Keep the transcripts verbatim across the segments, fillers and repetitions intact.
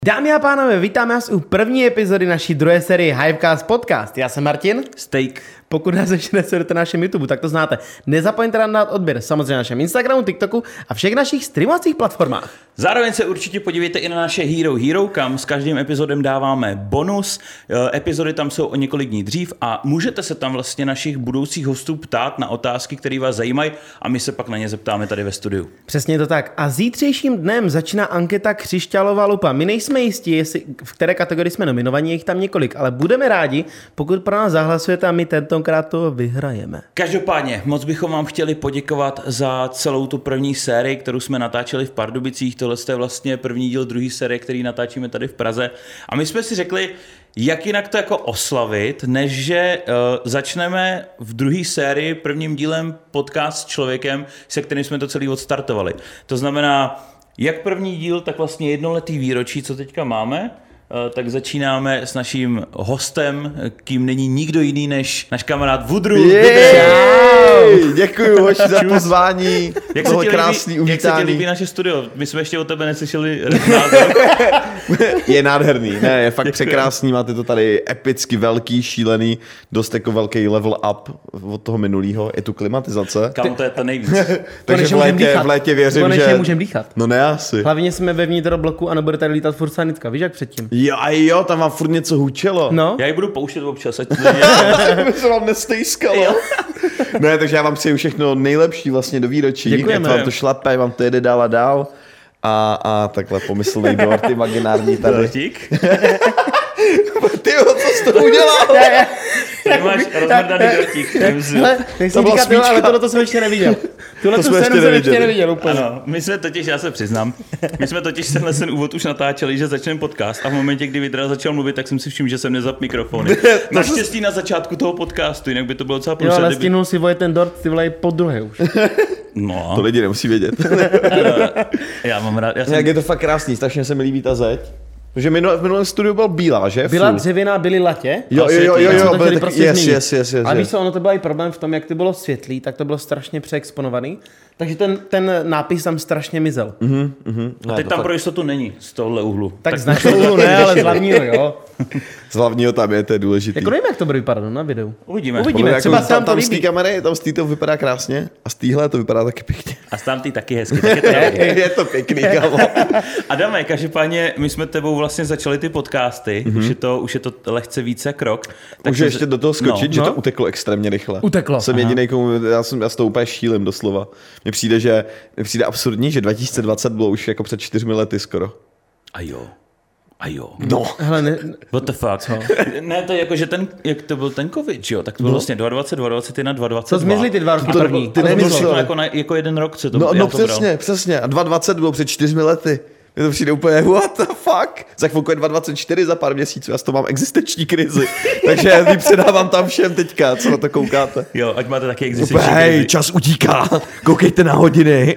Dámy a pánové, vítáme vás u první epizody naší druhé série Hivecast Podcast. Já jsem Martin. Steak. Pokud nás ještě nesledujete na našem YouTube, tak to znáte. Nezapomeňte nám dát odběr samozřejmě na našem Instagramu, TikToku a všech našich streamovacích platformách. Zároveň se určitě podívejte i na naše Hero Hero, kam s každým epizodem dáváme bonus. Epizody tam jsou o několik dní dřív a můžete se tam vlastně našich budoucích hostů ptát na otázky, které vás zajímají a my se pak na ně zeptáme tady ve studiu. Přesně to tak. A zítřejším dnem začíná anketa Křišťálová lupa. My nejsme jistí, jestli v které kategorii jsme nominovaní, je jich tam několik, ale budeme rádi, pokud pro nás zahlasujete a my tentokrát to vyhrajeme. Každopádně, moc bychom vám chtěli poděkovat za celou tu první sérii, kterou jsme natáčeli v Pardubicích. Tohle je vlastně první díl druhé série, který natáčíme tady v Praze. A my jsme si řekli, jak jinak to jako oslavit, než že uh, začneme v druhé sérii prvním dílem podcast s člověkem, se kterým jsme to celý odstartovali. To znamená, jak první díl, tak vlastně jednoletý výročí, co teďka máme, tak začínáme s naším hostem, kým není nikdo jiný než náš kamarád Vudru. Děkuju, hoši, za pozvání. Jak se, krásný líbí, jak se ti líbí naše studio? My jsme ještě o tebe neslyšeli. Je nádherný, ne, je fakt Děkuju. Překrásný, máte to tady epicky velký, šílený, dost jako velký level up od toho minulýho. Je tu klimatizace. Kam to je to nejvíc. Takže v létě, v létě věřím, Konečně že... můžeme dýchat. No ne asi. Hlavně jsme ve vnitrobloku a nebude tady lítat furt sanitka, víš jak předtím. Jo, a jo, tam vám furt něco hučelo. No. Já ji budu pouštět občas, ať to by se vám nestejskalo. Ne, takže já vám přeju všechno nejlepší vlastně do výročí. Děkujeme. Jak vám to šlape, vám to jede dál a dál. A, a takhle pomyslnej dort imaginární tady. Dortík? Tyjo, co jsi to udělal? Ty máš rozmrdaný dortík. Nechci říkat, tyhle, ale tohle to jsem ještě neviděl. Tuhle to jsem ještě, ještě neviděl úplně. Ano, my jsme totiž, já se přiznám, my jsme totiž tenhle ten úvod už natáčeli, že začneme podcast a v momentě, kdy Vidra začal mluvit, tak jsem si všiml, že jsem nezap mikrofony. Naštěstí na začátku toho podcastu, jinak by to bylo docela průser. Jo, ale stihnul si voje ten dort, ty vole, po druhé už. No. To lidi nemusí vědět. Já mám rád. Já jsem... Jak je to fakt krásný, strašně se mi líbí ta zeď. Protože minul, v minulém studiu byla bílá, že? Byla dřevěná, byly latě. Jo, jo, jo, jo, jo, byly prostě yes, yes, yes, yes. A víš co, ono to byl i problém v tom, jak to bylo světlý, tak to bylo strašně přeexponovaný. Takže ten, ten nápis tam strašně mizel. Uh-huh, uh-huh. A teď tam fakt pro jistotu není z tohohle úhlu. Tak, tak z našeho úhlu ne, ale z hlavního, jo. Z hlavního tam je, to je důležitý. Jako nevím, jak to bude vypadat na videu. Uvidíme. Uvidíme, třeba jako, se nám to tam líbí. z té kamery, tam z té to vypadá krásně a z téhle to vypadá taky pěkně. A z tamtý taky hezky. Tak je, to je, je to pěkný, kámo. Adame, každopádně my jsme tebou vlastně začali ty podcasty, mm-hmm. už, je to, už je to lehce více jak rok. Můžu ještě do toho skočit, no. že no. to uteklo extrémně rychle. Uteklo. Jsem jedinej, komu, já, jsem, já s tou úplně šílim doslova. Mně přijde, že mně přijde absurdní, že dva tisíce dvacet bylo už jako před čtyřmi lety skoro. A jo. A jo. No. Hele, ne, What the fuck? Co? Ne, to je jako, že ten, jak to byl ten covid, jo? Tak to bylo no. vlastně dvacet dva, dvacet jedna, dvacet dva. Co zmizli ty dva roky to, první? Ty nemyslel. Jako, na, jako jeden rok, co to No, no to přesně, bral. přesně. A dva dvacet bylo před čtyřmi lety. Mně to přijde úplně, what the fuck? Za chvilku je dva dvacet čtyři za pár měsíců, já s to mám existenční krizi. Takže já ji předávám tam všem teďka, co na to koukáte. Jo, ať máte taky existenční Hej, krizi. čas utíká, koukejte na hodiny.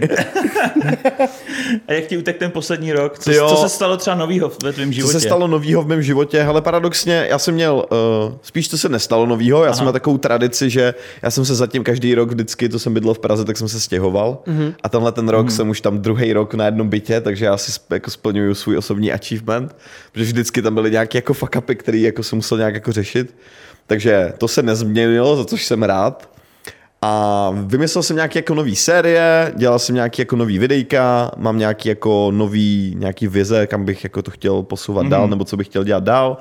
A jak ti utek ten poslední rok? Co, co se stalo třeba novýho ve tvém životě? Co se stalo novýho v mém životě? Hele, paradoxně, já jsem měl, uh, spíš to se nestalo novýho, já Aha. jsem měl takovou tradici, že já jsem se zatím každý rok vždycky, to jsem bydlel v Praze, tak jsem se stěhoval. Mm-hmm. A tenhle ten rok mm-hmm. jsem už tam druhý rok na jednom bytě, takže já si jako splňuju svůj osobní achievement, protože vždycky tam byly nějaké jako fuck upy, který jako jsem musel nějak jako řešit. Takže to se nezměnilo, za což jsem rád. A vymyslel jsem nějaké jako nový série, dělal jsem nějaký jako nový videjka, mám nějaký jako nový nějaký vize, kam bych jako to chtěl posouvat mm-hmm. dál, nebo co bych chtěl dělat dál.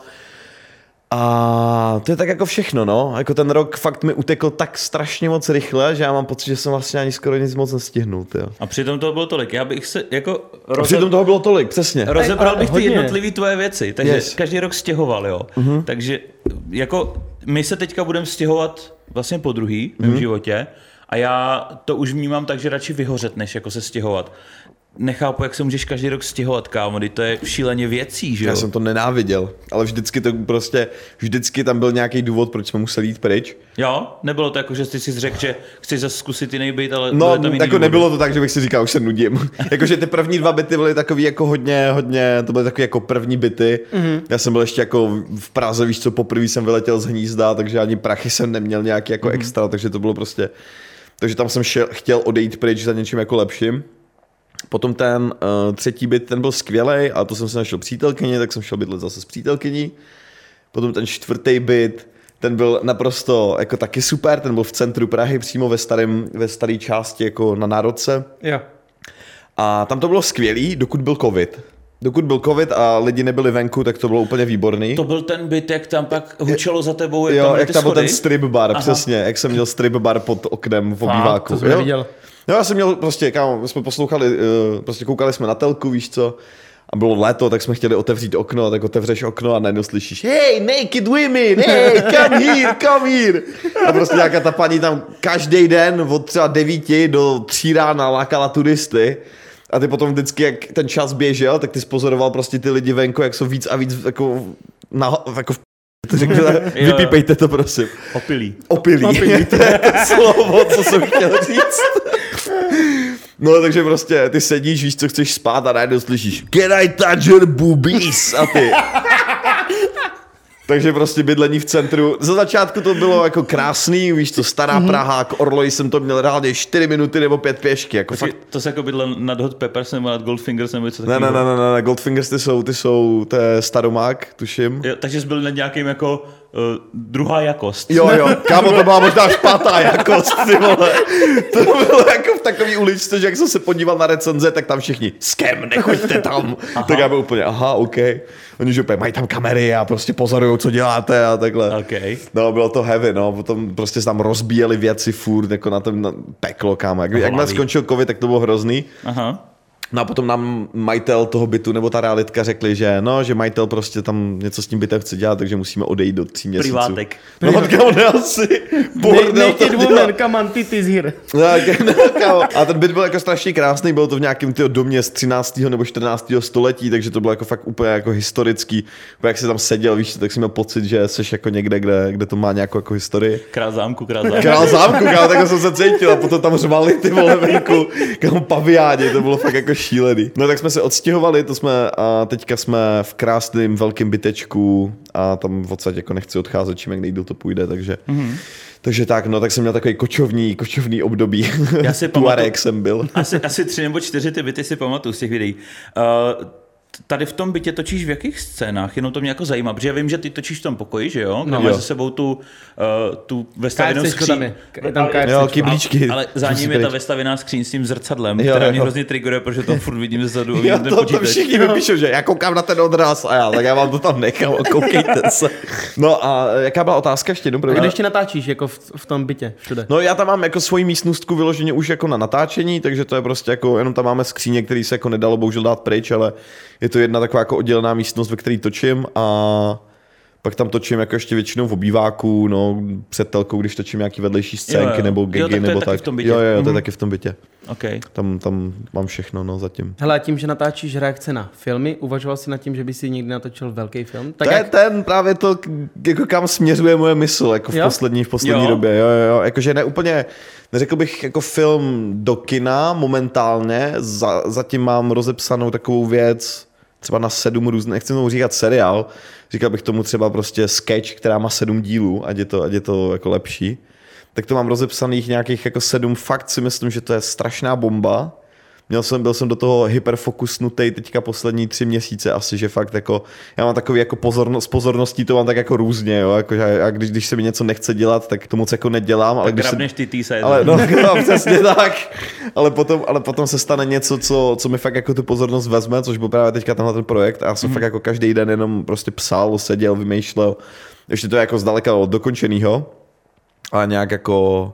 A to je tak jako všechno, no. Jako ten rok fakt mi utekl tak strašně moc rychle, že já mám pocit, že jsem vlastně ani skoro nic moc nestihnul, tyjo. A přitom toho bylo tolik. Já bych se jako... Roze... A přitom toho bylo tolik, přesně. Rozebral bych ty hodně. jednotlivý tvoje věci, takže yes. každý rok stěhoval, jo. Uh-huh. Takže jako my se teďka budeme stěhovat vlastně po druhý v mém uh-huh. životě a já to už vnímám tak, že radši vyhořet, než jako se stěhovat. Nechápu, jak se můžeš každý rok stěhovat, kámo, to je šíleně věcí, že jo? Já jsem to nenáviděl, ale vždycky to prostě, vždycky tam byl nějaký důvod, proč jsme museli jít pryč. Jo? Nebylo to jako, že jsi si řekl, že chceš zase zkusit jiný byt, ale no, tam jiný jako důvody. Nebylo to tak, že bych si říkal, už se nudím. Jakože ty první dva byty byly takový jako hodně, hodně, to byly takový jako první byty. Mm-hmm. Já jsem byl ještě jako v Praze, víš co, poprvé jsem vyletěl z hnízda, takže ani prachy jsem neměl nějaký jako mm-hmm. extra, takže to bylo prostě, takže tam jsem šel, chtěl odejít pryč za něčím jako lepším. Potom ten uh, třetí byt, ten byl skvělej, a to jsem si našel přítelkyni, tak jsem šel bydlet zase s přítelkyní. Potom ten čtvrtý byt, ten byl naprosto jako taky super, ten byl v centru Prahy, přímo ve starém, ve staré části jako na Národce. Jo. A tam to bylo skvělý, dokud byl covid. Dokud byl covid a lidi nebyli venku, tak to bylo úplně výborný. To byl ten byt, jak tam pak hučelo za tebou, jak jo, tam jak ty tam byl schody? ten strip bar, Aha. přesně, jak jsem měl strip bar pod oknem v obýváku. To jsem neviděl. No, já jsem měl prostě, kámo, my jsme poslouchali, prostě koukali jsme na telku, víš co, a bylo léto, tak jsme chtěli otevřít okno, tak otevřeš okno a najednou slyšíš hey, naked women, hey, come here, come here. A prostě nějaká ta paní tam každý den od třeba devíti do tří rána lákala turisty. A ty potom vždycky, jak ten čas běžel, tak ty spozoroval prostě ty lidi venku, jak jsou víc a víc jako, na, jako v to řekne, vypípejte to, prosím. Opilí. Opilí. Opilí. To je to slovo, co jsem chtěl říct. No, takže prostě ty sedíš, víš, co chceš spát a najednou slyšíš Can I touch your boobies? A ty... Takže prostě bydlení v centru. Za začátku to bylo jako krásný, víš co, stará mm-hmm. Praha, k Orloji jsem to měl reálně čtyři minuty nebo pět pěšky. Jako fakt... To se jako bydlel nad Hot Peppers nebo nad Goldfingers nebo něco takového? Ne, ne, ne, ne, Goldfingers ty jsou, ty jsou, to je Staromák, tuším. Jo, takže jsi byl nad nějakým jako uh, druhá jakost. Jo, jo, kámo, to byla možná špatná jakost, ty vole. To bylo jako v takový uličce, že jak jsem se podíval na recenze, tak tam všichni, skem, nechoďte tam. Aha. Tak já byl úplně, aha, OK. Oni že úplně mají tam kamery a prostě pozorujou, co děláte a takhle. Okay. No, bylo to heavy, no, potom prostě se tam rozbíjeli věci furt, jako na tom na peklo, kámo. Jak, jakmile skončil covid, tak to bylo hrozný. Aha. No a potom nám majitel toho bytu nebo ta realitka řekli, že no, že majitel prostě tam něco s tím bytem chce dělat, takže musíme odejít do tří měsíců. Privátek. No, kámo, ne asi. Bordel to woman, come on, titties here. No, kámo. A ten byt byl jako strašně krásný, bylo to v nějakém tyho domě z třináctého nebo čtrnáctého století, takže to bylo jako fakt úplně jako historický. Úplně jak jsi tam seděl, víš, tak jsi měl pocit, že jsi jako někde, kde, kde to má nějakou jako historii. Král zámku, král zámku. Král zámku, kámo, tak jsem se cítil a potom tam řvali ty vole venku, kámo, paviáni, to bylo fakt jako šílený. No tak jsme se odstěhovali, to jsme a teďka jsme v krásném velkém bytečku a tam odsaď jako nechci odcházet, čím jak nejdýl to půjde, takže mm-hmm. takže tak, no tak jsem měl takový kočovný, kočovný období. Já si pamatuju, jak jsem byl. Asi, asi tři nebo čtyři ty byty si pamatuju z těch videí. Uh, Tady v tom bytě točíš v jakých scénách? Jenom to mě jako zajímá, protože já vím, že ty točíš v tom pokoji, že jo? Kde no, máš za sebou tu, uh, tu vestavěnou skříň. Tam jo, kyblíčky. Ale za ním je ta vestavěná skříň s tím zrcadlem, jo, která jo. mě hrozně triggeruje, protože to furt vidím zezadu. Já to, to všichni vypíšou, že já koukám na ten odraz a já, tak já vám to tam nechám a koukejte se. No a jaká byla otázka ještě? Dobrý. Kde ještě natáčíš jako v, v tom bytě? Všude? No já tam mám jako svoji místnostku vyloženě už jako na natáčení, takže to je prostě jako, jenom tam máme skříně, který se jako nedalo bohužel dát pryč, ale je to jedna taková jako oddělená místnost, ve které točím a pak tam točím jako ještě většinou v obýváku, no před telkou, když točím nějaký vedlejší scénky jo, jo. nebo gagy, jo, tak nebo tak. V tom bytě. Jo, jo, jo, to mm-hmm. je taky v tom bytě. Okay. Tam, tam mám všechno, no zatím. Hele, a tím, že natáčíš reakce na filmy, uvažoval jsi nad tím, že by si někdy natočil velký film? Tak to jak... je ten právě to, jako kam směřuje moje mysl, jako v jo? poslední, v poslední jo. době. Jo, jo, jo. Jakože ne úplně, neřekl bych jako film do kina momentálně, za, zatím mám rozepsanou takovou věc, třeba na sedm různých, nechci tomu říkat seriál, říkal bych tomu třeba prostě sketch, která má sedm dílů, ať je to, ať je to jako lepší. Tak to mám rozepsaných nějakých jako sedm, fakt si myslím, že to je strašná bomba. Měl jsem, byl jsem do toho hyperfokusnutej teďka poslední tři měsíce asi, že fakt jako, já mám takový jako pozornost, s pozorností to mám tak jako různě, jo, jako, že já, když, když se mi něco nechce dělat, tak to moc jako nedělám. Ale tak když grabneš se, ty týse. Ale no, no, přesně tak. Ale potom, ale potom se stane něco, co, co mi fakt jako tu pozornost vezme, což byl právě teďka tenhle ten projekt a já jsem mm. fakt jako každý den jenom prostě psal, seděl, vymýšlel. Ještě to je jako zdaleka od dokončenýho, ale nějak jako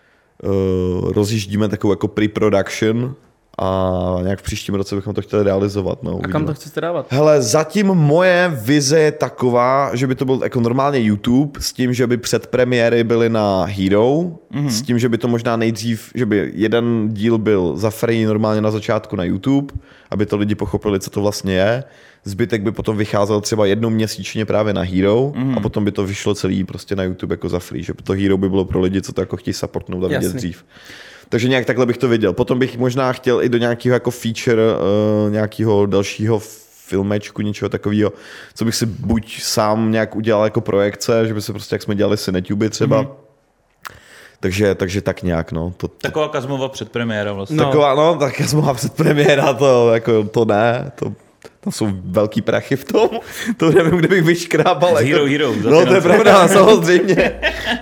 uh, rozjíždíme takovou jako pre-production a nějak v příštím roce bychom to chtěli realizovat. No, a kam to chcete dávat? Hele, zatím moje vize je taková, že by to byl jako normálně YouTube s tím, že by předpremiéry byly na Hero, mm-hmm. s tím, že by to možná nejdřív, že by jeden díl byl za free normálně na začátku na YouTube, aby to lidi pochopili, co to vlastně je. Zbytek by potom vycházel třeba jednou měsíčně právě na Hero mm-hmm. a potom by to vyšlo celý prostě na YouTube jako za free, že to Hero by bylo pro lidi, co to jako chtějí supportnout a vidět Jasný. dřív. Takže nějak takhle bych to viděl. Potom bych možná chtěl i do nějakého jako feature, uh, nějakého dalšího filmečku, něčeho takového, co bych si buď sám nějak udělal jako projekce, že by se prostě, jak jsme dělali Cinetube třeba, mm-hmm. Takže, takže tak nějak, no. To, to... Taková Kazmova předpremiéra vlastně. No. Taková, no, tak Kazmova předpremiéra, to, jako, to ne, to... Tam jsou velký prachy v tom, to nevím, kde bych vyškrábal. Hero, jako... hero. No to je pravda, samozřejmě.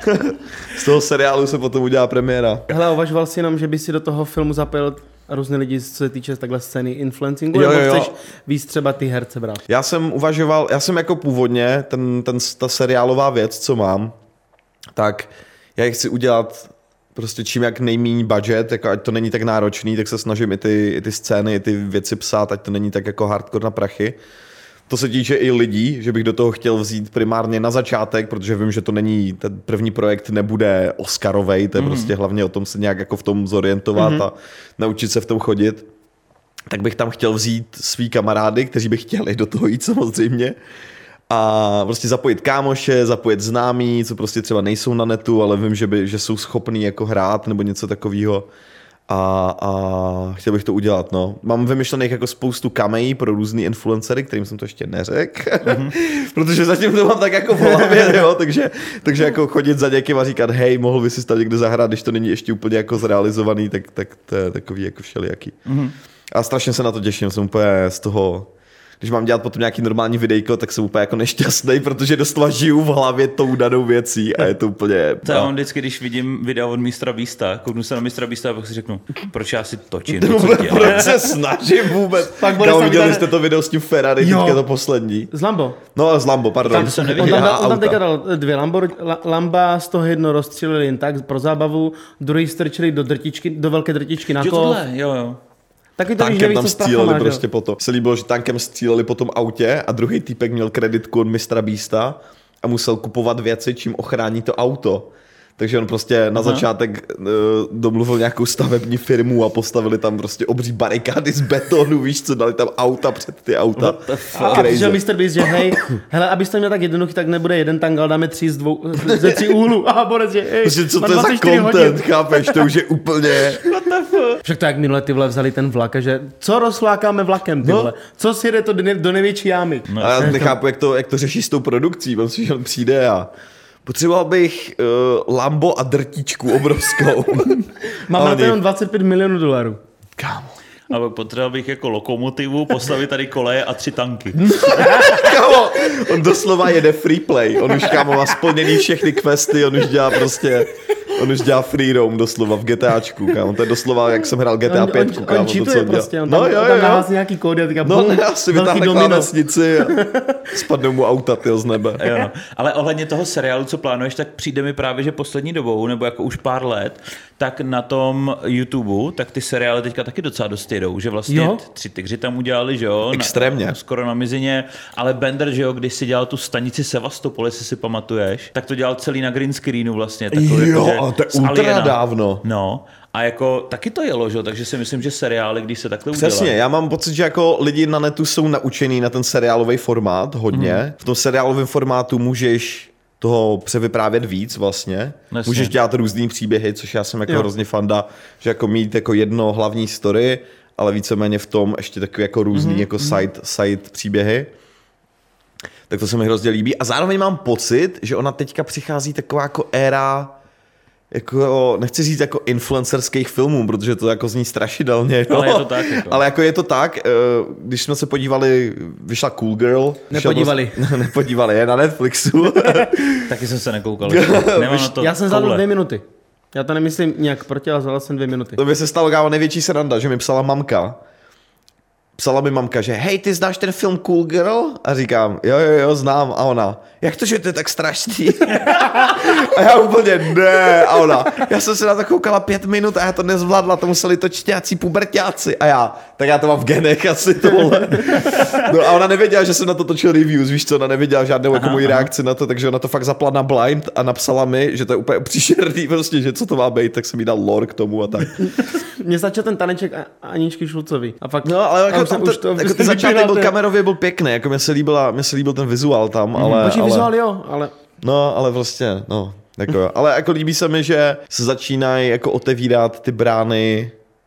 Z toho seriálu se potom udělá premiéra. Hele, uvažoval jsi jenom, že by si do toho filmu zapojil různé lidi, co se týče takhle scény influencingu, jo, jo, nebo jo. chceš víc třeba ty herce brát? Já jsem uvažoval, já jsem jako původně, ten, ten, ta seriálová věc, co mám, tak já ji chci udělat prostě čím jak nejméně budget, jako ať to není tak náročný, tak se snažím i ty, i ty scény, i ty věci psát, ať to není tak jako hardcore na prachy. To se týče i lidí, že bych do toho chtěl vzít primárně na začátek, protože vím, že to není, ten první projekt nebude Oscarovej, to je mm-hmm. prostě hlavně o tom se nějak jako v tom zorientovat mm-hmm. a naučit se v tom chodit. Tak bych tam chtěl vzít svý kamarády, kteří by chtěli do toho jít samozřejmě. A prostě zapojit kámoše, zapojit známí, co prostě třeba nejsou na netu, ale vím, že, by, že jsou schopní jako hrát nebo něco takového. A, a chtěl bych to udělat, no. Mám vymyšlených jako spoustu kamejí pro různý influencery, kterým jsem to ještě neřekl, mm-hmm. protože zatím to mám tak jako v hlavě, jo, takže, takže jako chodit za někým a říkat, hej, mohl by si tam někde zahrát, když to není ještě úplně jako zrealizovaný, tak, tak to je takový jako všelijaký. Mm-hmm. A strašně se na to těším, jsem úplně z toho... Když mám dělat potom nějaký normální videjko, tak jsem úplně jako nešťastný, protože doslova žiju v hlavě tou danou věcí a je to úplně... To já mám vždycky, když vidím videa od mistra Beasta, kouknu se na mistra Beasta a pak si řeknu, proč já si točím, to, co proč se snažím vůbec. Pak Kámo, viděli tady... jste to video s tím Ferrari, teďka to poslední. Z Lambo. No, z Lambo, pardon. Tam, jsem neviděl. On tam, on tam teďka dal dvě Lambo, Lamba, z toho jedno rozstřílili jen tak pro zábavu, druhý strčili do drtičky, do velké drtičky na kolo. Jo, jo. Taky to tankem tam stříleli prostě potom. Se líbilo, že tankem stříleli po tom autě a druhý týpek měl kreditku od mistra Beasta a musel kupovat věci, čím ochrání to auto. Takže on prostě na Aha. začátek uh, domluvil nějakou stavební firmu a postavili tam prostě obří barikády z betonu, víš co, dali tam auta před ty auta. A přišel mister Beast, že hej, hele, abyste měl tak jednoduchý, tak nebude jeden tank, ale dáme tři z dvou, ze tří úhlů. A Borec, že hej, prostě, co to je za content, hodin. Chápeš, to už je úplně... Však to jak minule ty vole vzali ten vlak, že co rozflákáme vlakem ty vole, no. Co si jde to do, ne, do největší jámy. No. A já nechápu, jak to, jak to řeší s tou produkcí, on si on přijde a... Potřeboval bych uh, Lambo a drtičku obrovskou. Mám na to jenom dvacet pět milionů dolarů. Kámo. Ale potřeboval bych jako lokomotivu, postavit tady koleje a tři tanky. Kámo, on doslova jede free play. On už, kámo, má splněný všechny questy, on už dělá prostě... On už dělá free roam doslova v GTAčku, kámo. To je doslova, jak jsem hrál G T A pět, on, kámo. On cheatuje prostě, on no, tam, jo, on tam jo. nahází nějaký kódy a říká no, bum, já si vytáhne klávesnici a spadnou mu auta, tyjo, z nebe. Jo, no. Ale ohledně toho seriálu, co plánuješ, tak přijde mi právě, že poslední dobou, nebo jako už pár let, tak na tom YouTube, tak ty seriály teďka taky docela dost jedou, že vlastně jo? Tři tygři tam udělali, že jo? Extrémně. Na, skoro na mizině, ale Bender, že jo, když si dělal tu stanici Sevastopol, jestli si pamatuješ, tak to dělal celý na green screenu vlastně. Takový, jo, jako, ale to je ultra dávno. No, a jako taky to jelo, že? Takže si myslím, že seriály, když se takhle udělá. Přesně, udělá. já mám pocit, že jako lidi na netu jsou naučený na ten seriálový formát hodně. Mm. V tom seriálovém formátu můžeš toho převyprávět víc vlastně. Nesně. Můžeš dělat různý příběhy, což já jsem jako jo. hrozně fanda, že jako mít jako jedno hlavní story, ale víceméně v tom ještě takový jako různý mm-hmm. jako side, side příběhy. Tak to se mi hrozně líbí. A zároveň mám pocit, že ona teďka přichází taková jako éra, jako, nechci říct jako influencerských filmů, protože to jako zní strašidelně. Ale je to tak. Jako. Ale jako je to tak, když jsme se podívali, vyšla Cool Girl. Nepodívali. Vyšla, nepodívali, je na Netflixu. Taky jsem se nekoukal. Nemám na to Já jsem vzal dvě minuty. Já to nemyslím nějak proti, ale vzal jsem dvě minuty. To by se stalo, kámo, největší sranda, že mi psala mamka. Psala mi mamka, že hej, ty znáš ten film Cool Girl? A říkám, jo, jo, jo, znám. A ona, jak to, že to je tak strašný? A já úplně, ne. A ona, já jsem se na to koukala pět minut a já to nezvládla, to museli točit nějací puberťáci. A já, tak já to mám v genech asi tohle. No a ona nevěděla, že jsem na to točil reviews, víš co, ona nevěděla žádnou jako moji reakci na to, takže ona to fakt zapla na blind a napsala mi, že to je úplně příšerný, prostě, že co to má být, tak jsem jí dal lore k tomu a tak. Mně stačil ten taneček Aničky Šulcový. A fakt, no, ale jako, tam už to, jako ten začátek byl kamerově byl pěkný, jako mě se, líbila, mě se líbil ten vizuál tam, ale... Počkej, ale, vizuál jo, ale... No, ale vlastně, no, jako jo. Ale jako líbí se mi, že se začínají jako otevírat ty brány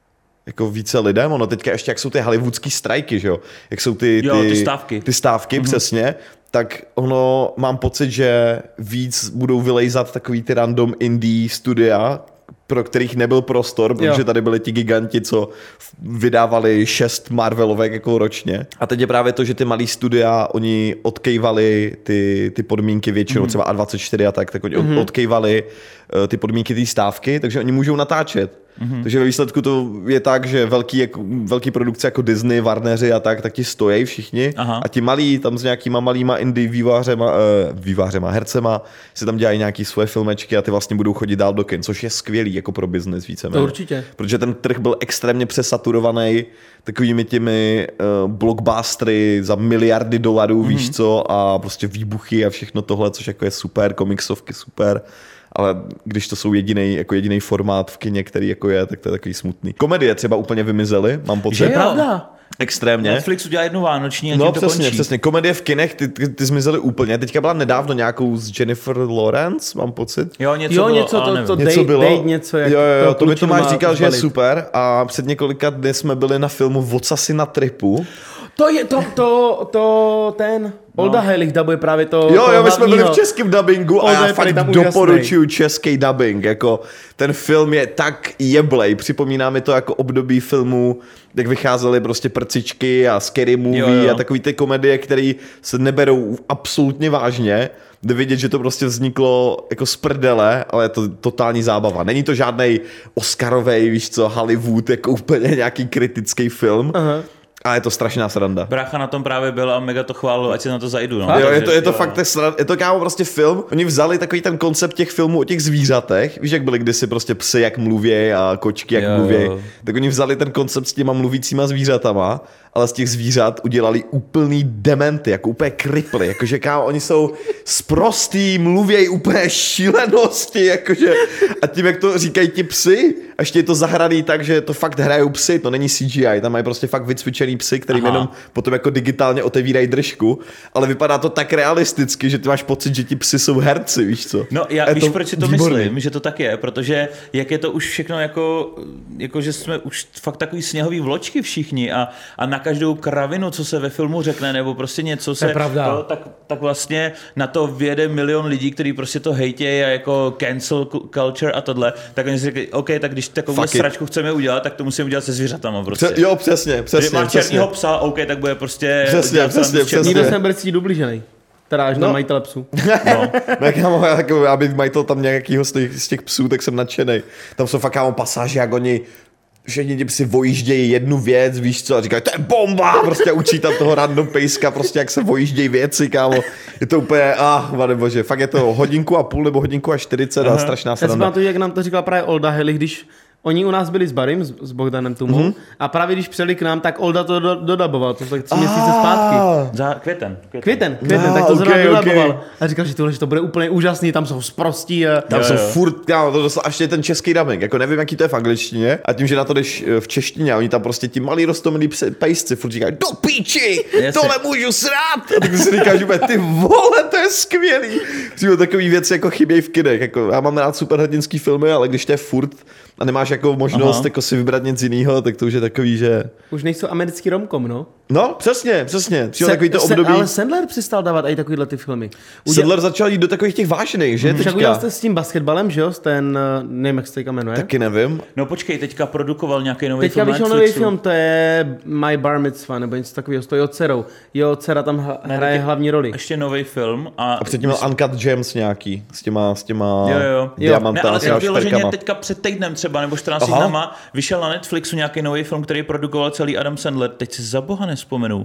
jako více lidem, ono teďka ještě jak jsou ty hollywoodský strajky, že jo, jak jsou ty, ty, jo, ty stávky, ty stávky mm-hmm. přesně, tak ono, mám pocit, že víc budou vylejzat takový ty random indie studia, pro kterých nebyl prostor, protože jo. tady byli ti giganti, co vydávali šest Marvelovek jako ročně. A teď je právě to, že ty malý studia, oni odkejvali ty, ty podmínky většinou, mm. třeba A dvacet čtyři a tak, tak oni mm. odkejvali uh, ty podmínky té stávky, takže oni můžou natáčet. Mm-hmm. Takže ve výsledku to je tak, že velký, jako, velký produkce jako Disney, Warneri a tak, tak ti stojí všichni. Aha. A ti malí tam s nějakýma malýma indie vývářema, uh, vývářema, hercema si tam dělají nějaký svoje filmečky a ty vlastně budou chodit dál do kin, což je skvělý jako pro business víceméně. To určitě. Protože ten trh byl extrémně přesaturovaný takovými těmi uh, blockbustery za miliardy dolarů, mm-hmm. víš co, a prostě výbuchy a všechno tohle, což jako je super, komiksovky super. Ale když to jsou jediný, jako jediný formát v kině, který jako je, tak to je takový smutný. Komedie třeba úplně vymizely, mám pocit. Že je pravda. Extrémně. Netflix udělal jednu vánoční a no, tím to přesně, končí. přesně. Komedie v kinech, ty, ty, ty zmizely úplně. Teďka byla nedávno nějakou s Jennifer Lawrence, mám pocit. Jo, něco jo, bylo, něco, to, to, to něco dej, bylo. Dej něco, jak jo, jo, jo, to mi Tomáš říkal, že je super a před několika dny jsme byli na filmu Vocasy na tripu. To je, to, to, to, ten... Olda no. Heilig dabuje právě to. Jo, to jo, my jsme byli v českém dabingu a já fakt doporučuju český dabing. Jako, ten film je tak jeblej, připomíná mi to jako období filmů, jak vycházely prostě Prcičky a Scary Movie jo, jo. a takový ty komedie, které se neberou absolutně vážně. Jde vidět, že to prostě vzniklo jako z prdele, ale je to totální zábava. Není to žádnej Oscarovej, víš co, Hollywood, jako úplně nějaký kritický film. Aha. A je to strašná sranda. Brácha na tom právě byl a mega to chválil, ať se na to zajdu. No. Jo, je to, je to fakt sranda, je to kámo prostě film. Oni vzali takový ten koncept těch filmů o těch zvířatech. Víš, jak byly kdysi prostě psy, jak mluvěj a kočky, jak mluvěj. Tak oni vzali ten koncept s těma mluvícíma zvířatama, ale z těch zvířat udělali úplný dementy, jako úplně kriply. Jakože kámo, oni jsou sprostý, mluvěj úplně šílenosti, jakože. A tím, jak to říkají ti psy, a ještě je to zahraný tak, že to fakt hrajou psy, to není C G I, tam mají prostě fakt vycvičený psy, kterým Aha. jenom potom jako digitálně otevírají držku, ale vypadá to tak realisticky, že ty máš pocit, že ti psy jsou herci, víš co? No já víš, proč si to výborný. Myslím, že to tak je, protože jak je to už všechno jako, jako že jsme už fakt takový sněhový vločky všichni a, a na každou kravinu, co se ve filmu řekne, nebo prostě něco se, to, tak, tak vlastně na to vyjede milion lidí, kteří prostě to hejtějí a jako cancel culture a tohle, tak oni si řekli, OK, tak když takovou sračku chceme udělat, tak to musíme udělat se zvířatama prostě. Pře- jo, přesně, přesně. Když má černýho psa, OK, tak bude prostě... Přesně, přesně, přesně. Nikdo se nebude cítit ublížený. Teda až no. na majitele psů. No. Tak já mám, jako, aby majitel tam nějakýho z těch, z těch psů, tak jsem nadšenej. Tam jsou fakt kámo pasáže, jak oni všichni ti psi vojíždějí jednu věc, víš co, a říkají, to je bomba, prostě učí tam toho random pejska, prostě jak se vojíždějí věci, kámo. Je to úplně, ah, pane bože, fakt je to hodinku a půl nebo hodinku a čtyřicet a strašná sranda. Já si pamatuju, jak nám to říkala právě Olda Heilig, když oni u nás byli s Barym, s, s Bogdanem Tumou, mm-hmm. a právě když přijeli k nám, tak Olda to do, dodaboval, to tak tři měsíce zpátky. Za květen. Květen, květen, květen ah, tak to okay, zrovna dodaboval. Okay. A říkal, že tohle že to bude úplně úžasný, tam jsou sprostí. A... Tam jo, jsou jo. furt, kámo, to dostal ještě ten český dubbing, jako nevím, jaký to je v angličtině, a tím, že na to jdeš v češtině, a oni tam prostě ti malí roztomilí pejsci furt říkají, do píči, tohle můžu srát. A tak si říkáš, že ty vole, to je skvělý. Přímo takový věci jako chybějí v kinech, jako já mám rád superhrdinský filmy, ale když to je furt a nemáš jako možnost jako si vybrat něco jiného, tak to už je takový, že... Už nejsou americký romkom, no? No, přesně, přesně. Se, takový to období... Ale Sandler přestal dávat i takovýhle ty filmy. Uděl... Sandler začal jít do takových těch vážných, že? Však udělal jste s tím basketbalem, že jo? Ten, nevím, jak se teďka jmenuje. Taky nevím. No počkej, teďka produkoval nějaký nový teďka film na Netflixu. Teďka vyšel nový film, to je My Bar Mitzvah, nebo něco takového, to je od dcerou. Jeho dcera tam hra, ne, hraje hlavní roli. Ještě nový film. A, a předtím měl Uncut Gems nějaký, s těma, s těma jo, jo. diamantama, ne, ale vyloženě teďka před týdnem třeba, nebo čtrnácti dnama, vyšel na Netflixu nějaký nový film, který produkoval celý Adam Sandler. Teď si za boha nespomenu.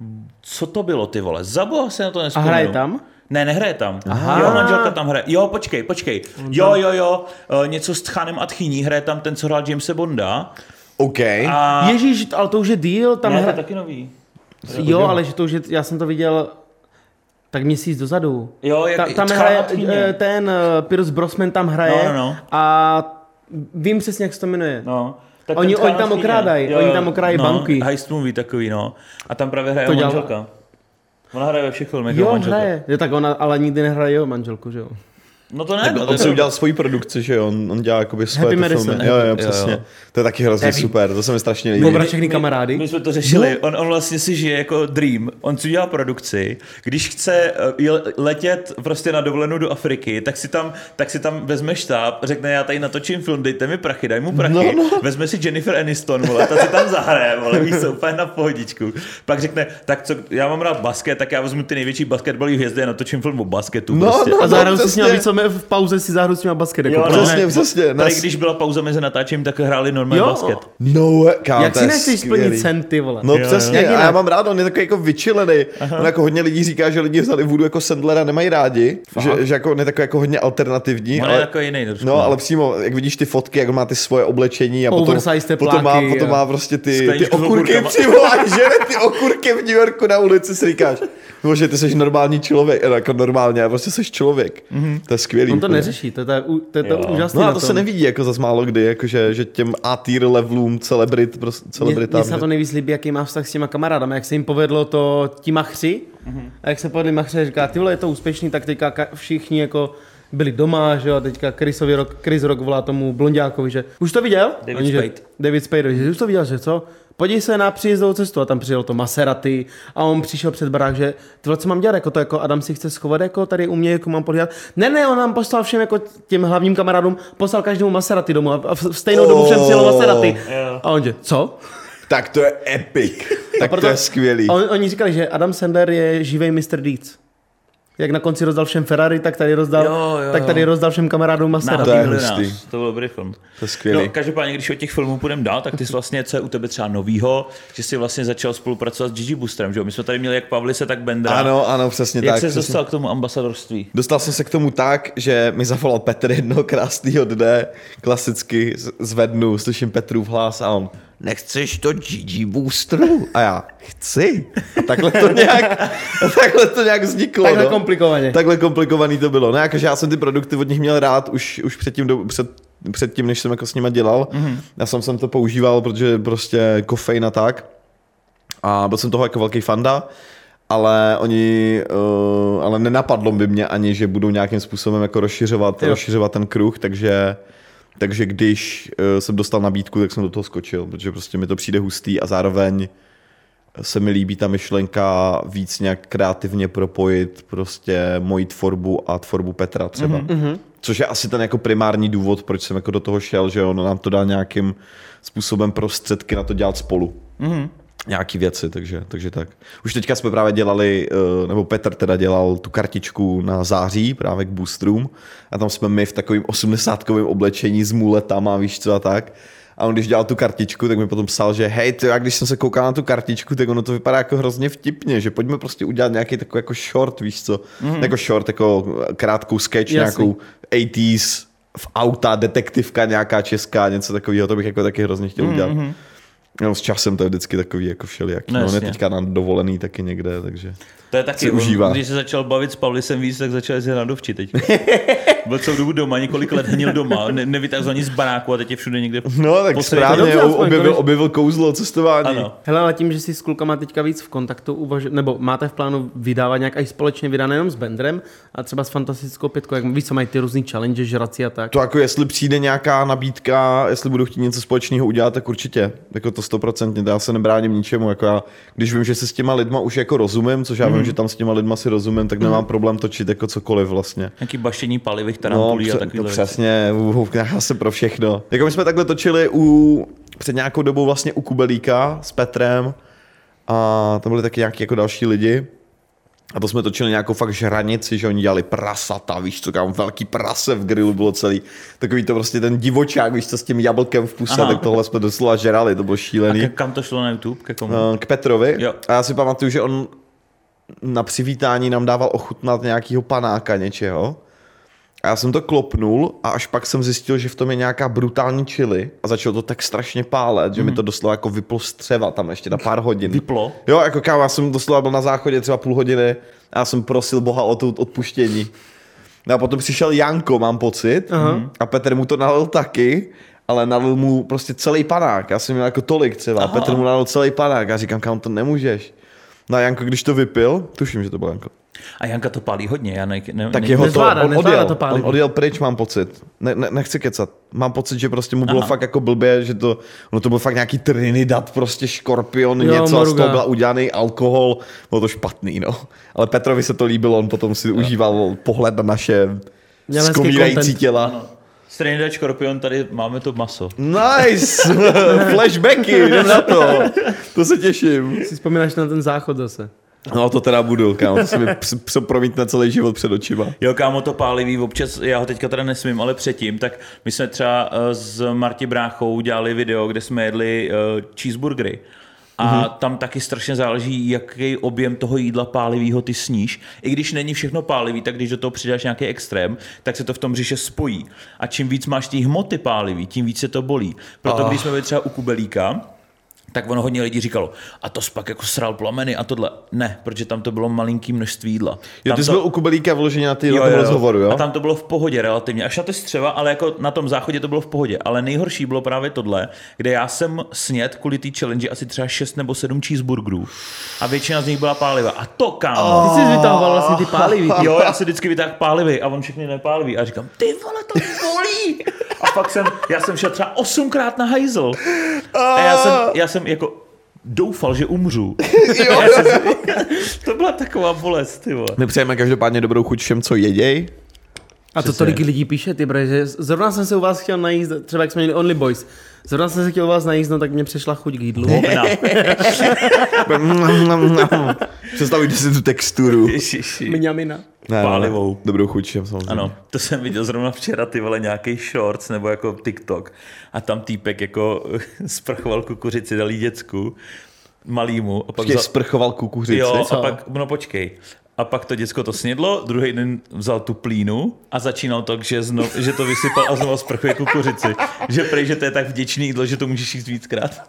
Co to bylo, ty vole? Za boha se na to nespomenu. A hraje tam? Ne, nehraje tam. Aha. Jeho manželka tam hraje. Jo, počkej, počkej. Jo, jo, jo. Uh, něco s Tchanem a Tchýní. Hraje tam ten, co hrál Jamese Bonda. OK. A... Ježíš, ale to už je deal. Tam ne, hra... to je taky nový. Jo, ale že to už je, já jsem to viděl tak měsíc dozadu. Jo, jak, Ta, tam hraje ten uh, Pierce Brosnan tam hraje no, no, no. a vím přesně, jak se to jmenuje. No. Tak oni, oni tam okrádají, oni tam okrádají no, banky. Heist movie takový, no. A tam právě hraje jeho manželka. Ona hraje ve všech filmech jo, jeho manželka. hraje. Jo, tak ona ale nikdy nehraje jeho manželku, že jo. No to ne. Tak no, on si udělal svoji produkci, že jo, on, on dělá jakoby svoje ty filmy. Jo, jo, přesně. Jo, jo. To je taky hrozně Taky. super, to se mi strašně líbí. Pobrat všechny kamarády. My jsme to řešili, on, on vlastně si žije jako dream, on si udělá produkci, když chce letět prostě na dovolenou do Afriky, tak si tam, tak si tam vezme štáb, řekne já tady natočím film, dejte mi prachy, daj mu prachy, no, no. vezme si Jennifer Aniston, vole, ta si tam zahraje, vole, víš se úplně na pohodičku. Pak řekne, tak co, já mám rád basket, tak já vezmu ty největší basketbalové hvězdy a natočím film o basketu. No, prostě. no, a zahraju no, si s ním, víc, co v pauze si zahraju s ním basket. Jako jo, no, přesně, přesně. Tady, nás... když byla pauza mezi natáčením, tak hráli normální basket. No, kámo, jak si nechceš splnit sen, ty vole. No jo, přesně, jo. A já mám rád, on je takový jako vyčilený. On jako hodně lidí říká, že lidi z Hollywoodu jako Sandlera nemají rádi, že, že jako on je takový jako hodně alternativní. On ale, je takový jiný. No, ale přímo, jak vidíš ty fotky, jak má ty svoje oblečení a potom, potom, má, potom má prostě ty, ty okurky přímo a žene ty okurky v New Yorku na ulici, si říkáš. Bože, ty jsi normální člověk, jako normálně, ale prostě jsi člověk. Mm-hmm. To je skvělý. On to neřeší, to je to, to, je to úžasné. No a to se nevidí jako zas málo kdy, jakože, že těm A-tier levelům celebrit, prostě celebritám. Mně se to nejvíc líbí, jaký má vztah s těma kamarádama, jak se jim povedlo to ti machři, mm-hmm. a jak se povedli machři, říká, ty vole, je to úspěšný, tak teďka všichni jako byli doma, že jo, a teďka Chrisovi Rock, Chris Rock volá tomu blonďákovi, že už to viděl? David Oni, Spade. Že, David Spade, že už to viděl, že co? Podívej se na příjezdovou cestu a tam přijel to Maserati a on přišel před barák, že tyhle, co mám dělat, jako to, jako Adam si chce schovat, jako tady u mě, jako mám podívat. Ne, ne, on nám poslal všem, jako těm hlavním kamarádům, poslal každému Maserati domů a v stejnou oh. dobu všem přijelo Maserati. Yeah. A on že, co? Tak to je epic, tak proto, to je skvělý. On, oni říkali, že Adam Sandler je živej mister Deeds. Jak na konci rozdal všem Ferrari, tak tady rozdal, jo, jo, tak tady rozdal všem kamarádům Maserati. To je hustý. To byl dobrý film. To je skvělý. No, každopádně, když o těch filmů půjdeme dál, tak ty jsi vlastně, co je u tebe třeba novýho, že jsi vlastně začal spolupracovat s Gigi Boosterem, že jo? My jsme tady měli jak Pavlise, tak Bendra. Ano, ano, přesně jak tak. Jak jsi přesně. dostal k tomu ambasadorství? Dostal jsem se k tomu tak, že mi zavolal Petr jednoho krásného dne, klasicky zvednu, slyším Petrův hlas a on, nechceš to Gigi Boosteru? A já, chci. A takhle to nějak, takhle to nějak vzniklo. Takhle no. komplikovaně. Takhle komplikovaný to bylo. No, jakože já jsem ty produkty od nich měl rád už, už předtím, do, před, předtím, než jsem jako s nima dělal. Mm-hmm. Já jsem, jsem to používal, protože prostě kofein a tak. A byl jsem toho jako velký fanda. Ale oni, uh, ale nenapadlo by mě ani, že budou nějakým způsobem jako rozšiřovat, rozšiřovat ten kruh, takže Takže když uh, jsem dostal nabídku, tak jsem do toho skočil, protože prostě mi to přijde hustý a zároveň se mi líbí ta myšlenka víc nějak kreativně propojit prostě moji tvorbu a tvorbu Petra třeba. Mm-hmm. Což je asi ten jako primární důvod, proč jsem jako do toho šel, že ono nám to dá nějakým způsobem prostředky na to dělat spolu. Mm-hmm. Nějaký věci, takže, takže tak. Už teďka jsme právě dělali, nebo Petr teda dělal tu kartičku na září právě k Boosterům a tam jsme my v takovým osmdesátkovém oblečení s muletama, víš co a tak. A on když dělal tu kartičku, tak mi potom psal, že hej, ty, a když jsem se koukal na tu kartičku, tak ono to vypadá jako hrozně vtipně, že pojďme prostě udělat nějaký takový jako short, víš co, mm-hmm. jako short, jako krátkou sketch, Jasný. nějakou osmdesátých v auta, detektivka nějaká česká, něco takového, to bych jako taky hrozně chtěl mm-hmm. udělat. No, s časem to je vždycky takový jako všelijak. No, on je teďka na dovolený taky někde, takže to je taky, on, když se začal bavit s Pavlisem víc, tak začal jezdit na dovči teď. Byl celou dobu doma, několik let hnil doma, ne, nevytáhl ani z baráku a teď je všude někde. No tak správně, objevil, objevil kouzlo cestování. Ano. Hele, ale tím, že jsi s klukama teďka víc v kontaktu, uvaž... nebo máte v plánu vydávat nějak i společně vydané jenom s Bendrem a třeba s Fantastickou pětkou, jak víš, co mají ty různý challenge, žrací a tak. To jako jestli přijde nějaká nabídka, jestli budu chtít něco společného udělat, tak určitě. Jako to sto procent, já se nebráním ničemu, jako já, když vím, že se s těma lidma už jako rozumím, což já mm. vím, že tam s těma lidma si rozumím, tak nemám mm. problém točit jako cokoliv vlastně. Nějaký baštění palivých tarantulí no, a takový. To přesně, já se pro všechno. Jako my jsme takhle točili u, před nějakou dobou vlastně u Kubelíka s Petrem a tam byli taky nějaký jako další lidi. A to jsme točili nějakou fakt žranici, že oni dělali prasata, víš co, kam velký prase v grilu bylo celý. Takový to prostě ten divočák, víš co, s tím jablkem v puse, tak tohle jsme doslova žrali, to bylo šílený. A kam to šlo na YouTube? Ke komu? K Petrovi. Jo. A já si pamatuju, že on na přivítání nám dával ochutnat nějakýho panáka něčeho. A já jsem to klopnul a až pak jsem zjistil, že v tom je nějaká brutální chili a začalo to tak strašně pálet, že mm. mi to doslova jako vyplo střeva tam ještě na pár hodin. Vyplo? Jo, jako kámo, já jsem doslova byl na záchodě třeba půl hodiny a já jsem prosil Boha o to odpuštění. No a potom přišel Janko, mám pocit, uh-huh. a Petr mu to nalil taky, ale nalil mu prostě celý panák. Já jsem měl jako tolik třeba, Aha. Petr mu nalil celý panák a říkám, kam to nemůžeš. No a Janko, když to vypil, tuším, že to byl Janko, A Janka to pálí hodně, já ne, ne, Tak ne, jeho to, nezvládá, on, nezvládá odjel, to pálivý. on odjel pryč, mám pocit. Ne, ne, nechci kecat. Mám pocit, že prostě mu bylo Aha. fakt jako blbě, že to, no to byl fakt nějaký Trinidad, prostě škorpion, Jo, něco a z Moruga. toho byl udělaný alkohol. Bylo to špatný, no. Ale Petrovi se to líbilo, on potom si užíval pohled na naše Měl hezký skomírající content. těla. Ano. Trinidad škorpion, tady máme to maso. Nice! Flashbacky, jdem na to. To se těším. Si vzpomínáš na ten záchod zase. No to teda budu, kámo, to se mi ps- promítne celý život před očima. Jo, kámo, to pálivý, občas, já ho teďka teda nesmím, ale předtím, tak my jsme třeba uh, s Marti Bráchou dělali video, kde jsme jedli uh, cheeseburgery. A mm-hmm. tam taky strašně záleží, jaký objem toho jídla pálivého ty sníš. I když není všechno pálivý, tak když do toho přidáš nějaký extrém, tak se to v tom břiše spojí. A čím víc máš té hmoty pálivý, tím víc se to bolí. Proto Oh. když jsme byli třeba u Kubelíka, tak ono hodně lidí říkalo, a to spak jako sral plameny a tohle. Ne, protože tam to bylo malinký množství jídla. Jo, Tam ty jsi to... byl u Kubelíka vloženě na ty Jo, jo, jo, jo. rozhovoru, jo? A tam to bylo v pohodě relativně. Až na ty střeva, ale jako na tom záchodě to bylo v pohodě. Ale nejhorší bylo právě tohle, kde já jsem sněd kvůli té challenge asi třeba šest nebo sedm cheeseburgerů. A většina z nich byla pálivá. A to, kámo. Ty jsi vytahoval vlastně ty pálivý. Jo, já si vždycky vytáhl pálivý a on všechny nepálivý. A říkám, ty vole, to bolí. A pak jsem, já jsem šel třeba osmkrát na hajzl. A já jsem, já jsem jako doufal, že umřu. Já jsem, to byla taková bolest, ty vole. My přejeme každopádně dobrou chuť všem, co jeděj. A to Přesně. tolik lidí píše, ty bre, že zrovna jsem se u vás chtěl najíst, třeba jak jsme měli Only Boys, zrovna jsem se chtěl u vás najíst, no tak mě přešla chuť k jídlu. Hovna. Představujte si tu texturu. Ježiši. Mňamina. Ne, Pálivou. Ne, dobrou chuť všem samozřejmě. Ano, to jsem viděl zrovna včera, ty vole, nějaký shorts nebo jako TikTok a tam týpek jako sprchoval kukuřici, dal jí děcku, malýmu. A pak Počkej, vzal... sprchoval kukuřici. Jo, co? a pak, no počkej. A pak to děcko to snědlo, druhý den vzal tu plínu a začínal to, že, znov, že to vysypal a znovu sprchuje kukuřici. Že prej, že to je tak vděčný jídlo, že to můžeš jíst víckrát.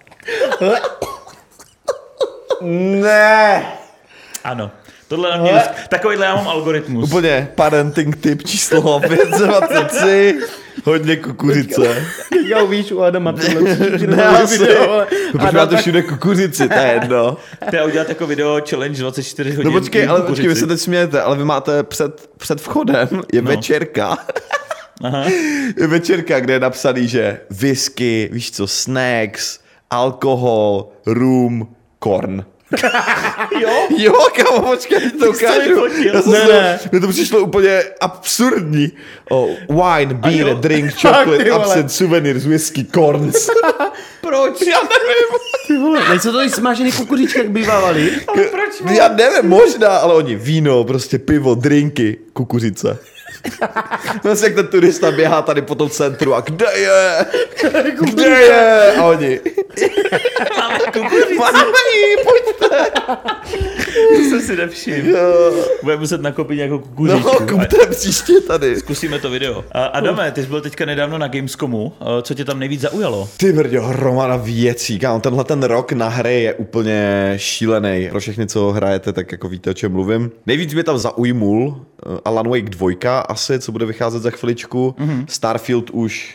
Ne! Ano. Tohle na mě, takovýhle já mám algoritmus. Úplně parenting tip číslo pět set dvacet tři. Hodně kukuřice. Já víš u Adama tohle. Ne, asi. video. Proč máte všude kukuřici, to je jedno. Ty já udělat jako video challenge dvacet čtyři hodin. No počkej, ale počkej, vy kukuřici. se teď smějete, ale vy máte před, před vchodem je No. večerka. Aha. Je večerka, kde je napsaný, že whisky, víš co, snacks, alkohol, rum, korn. Jo? Jo, kámo, počkej, to ukážu. fotil. Já jsem Ne, se, ne. Mně to přišlo úplně absurdní. Oh, wine, beer, jo. drink, Fakt, chocolate, ty vole. absinthe, souvenirs, whisky, corns. Proč? Já nevím. Ty vole, nejsou to ty smažený kukuřičky, jak bývávali? Proč? Já nevím, možná, ale oni víno, prostě pivo, drinky, kukuřice. Vlastně jak ten turista běhá tady po tom centru a kde je? Kde je? A oni. Máme kukuřici. Máme jí, pojďte. To jsem si nevšiml. Budeme muset nakopit nějakou kukuřičku. No, kupte příště tady. Zkusíme to video. A Adame, ty jsi byl teďka nedávno na Gamescomu. Co tě tam nejvíc zaujalo? Ty brďo, hromada věcí, kámo, tenhle ten rok na hry je úplně šílený. Pro všechny, co hrajete, tak jako víte, o čem mluvím. Nejvíc mě tam zaujmul uh, Alan Wake dva asi, co bude vycházet za chviličku. Mm-hmm. Starfield už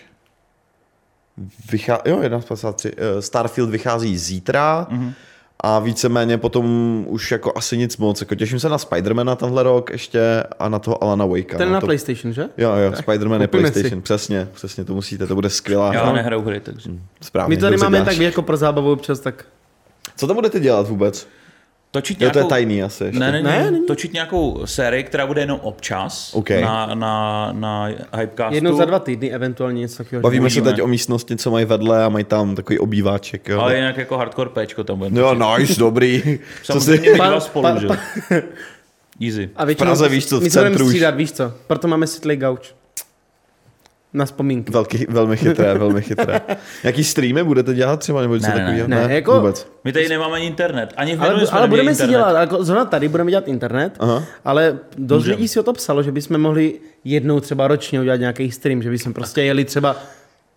vychází, jo, jedna padesát tři. Uh, Starfield vychází zítra. Mm-hmm. A víceméně potom už jako asi nic moc. Jako těším se na Spidermana tenhle rok ještě a na toho Alana Wakea. Ten no, na to... PlayStation, že? Jo, jo, Spider-Man je Kupíme PlayStation, si. přesně, přesně, to musíte, to bude skvělá. Já hra. nehraju hry, takže. Správně, My to tady dobře máme děláš. tak jako pro zábavu občas, tak... Co tam budete dělat vůbec? Točit Jo, nějakou... to je tajný asi ještě. Ne, ne, Ne, ne, není. točit nějakou sérii, která bude jenom občas OK. na, na, na Hypecastu. Jednou za dva týdny eventuálně něco takového. Bavíme se Uvidíme. teď o místnosti, co mají vedle a mají tam takový obýváček, jo. Ale jinak jako hardcore péčko tam bude. Jo, nice, dobrý. Co Samozřejmě si... my dva Pa- spolu, pa- že? pa- Easy. A většinou, Praze, víš co, v my se budeme centru už. střídat, víš co? Proto máme světlý gauč. Na vzpomínky. Velký, velmi chytré, velmi chytré. Jaký streamy budete dělat třeba, nebo něco Ne, ne, takového? ne. Ne, jako- vůbec. My tady nemáme ani internet. Ani v Ale, minulém jsme ale neměli budeme si internet. dělat, jako zrovna tady budeme dělat internet, Aha. ale dost Můžem. lidí si o to psalo, že bychom mohli jednou třeba ročně udělat nějaký stream, že bychom prostě jeli třeba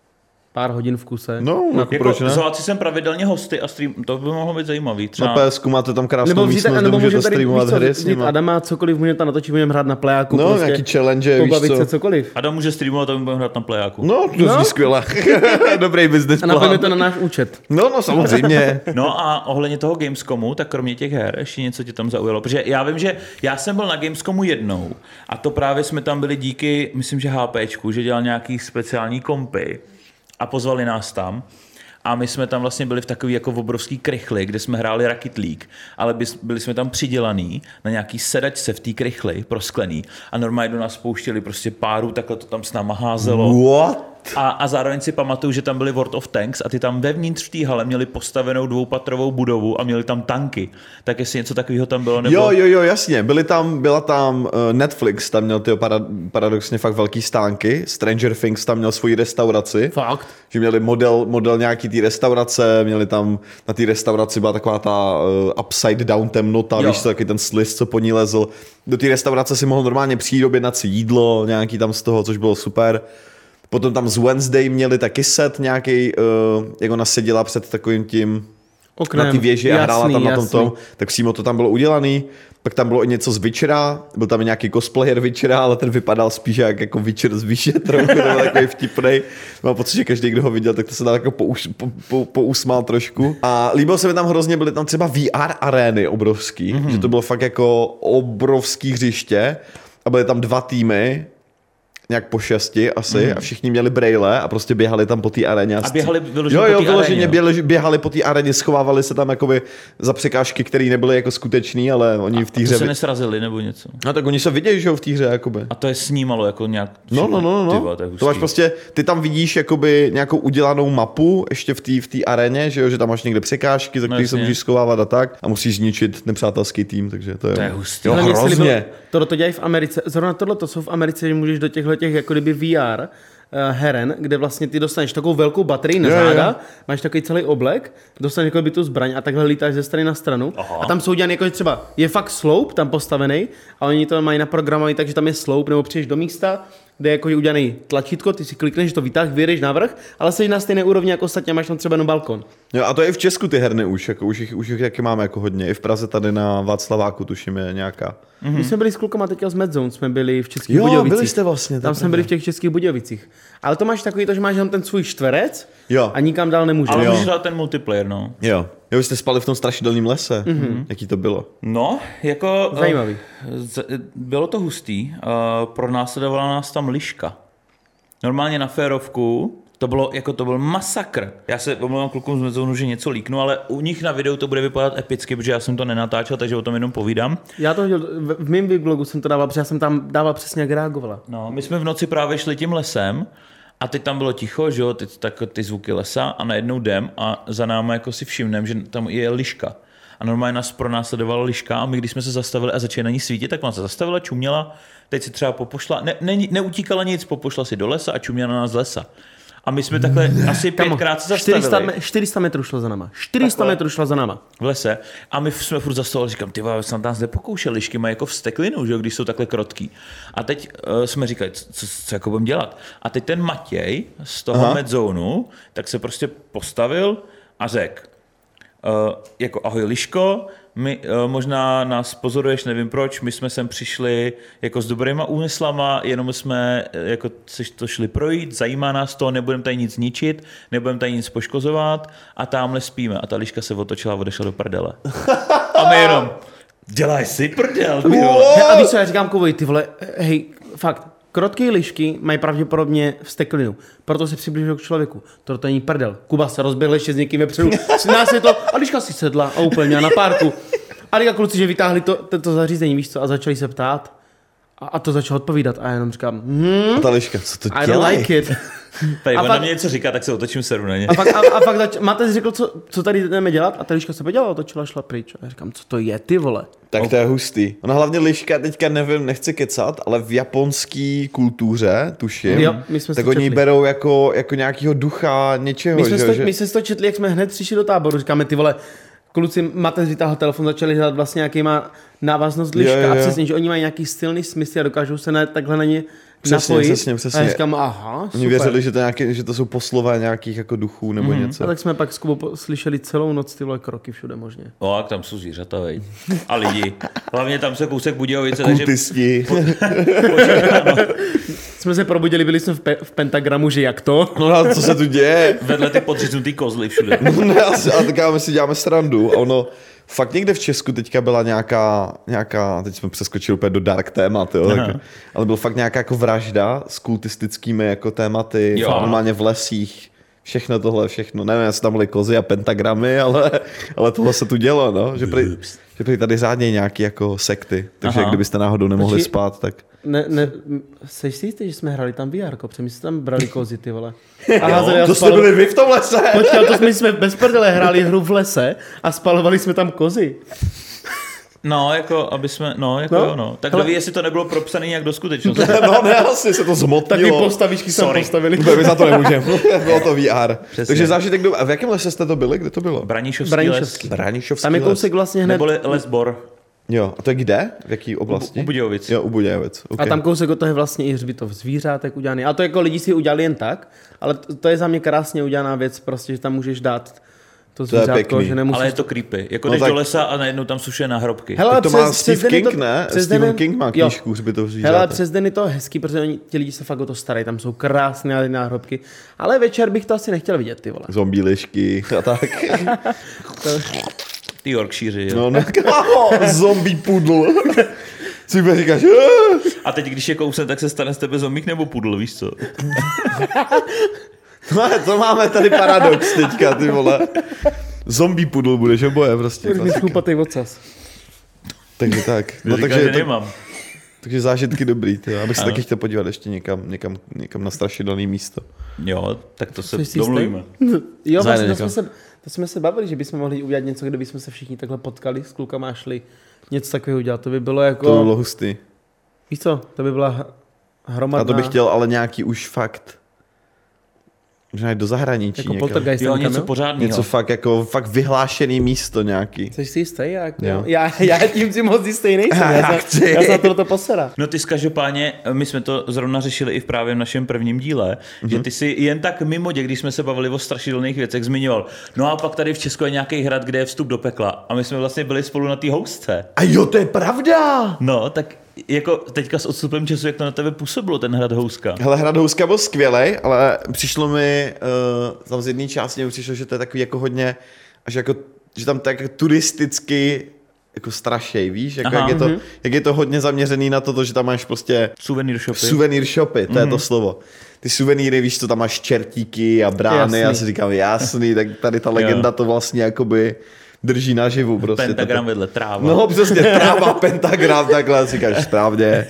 pár hodin v kuse. No, jako Jako proč ne? zvolat si sem pravidelně hosty a stream, to by mohlo být zajímavý. Třeba... Na P S ku máte tam krásnou Nebo vzít, místnost, nebo kde můžete můžeme tady streamovat víš co, hry s vzít nima. Adama, cokoliv můžete natočit, můžeme hrát na plejáku. No, prostě, nějaký challenge, víš pobavit se, co. cokoliv. Adam může streamovat a my budeme hrát na plejáku. No, to No. zní skvěle. Dobrý business A napojíme to plán. na náš účet. No, no, samozřejmě. No a ohledně toho Gamescomu, tak kromě těch her ještě něco tě tam zaujalo, protože já vím, že já jsem byl na Gamescomu jednou a to právě jsme tam byli díky, myslím, že HPčku, že dělal nějaký speciální kompy a pozvali nás tam. A my jsme tam vlastně byli v takový jako obrovský krychli, kde jsme hráli Rocket League, ale byli jsme tam přidělaný na nějaký sedačce v té krychli prosklený a normálně do nás pouštěli prostě páru, takhle to tam s náma házelo. What? A, a zároveň si pamatuju, že tam byly World of Tanks a ty tam vevnitř v té hale měli postavenou dvoupatrovou budovu a měli tam tanky. Tak jestli něco takového tam bylo, nebo... Jo, jo, jo, jasně. Byly tam, byla tam uh, Netflix, tam měl ty para, paradoxně fakt velký stánky. Stranger Things tam měl svoji restauraci. Fakt. Že měli model, model nějaký té restaurace, měli tam, na té restauraci byla taková ta uh, upside down temnota, Jo. víš co, taky ten sliz, co po ní lezl. Do té restaurace si mohl normálně přijít, objednat si jídlo, nějaký tam z toho, což bylo super. Potom tam z Wednesday měli taky set nějaký, uh, jak ona seděla před takovým tím Oknem. na ty věži Jasný, a hrála tam na tom jasný. tom, tak přímo to tam bylo udělaný. Pak tam bylo i něco z Witchera, byl tam i nějaký cosplayer Witchera, ale ten vypadal spíš jak jako Witcher z výše, trochu, to byl takový vtipnej. Mám pocit, že každý, kdo ho viděl, tak to se dá jako pouš, po, po, pousmál trošku. A líbilo se mi tam hrozně, byly tam třeba V R arény obrovský, mm-hmm. že to bylo fakt jako obrovský hřiště a byly tam dva týmy, nějak po šesti asi mm. a všichni měli brejle a prostě běhali tam po té aréně. A běhali vyloženě jo, jo, po té vyloženě aréně. běhali, běhali po té aréně, schovávali se tam jakoby za překážky, které nebyly jako skutečný, ale oni v té A hře... to se nesrazili nebo něco. No tak oni se vidějí, že jo, v té hře jakoby. A to je snímalo jako nějak... No, no, no, no. Ty vole, to je To máš hustý. prostě, ty tam vidíš jakoby nějakou udělanou mapu ještě v té v té aréně, že jo, že tam máš někde překážky, za No, které se jasně. můžeš schovávat a tak a musíš zničit nepřátelský tým, takže to je... To je hustý. Jo, Ale mně se líbilo- hrozně. Tohle to dělají v Americe. Zrovna tohle to jsou v Americe, že můžeš do těchto těch jako kdyby V R uh, heren, kde vlastně ty dostaneš takovou velkou baterii na Jo, jo. záda, máš takový celý oblek, dostaneš jako by tu zbraň a takhle lítáš ze strany na stranu. Aha. A tam jsou dělané jako, že třeba je fakt sloup tam postavený a oni to mají naprogramovaný, takže tam je sloup, nebo přijdeš do místa, kde je jako je udělaný tlačítko, ty si klikneš, že to vytáh, vyjedeš navrch, ale jsi na stejné úrovni jako ostatně, máš tam třeba jenom balkon. Jo, a to je i v Česku ty herny už, jako už jich, už jich taky máme jako hodně. I v Praze tady na Václaváku tuším je nějaká. Mm-hmm. My jsme byli s klukama teďka z Medzone, jsme byli v Českých Jo, Budějovicích. byli jste vlastně, to je Tam jsme pravda. byli v těch Českých Budějovicích. Ale to máš takový to, že máš jenom ten svůj čtverec Jo. a nikam dál nemůžeš. Ale Jo. můžeš hrát ten multiplayer, no. Jo. Jo, vy jste spali v tom strašidelném lese. Mm-hmm. Jaký to bylo? No, jako... Zajímavý. eh, z- Bylo to hustý. Uh, pronásledovala nás tam liška. Normálně na férovku. To bylo, jako to byl masakr. Já se omlouvám klukům z Medzonu, že něco líknu, ale u nich na videu to bude vypadat epicky, protože já jsem to nenatáčel, takže o tom jenom povídám. Já to viděl, v, v mém vlogu jsem to dával, protože já jsem tam dával přesně, jak reagovala. No, my jsme v noci právě šli tím lesem a teď tam bylo ticho, že jo, teď tak ty zvuky lesa a najednou jdem a za náma jako si všimneme, že tam je liška. A normálně nás pronásledovala liška a my, když jsme se zastavili a začali na ní svítit, tak ona se zastavila, čuměla, teď si třeba popošla, ne, ne, neutíkala nic, popošla si do lesa a čuměla na nás z lesa. A my jsme takhle asi Kamo, pětkrát se zastavili čtyři sta, me- čtyři sta metrů šlo za náma. čtyři sta Takhle. metrů šlo za náma. v lese a my jsme furt zastavili, říkám, ty vole, jsem tam nepokoušel, lišky mají jako vsteklinu, že jo, když jsou takhle krotký. A teď uh, jsme říkali, co, co, co jako budeme dělat. A teď ten Matěj z toho Medzonu, tak se prostě postavil a řekl, uh, jako ahoj liško, my, uh, možná nás pozoruješ, nevím proč, my jsme sem přišli jako s dobrýma úmyslama, jenom jsme uh, jako se to šli projít, zajímá nás to, nebudeme tady nic ničit, nebudeme tady nic poškozovat a tamhle spíme. A ta liška se otočila a odešla do prdele. A my jenom, dělaj si prdel, ty vole. A víš co, já říkám Kovoji, ty vole, hej, fakt, krotké lišky mají pravděpodobně vsteklinu, proto se přibližují k člověku. To není prdel. Kuba se rozběhl ještě s někým vepředu, nás je to, a liška si sedla a úplně měla na párku. A teďka kluci, že vytáhli to, to, to zařízení, víš co, a začali se ptát. A, a to začalo odpovídat a já jenom říkám, hm, A ta liška, co to I don't dělá? like it. Tady A on na fakt- mě něco říká, tak se otočím seru na ně. A fakt, a, a fakt zač- Matej řekl, co, co tady jdeme dělat a ta liška se podělala, otočila, šla pryč. A já říkám, co to je, ty vole. Tak to je hustý. Ona hlavně liška, teďka nevím, nechci kecat, ale v japonské kultuře, tuším, Jo, my jsme tak si to oni ji četli. berou jako, jako nějakýho ducha něčeho, My jsme, že, to, že... my jsme si to četli, jak jsme hned přišli do táboru. Říkáme, ty vole, kluci, Matej vytáhl telefon, začali hledat vlastně nějaký má návaznost liška. Jo, jo, jo. A přesně, že oni mají nějaký silný smysl a dokážou se na, takhle na ně Přesně, napojit. přesně, přesně. A říkám, aha, super. Oni věřili, že to, nějaký, že to jsou poslové nějakých jako duchů nebo mm. něco. A tak jsme pak s Kubou slyšeli celou noc ty vole kroky všude možně. O, jak tam jsou zvířata, veď. A lidi. Hlavně tam se kousek Budějovice. Kultisti. Takže... Jsme se probudili, byli jsme v, pe- v pentagramu, že jak to? No a co se tu děje? Vedle ty podříznutý kozly všude. Ne, a tak my si děláme srandu a ono fakt někde v Česku teďka byla nějaká, nějaká teď jsme přeskočili úplně do dark témat, jo, tak, ale byl fakt nějaká jako vražda s kultistickými jako tématy, Jo. normálně v lesích, všechno tohle, všechno, nevím, jestli tam byly kozy a pentagramy, ale, ale tohle se tu dělo, no, že prý, že prý tady řádně nějaký jako sekty, takže Aha. kdybyste náhodou nemohli Počkej. spát, tak... Ne, ne, seš si jistý, že jsme hráli tam V R ko, protože my jsme tam brali kozy, ty vole. A Jo, házeli a to jste spalo- byli vy v tom lese! Počkej, to jsme, jsme bez prdele hráli hru v lese a spalovali jsme tam kozy. No, jako, aby jsme, no, jako No. jo, no. Tak Hele. kdo ví, jestli to nebylo propsané nějak do skutečnosti. No ne, asi se to zmotnilo. Taky postavičky jsme Sorry. postavili. My za to nemůžeme. Bylo to V R. Přesně. Takže zážitek do... A v jakém lese jste to byli? Kde to bylo? Branišovský, Branišovský. les. Branišovský Tam je les. kousek vlastně hned. Neboli lesbor. Jo, a to je kde? V jaký oblasti? U Budějovic. Jo, u Budějovic. Okay. A tam kousek od toho je vlastně i hřbitov zvířátek udělaný. A to jako lidi si udělali jen tak, ale to, to je za mě krásně udělaná věc, prostě, že tam můžeš dát to je zvířátko, pěkný. že nemusíš... Ale je to creepy. Jako No jdeš tak- do lesa a najednou tam suše nahrobky. Hele, Tak to má přes- přes Steve den je King, to- ne? přes Stephen den je- King má jo. knížku Hřbitov zvířátek. Hele, přes den je to hezký, protože oni, ti lidi se fakt o to starají, tam jsou krásné náhrobky, ale večer bych to asi nechtěl vidět, ty vole. Zombie lišky a tak. Ty Yorkshire, jo. No, ne, kámo, zombie pudl. Co mi říkáš? "Ah." A teď, když je kousem, tak se stane z tebe zombík nebo pudl, víš co? No, to máme tady paradox teďka, ty vole. Zombie pudl budeš oboje prostě. Budeš mít chlupatý ocas. Takže tak. No, No, takže takže, že to, nemám. takže zážitky dobrý. Ty. Abych se Ano. taky chtěl podívat ještě někam, někam, někam na strašidelné místo. Jo, tak to se Jsi si domluvíme. Jo, vlastně Zajde to jsme, někam. se, to jsme se bavili, že bychom mohli udělat něco, kde bychom se všichni takhle potkali s klukama a šli něco takového udělat. To by bylo jako... To by bylo hustý. Víš co, to by byla h- hromadná... A to bych chtěl ale nějaký už fakt, možná jít do zahraničí Jako někam. poltergeist. Jo, někam, něco jo? pořádného. Něco fakt jako fakt vyhlášený místo nějaký. Jsi si jistý? Já, jako, Jo. já, já tím si moc jistý nejsem. Já, Já jsem, chci. já jsem na to posera. No ty každopádně, my jsme to zrovna řešili i v právě v našem prvním díle, mm-hmm. že ty si jen tak mimo dě, když jsme se bavili o strašidelných věcech, zmiňoval. No a pak tady v Česku je nějaký hrad, kde je vstup do pekla. A my jsme vlastně byli spolu na té houstce. A jo, to je pravda! No, tak jako teďka s odstupem času, jak to na tebe působilo, ten hrad Houska? Hele, hrad Houska byl skvělej, ale přišlo mi, uh, tam z jedné části mi přišlo, že to je takový jako hodně, až jako, že tam tak turisticky jako strašej, víš? Jako Aha. jak, je to, jak je to hodně zaměřený na to, že tam máš prostě Souvenir shopy. suvenýr shopy, to mm-hmm. je to slovo. Ty suvenýry, víš, co tam máš čertíky a brány, Jasný. já si říkám, jasný, tak tady ta legenda to vlastně jakoby drží naživu. Prostě Pentagram to, vedle tráva. no přesně, tráva, pentagram, takhle si říkáš správně.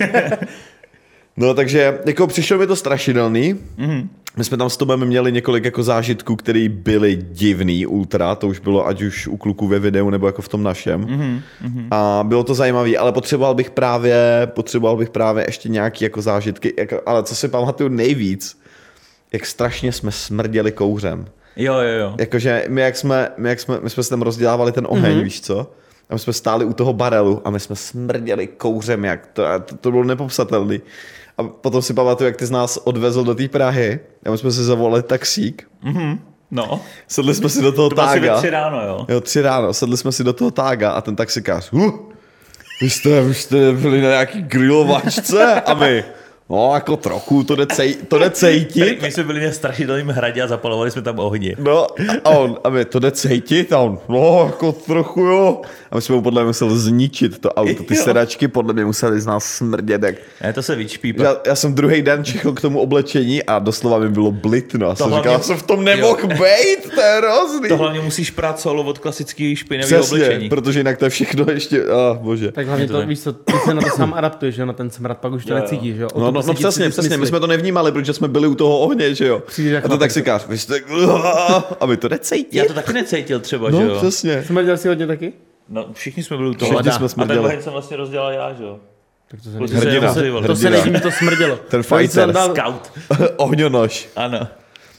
No takže jako přišlo mi to strašidelný. Mm-hmm. My jsme tam s Tomem měli několik jako zážitků, které byly divný ultra, to už bylo ať už u kluků ve videu nebo jako v tom našem. Mm-hmm. A bylo to zajímavé, ale potřeboval bych právě, potřeboval bych právě ještě nějaký jako zážitky, jako, ale co si pamatuju nejvíc, jak strašně jsme smrděli kouřem. Jo, jo, jo. Jakože my jak jsme, my, jak jsme, my jsme si tam rozdělávali ten oheň, mm-hmm. víš co? A my jsme stáli u toho barelu a my jsme smrděli kouřem, jak to, to, to bylo nepopsatelný. A potom si pamatuju, jak ty z nás odvezl do té Prahy a my jsme si zavolali taxík. Mhm. No, Sedli jsme si do toho to bylo asi ve tága. tři ráno, jo. Jo, tři ráno. Sedli jsme si do toho tága a ten taxikář. Huh, vy jste, vy jste byli na nějaký grilovačce a my. No, jako trochu, to jde, cej, to jde cejtit. My jsme byli na strašidelném hradě a zapalovali jsme tam ohně. No, a on, a my, to jde cejtit? A on, no, jako trochu jo. A my jsme mu podle mě museli zničit to auto. Ty Jo. sedačky podle mě museli z nás smrdět. Jak... Ne, to se vyčpí. Já, já jsem druhý den čichl k tomu oblečení a doslova mi bylo blitno. Já jsem hlavně- říkal, já jsem v tom nemohl bejt, to je hrozný. To hlavně musíš prát solo od klasického špinavého Přesně, oblečení. protože jinak to je všechno ještě, ah, bože. Tak hlavně to to, tak. víš co, ty se na to sám adaptuješ, že jo, na ten smrad, pak už to Jo, jo. necítíš, že jo. O No, to no, no prostě ti přesně, ty přesně, my smysly. jsme to nevnímali, protože jsme byli u toho ohně, že jo. Přijde jak A to chlapec. taxikář, vy jste, a my to jde cítit. Já to taky necítil třeba, že No, jo. přesně. Smrděl si hodně taky? No, všichni jsme byli u toho. Všichni A jsme ten smrděli. oheň jsem vlastně rozdělal já, že jo. Tak to se Kluci nedivím. se Hrdina. jenom ozývali. To se Hrdina. nedivím, že to smrdělo. Ten To jsem fighter. dal- Scout. Ohňonož. Ano.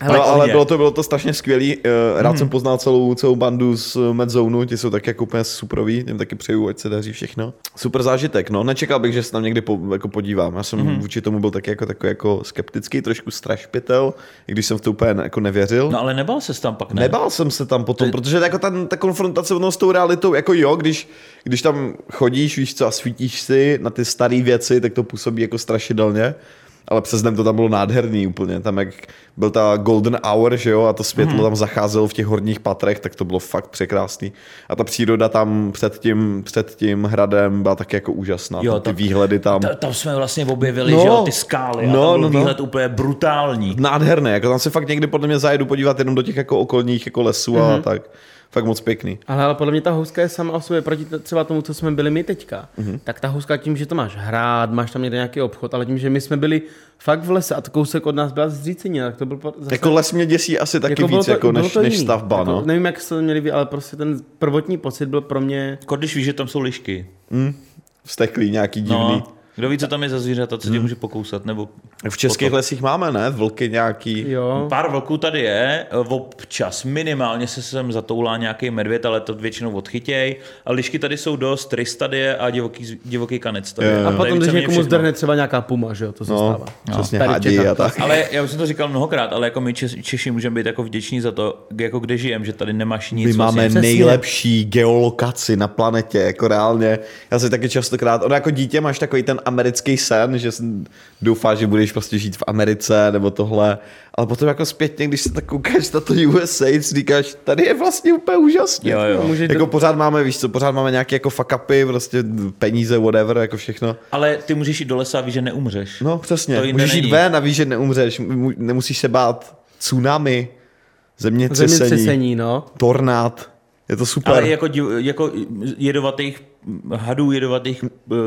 Hele, no, ale bylo to, bylo to strašně skvělý. Rád hmm. jsem poznal celou, celou bandu z Medzonu, ti jsou taky jako úplně superoví, těm taky přeju, ať se daří všechno. Super zážitek, no. Nečekal bych, že se tam někdy po, jako podívám. Já jsem hmm. vůči tomu byl taky jako, takový jako skeptický, trošku strašpitel, i když jsem v to úplně jako nevěřil. No ale nebál ses tam pak, ne? Nebál jsem se tam potom, Ty... protože jako ta, ta konfrontace s tou realitou, jako jo, když, když tam chodíš, víš co, a svítíš si na ty staré věci, tak to působí jako strašidelně. Ale přes den to tam bylo nádherný úplně, tam jak byl ta golden hour, že jo, a to světlo hmm. tam zacházelo v těch horních patrech, tak to bylo fakt překrásný. A ta příroda tam před tím, před tím hradem byla taky jako úžasná, jo, ty tam, výhledy tam. Ta, tam jsme vlastně objevili, no, že jo, ty skály a no, tam byl no, výhled no. úplně brutální. Nádherný, jako tam se fakt někdy podle mě zajedu podívat jenom do těch jako okolních jako lesů hmm. a tak. Fakt moc pěkný. Ale, ale podle mě ta houska je sama o sobě proti třeba tomu, co jsme byli my teďka. Mm-hmm. Tak ta houska tím, že to máš hrát, máš tam někde nějaký obchod, ale tím, že my jsme byli fakt v lese a to kousek od nás byla zřícení, tak to byl zase... Jako les mě děsí asi taky jako víc, to, jako než, než stavba, jako, no. Nevím, jak se to měli vy, ale prostě ten prvotní pocit byl pro mě... Jako když víš, že tam jsou lišky. Mm. Vzteklý, nějaký divný. No. Kdo ví, co tam je za zvířata, co tě hmm. může pokousat, nebo... V českých potom. lesích máme, ne? Vlky nějaký. Jo. Pár vlků tady je, občas minimálně se sem zatoulá nějaký medvěd, ale to většinou odchytěj. A lišky tady jsou dost, rys tady je a divoký, divoký kanec tady je. A potom, když někomu zdrhne třeba nějaká puma, že jo, to se no, stává. Přesně, no. hadí a tak. Ale já už jsem to říkal mnohokrát, ale jako my Češi můžeme být jako vděční za to, jako kde žijem, že tady nemáš nic. My máme vlastně. nejlepší geolokaci na planetě, jako reálně. Já si taky častokrát, ono jako dítě máš takový ten americký sen, že doufáš, že budeš prostě žít v Americe nebo tohle, ale potom jako zpětně, když se tak koukáš na to U S A, si říkáš, tady je vlastně úplně úžasně. Jo, jo. Jako do... pořád máme, víš co, pořád máme nějaké jako fuck upy, prostě peníze, whatever, jako všechno. Ale ty můžeš jít do lesa a víš, že neumřeš. No přesně, můžeš jít ven a víš, že neumřeš, nemusíš se bát tsunami, zemětřesení, zemětřesení no. tornád. Je to super. Ale jako, jako jedovatých hadů, jedovatých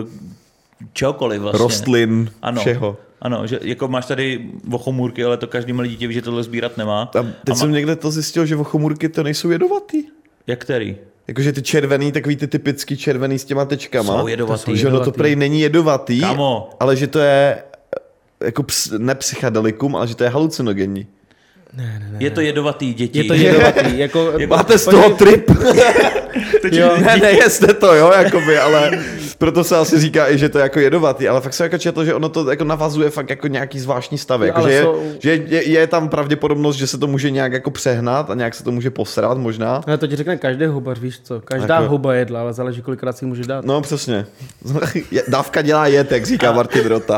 čehokoliv vlastně. Rostlin, ano. všeho. Ano, že jako máš tady vochomůrky, ale to každý malý dítě ví, že tohle sbírat nemá. A teď a jsem má... někde to zjistil, že vochomůrky to nejsou jedovatý. Jak který? Jakože ty červený, takový ty typický červený s těma tečkama. Jsou jedovatý. Že ono to prej není jedovatý, Kamo. ale že to je jako ps, ne psychedelikum, ale že to je halucinogenní. Ne, ne, ne. Je to jedovatý, děti. Je to jedovatý. jako, Máte z toho trip? jo, ne, nejeste to, jo, jakoby, ale proto se asi říká i, že to je jako jedovatý, ale fakt jsem jako četl, že ono to jako navazuje fakt jako nějaký zvláštní stavy, jako, že, je, jsou... že je, je tam pravděpodobnost, že se to může nějak jako přehnat a nějak se to může posrat možná. Ale to ti řekne každý hubař, víš co, každá jako... huba jedla, ale záleží, kolikrát si můžeš dát. No přesně, dávka dělá jed, jak říká Martin Rota.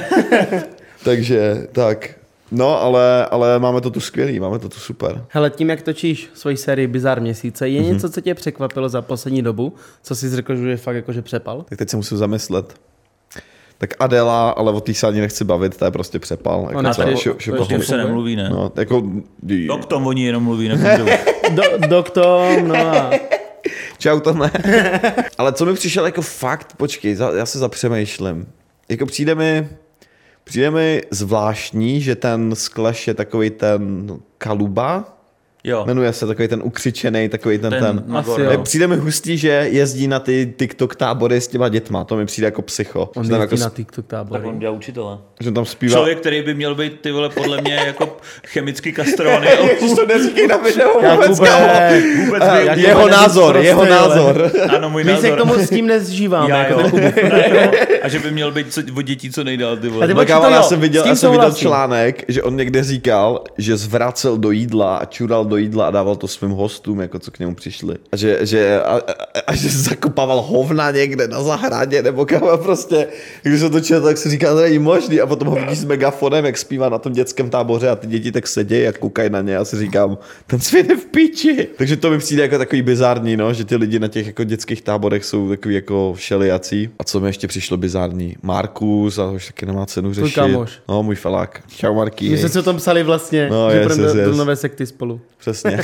Takže tak... No, ale, ale máme to tu skvělý, máme to tu super. Hele, tím, jak točíš svoji sérii Bizár měsíce, je mm-hmm. něco, co tě překvapilo za poslední dobu? Co jsi řekl, že je fakt jakože přepal? Tak teď se musím zamyslet. Tak Adela, ale o té se ani nechci bavit, to je prostě přepal. Ona jako tady, šo, šo, šo, se nemluví, ne? No, jako... Dok Tom oni jenom mluví, nemůžou. Do, Dok Tom, no a... Čau Tome. Ale co mi přišel jako fakt, počkej, já se zapřemýšlím. Jako přijde mi... Přijde mi zvláštní, že ten Sklash je takový ten Kaluba. Jo. Jmenuje se takový ten ukřičený, takový ten ten. ten. Přijde mi hustý, že jezdí na ty TikTok tábory s těma dětma. To mi přijde jako psycho. On jezdí jako na TikTok tábory. Tak on dělá učitele. Že tam zpívá. Člověk, který by měl být ty vole podle mě jako chemicky kastrovaný. Ježiš, to neříkej na video vůbec, vůbec, vůbec uh, jeho názor, jeho názor. Ano, můj My názor. se k tomu s tím nezžíváme. Já, jako a že by měl být co, od dětí co nejdál, ty vole. Ty vole, já jsem viděl, já jsem viděl článek, že on někde říkal, že zvracel do jídla a čural do jídla a dával to svým hostům, jako co k němu přišli. A že, že, a, a, a že zakopával hovna někde na zahradě, nebo kam a prostě, když se to četl, tak si říká, to není možný. A potom ho vidíš s megafonem, jak zpívá na tom dětském táboře a ty děti tak sedějí a koukají na ně a si říkám, ten svět je v píči. Takže to mi přijde jako takový bizární, no, že ty lidi na těch jako dětských táborech jsou takový jako všelijací. A co mi ještě přišlo bizární? Markus, a už taky nemá cenu řešit. Tvůj kámoš. No, můj felák. Čau Marky. My jsme se o tom psali vlastně, no, že yes, půjdeme yes, do, yes. do nové sekty spolu. Přesně.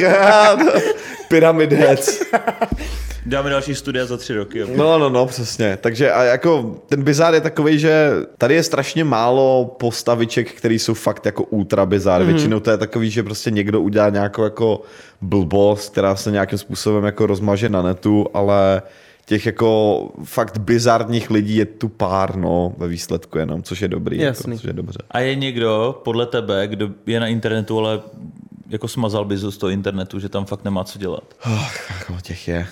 Pyramid Heads. Dáme další studia za tři roky. Jo. No, no, no, přesně. Takže a jako ten bizár je takovej, že tady je strašně málo postaviček, který jsou fakt jako ultra bizár. Mm-hmm. Většinou to je takový, že prostě někdo udělá nějakou jako blbost, která se nějakým způsobem jako rozmaže na netu, ale těch jako fakt bizarních lidí je tu pár, no, ve výsledku jenom, což je dobrý, jako, což je dobře. A je někdo podle tebe, kdo je na internetu, ale jako smazal bys z toho internetu, že tam fakt nemá co dělat? Oh, jako těch je.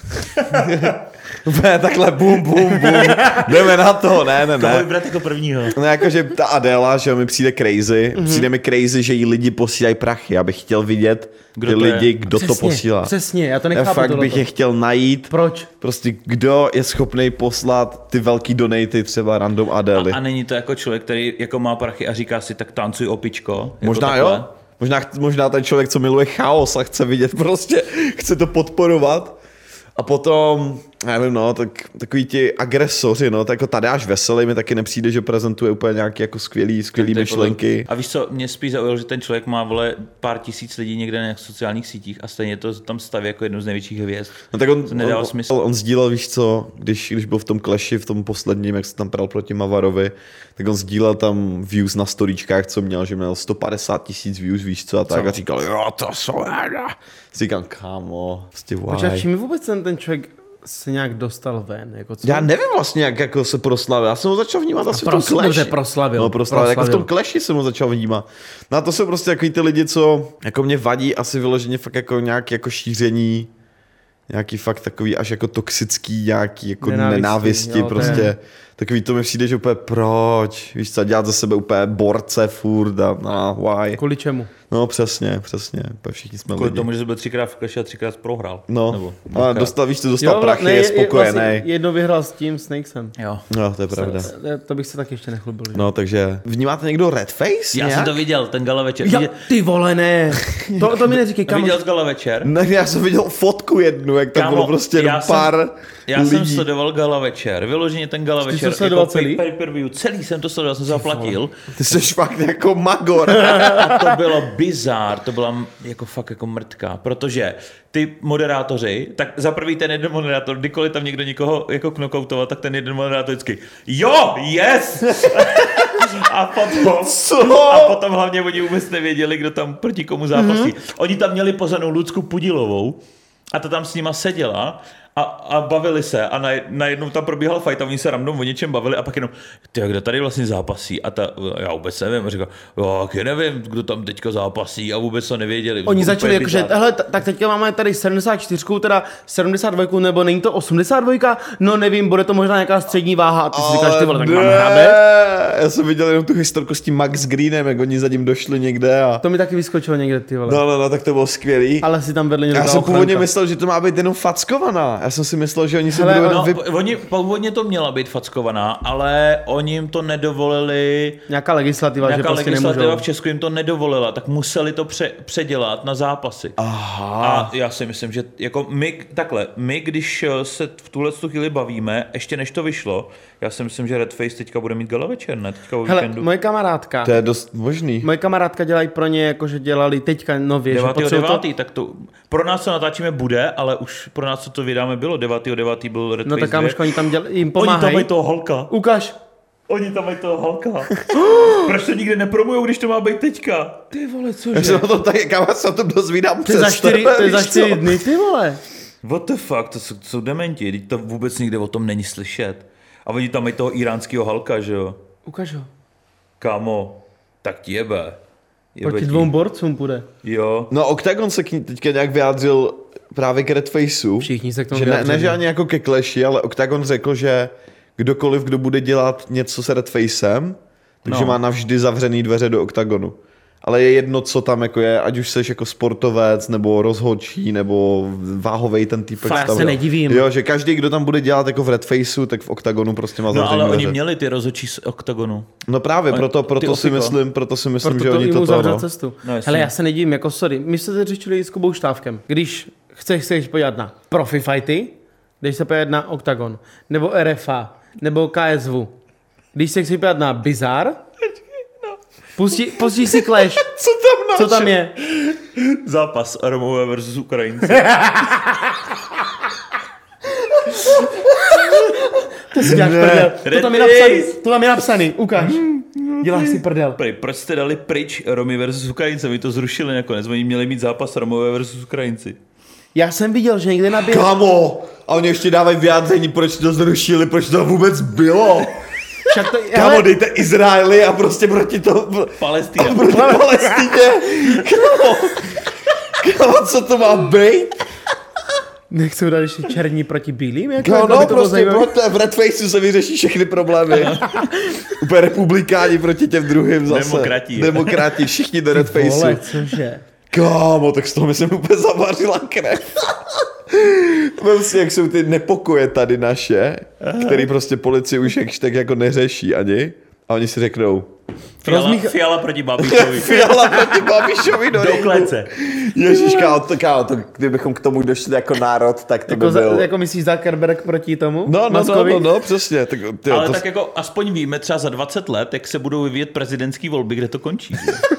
Úplně takhle bum, bum, bum. Jdeme na to, ne, ne, ne. Koho vybrat jako prvního? No jakože ta Adéla, že mi přijde crazy. Mm-hmm. Přijde mi crazy, že jí lidi posílají prachy. Já bych chtěl vidět kdo ty lidi, je? kdo přesně, to posílá. Přesně, já to nechápu. Já fakt tohleto. bych je chtěl najít. Proč? Prostě kdo je schopný poslat ty velký donaty třeba random Adély. A, a není to jako člověk, který jako má prachy a říká si, tak tancuj opičko. Jako Možná takhle. jo. Možná, možná ten člověk, co miluje chaos a chce vidět prostě, chce to podporovat. A potom, nevím, no, tak, takový ti agresoři, no, tak jako Tadeáš Veselý mi taky nepřijde, že prezentuje úplně nějaký jako skvělý, skvělý myšlenky. A víš co, mě spíš zaujalo, že ten člověk má, vole, pár tisíc lidí někde na sociálních sítích a stejně to tam staví jako jednu z největších hvězd. No tak on, nedává on, smysl. On, on sdílel, víš co, když, když byl v tom Clashi, v tom posledním, jak se tam pral proti Mavarovi, tak on sdílel tam views na storíčkách, co měl, že měl sto padesát tisíc views, víš co, a tak co? A říkal, jo, to jsou, říkám, kámo, prostě why. Počkej, čím vůbec ten, ten člověk se nějak dostal ven? Jako co? Já nevím vlastně, jak jako se proslavil. Já jsem ho začal vnímat asi v tom Clashi. proslavil. No, proslavil. Jako v tom Clashi jsem ho začal vnímat. No a to jsou prostě takový ty lidi, co jako mě vadí asi vyloženě fakt jako nějaký jako šíření, nějaký fakt takový až jako toxický, nějaký jako nenávisti, nenávisti jo, prostě. Je. Takový to mi přijde, že úplně proč? Víš co, dělat za sebe úplně borce furt a no, why? Kvůli čemu? No přesně, přesně, všichni jsme Kvůli lidi. tomu, že jsi byl třikrát v Clashi a třikrát prohrál. No, nebo ale dostal, víš, to dostal jo, prachy, ne, je je spokojený. Vlastně jedno vyhrál s tím Snakesem. Jo. No, to je pravda. To bych se taky ještě nechlubil. No, takže vnímáte někdo Redface? Já nějak? jsem to viděl, ten gala večer. Ja, ty vole, ne. To, to mi neříkej, kam. Viděl jsi gala večer? Ne, já jsem viděl fotku jednu, jak tam Kámo, bylo prostě já pár jsem, Já lidí. jsem sledoval gala večer, vyloženě ten gala Ty večer. jsi sledoval jako celý? Pay per view, celý jsem to sledoval, jsem zaplatil. Ty jsi fakt jako magor. A to bylo bizár, to byla jako fakt jako mrtka, protože ty moderátoři, tak za prvý ten jeden moderátor, kdykoliv tam někdo někoho jako knockoutoval, tak ten jeden moderátor vždycky jo, yes! A potom, Co? a potom hlavně oni vůbec nevěděli, kdo tam proti komu zápasí. Mm-hmm. Oni tam měli pozanou Lucku Pudilovou a ta tam s nima seděla a, a bavili se a naj, najednou tam probíhal fight a oni se random o něčem bavili a pak jenom, ty, kdo tady vlastně zápasí? A ta, já vůbec nevím. A říkal, jo, já nevím, kdo tam teďka zápasí a vůbec to nevěděli. Oni začali jakože, hele, tak teďka máme tady sedmdesát čtyři, teda sedmdesát dva, nebo není to osmdesát dva? No nevím, bude to možná nějaká střední váha a ty si říkáš, ty vole, tak máme hrabe. Já jsem viděl jenom tu historku s tím Max Greenem, jak oni za ním došli někde a... To mi taky vyskočilo někde, ty vole. No, no, no, tak to bylo skvělý. Ale si tam vedli nějaká Já jsem ochranka. původně myslel, že to má být jenom fackovaná. Já jsem si myslel, že oni se Hele, budou... No, vy... oni původně to měla být fackovaná, ale oni jim to nedovolili. Nějaká legislativa, Nějaká že prostě legislativa nemůžou. v Česku jim to nedovolila, tak museli to pře- předělat na zápasy. Aha. A já si myslím, že jako my, takhle, my když se v tuhle chvíli bavíme, ještě než to vyšlo, já si myslím, že Redface teďka bude mít gala večer, ne? Teďka o Hele, víkendu. moje kamarádka, To je dost možný. moje kamarádka dělají pro ně, jakože dělali teďka nově, že devátého potřebují to... devátého tak to pro nás, co natáčíme, bude, ale už pro nás, co to vydáme, bylo. devátého devátého byl Redface No tak kámoško, oni tam děl, jim Oni tam pomáhají. mají toho Holka. Ukaž. Oni tam mají toho Holka. Proč to nikde nepromujou, když to má být teďka? Ty vole, Já cože? se o tom tady, kam já se o tom dozvídám To je za přes čtyři, tebe, to je za víš čtyři co? dny, ty vole. What the fuck, to jsou, to jsou dementi, teď to vůbec nikde o tom není slyšet. A oni tam mají toho iránského Halka, že jo? Ukaž ho. Kámo, tak ti jebe. jebe Proti ti. dvou borcům půjde. Jo. No Octagon se k ní teďka nějak vyjádřil právě k Redfaceu. Všichni se k tomu Že ne, ne, vyjádřili. že ani jako ke Clashi, ale Octagon řekl, že kdokoliv, kdo bude dělat něco s Redfacem, takže No. má navždy zavřený dveře do Octagonu. Ale je jedno, co tam jako je, ať už seš jako sportovec, nebo rozhodčí, nebo váhovej ten týpek. Fakt, já tam, se jo. nedivím. Jo, že každý, kdo tam bude dělat jako v Redfaceu, tak v Octagonu prostě má No zavřený ale dveře. oni měli ty rozhodčí z Octagonu. No právě, Oni- proto, ty proto si opiko. myslím, proto si myslím, Proto že to oni jim to uzavřel no. cestu. No, jasně. Hele, já se nedivím, jako sorry, my jsme se řešili s Kubou Štávkem. Když chceš se podívat na profi fighty, když se podívat na Octagon, nebo R F A, nebo K S V, když se chceš podívat na Bizarre, pustí, pustí si Clash, Co tam náš? co tam je? Zápas Romové versus Ukrajinci. To si děláš prdel. To tam je Red napsaný, Face. to tam je napsaný, ukáž. Děláš si prdel. Prej, proč jste dali pryč Romy versus Ukrajinci? Vy to zrušili nakonec. Oni měli mít zápas Romové versus Ukrajinci. Já jsem viděl, že někde naběh... Kámo! A oni ještě dávají vyjádření, proč to zrušili, proč to vůbec bylo. Však to, Kámo, hele, dejte Izraeli a prostě proti to... Palestina. A proti Palestině. Kámo. Kámo, co to má být? nechcou dát ještě černí proti bílým? Jak No, jako no, by to bylo prostě zajímavé? proto, v Red Faceu se vyřeší všechny problémy. Úplně republikáni proti těm druhým zase. Demokrati. Demokrati, všichni do Red Faceu. Vole, cože? Kámo, tak z toho mi se úplně zavařila krev. Vem si, jak jsou ty nepokoje tady naše, který prostě policie už jakž tak jako neřeší ani. A oni si řeknou, Fiala, Rozmícha- fiala proti Babišovi. Fiala proti Babišovi do, Do ringu. klece. Ježíš, kámo, to, kámo, to, kdybychom k tomu došli jako národ, tak to Jako, by za, byl... jako myslíš Zuckerberg proti tomu? No, no, no, Muskovi? no, no, přesně. Tak, tyjo, Ale to... tak jako aspoň víme třeba za dvacet let, jak se budou vyvíjet prezidentský volby, kde to končí.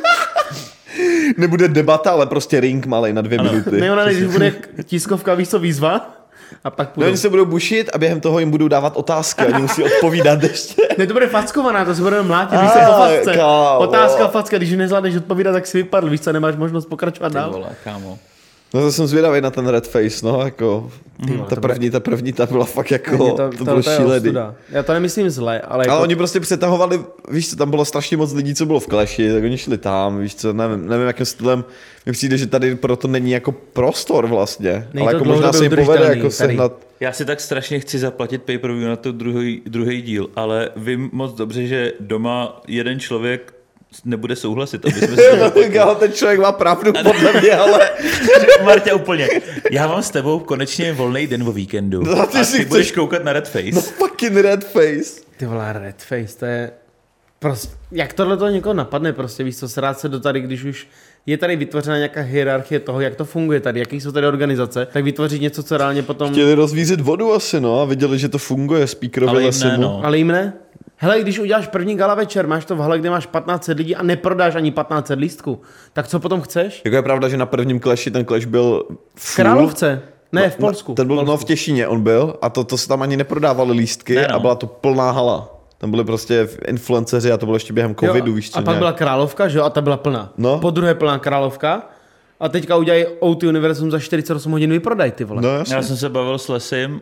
Nebude debata, ale prostě ring malej na dvě Ano. minuty. Ne, ona, když bude tiskovka, víš co, výzva? A pak No, půjdou. oni se budou bušit a během toho jim budou dávat otázky a oni musí odpovídat ještě. Ne, to bude fackovaná, to se bude mlátit, víš Ah, co, po facce. kámo. Otázka, facka, když nezvládneš odpovídat, tak si vypadl, víš co, nemáš možnost pokračovat Ty dál. vole, kámo. No to jsem zvědavý na ten Red Face, no, jako, vole, ta to první, ta první, ta byla fakt jako, to, to, to, to bylo to je šílený. ostuda. Já to nemyslím zle, ale, jako, Ale oni prostě přetahovali, víš co, tam bylo strašně moc lidí, co bylo v Clashi, tak oni šli tam, víš co, nevím, nevím jakým stylem, mi přijde, že tady proto není jako prostor vlastně, Není ale to jako možná se jim dlouhodobě povede udržitelný jako tady. sehnat, Já si tak strašně chci zaplatit pay-per-view na to druhý, druhý díl, ale vím moc dobře, že doma jeden člověk nebude souhlasit, aby jsme si to zaplatili. Kámo, ten člověk má pravdu podle mě, ale Martě, úplně. Já mám s tebou konečně volný den o víkendu. No, A ty ty, si chceš- budeš koukat na Red Face. no fucking Red Face. ty vole, Red Face, to je, prostě, jak tohle to někoho napadne, prostě víš co, srát se do tady, když už je tady vytvořena nějaká hierarchie toho, jak to funguje tady, jaký jsou tady organizace, tak vytvořit něco, co reálně potom, Chtěli rozvířit vodu asi, no, a viděli, že to funguje, speakerovi Ale jim lesy ne, mu. no. ale jim ne. Hele, když uděláš první gala večer, máš to v hale, kde máš patnáct set lidí a neprodáš ani patnáct set lístků, tak co potom chceš? Jako je pravda, že na prvním Clashi ten Clash byl V full. Královce. Ne, v No, Polsku. Ten byl, v Polsku. no v Těšíně on byl a to, to se tam ani neprodávali lístky Ne, no. a byla to plná hala. Tam byli prostě influenceři a to bylo ještě během covidu, Jo, víš co a pak nějak. byla Královka, že jo, a ta byla plná. No. Po druhé plná Královka a teďka udělají O T Univerzum za čtyřicet osm hodin vyprodaj, ty vole. No jasně. Já jsem se bavil s Lesim uh,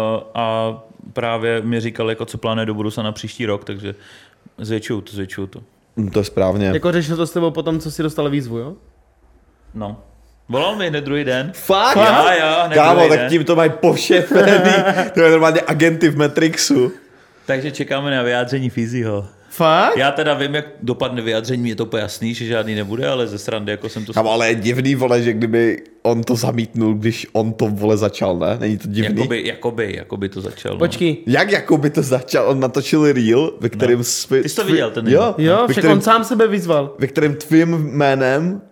a právě mi říkal, jako co plánuje do budoucna na příští rok, takže zvětšuju to, zvětšuju to. Hm, To je správně. Jako řešil to s tebou potom, co si dostal výzvu, jo? No. Volal mi hned druhý den. Fakt? Já, já, hned Kámo, druhý tak den. tím to mají pošefený. To je normálně agenty v Matrixu. Takže čekáme na vyjádření Fiziho. Fakt? Já teda vím, jak dopadne vyjádření, je to úplně jasný, že žádný nebude, ale ze srandy, jako jsem to... Kámo, ale je divný, vole, že kdyby on to zamítnul, když on to, vole, začal, ne? Není to divný? Jakoby, jakoby, jakoby to začal. Počkej. Jak jako by to začal? On natočil reel, ve kterém... No. Svi... Ty jsi to viděl, ten Jo, Jo, ve však kterém, on sám sebe vyzval. ve kterém tvým jménem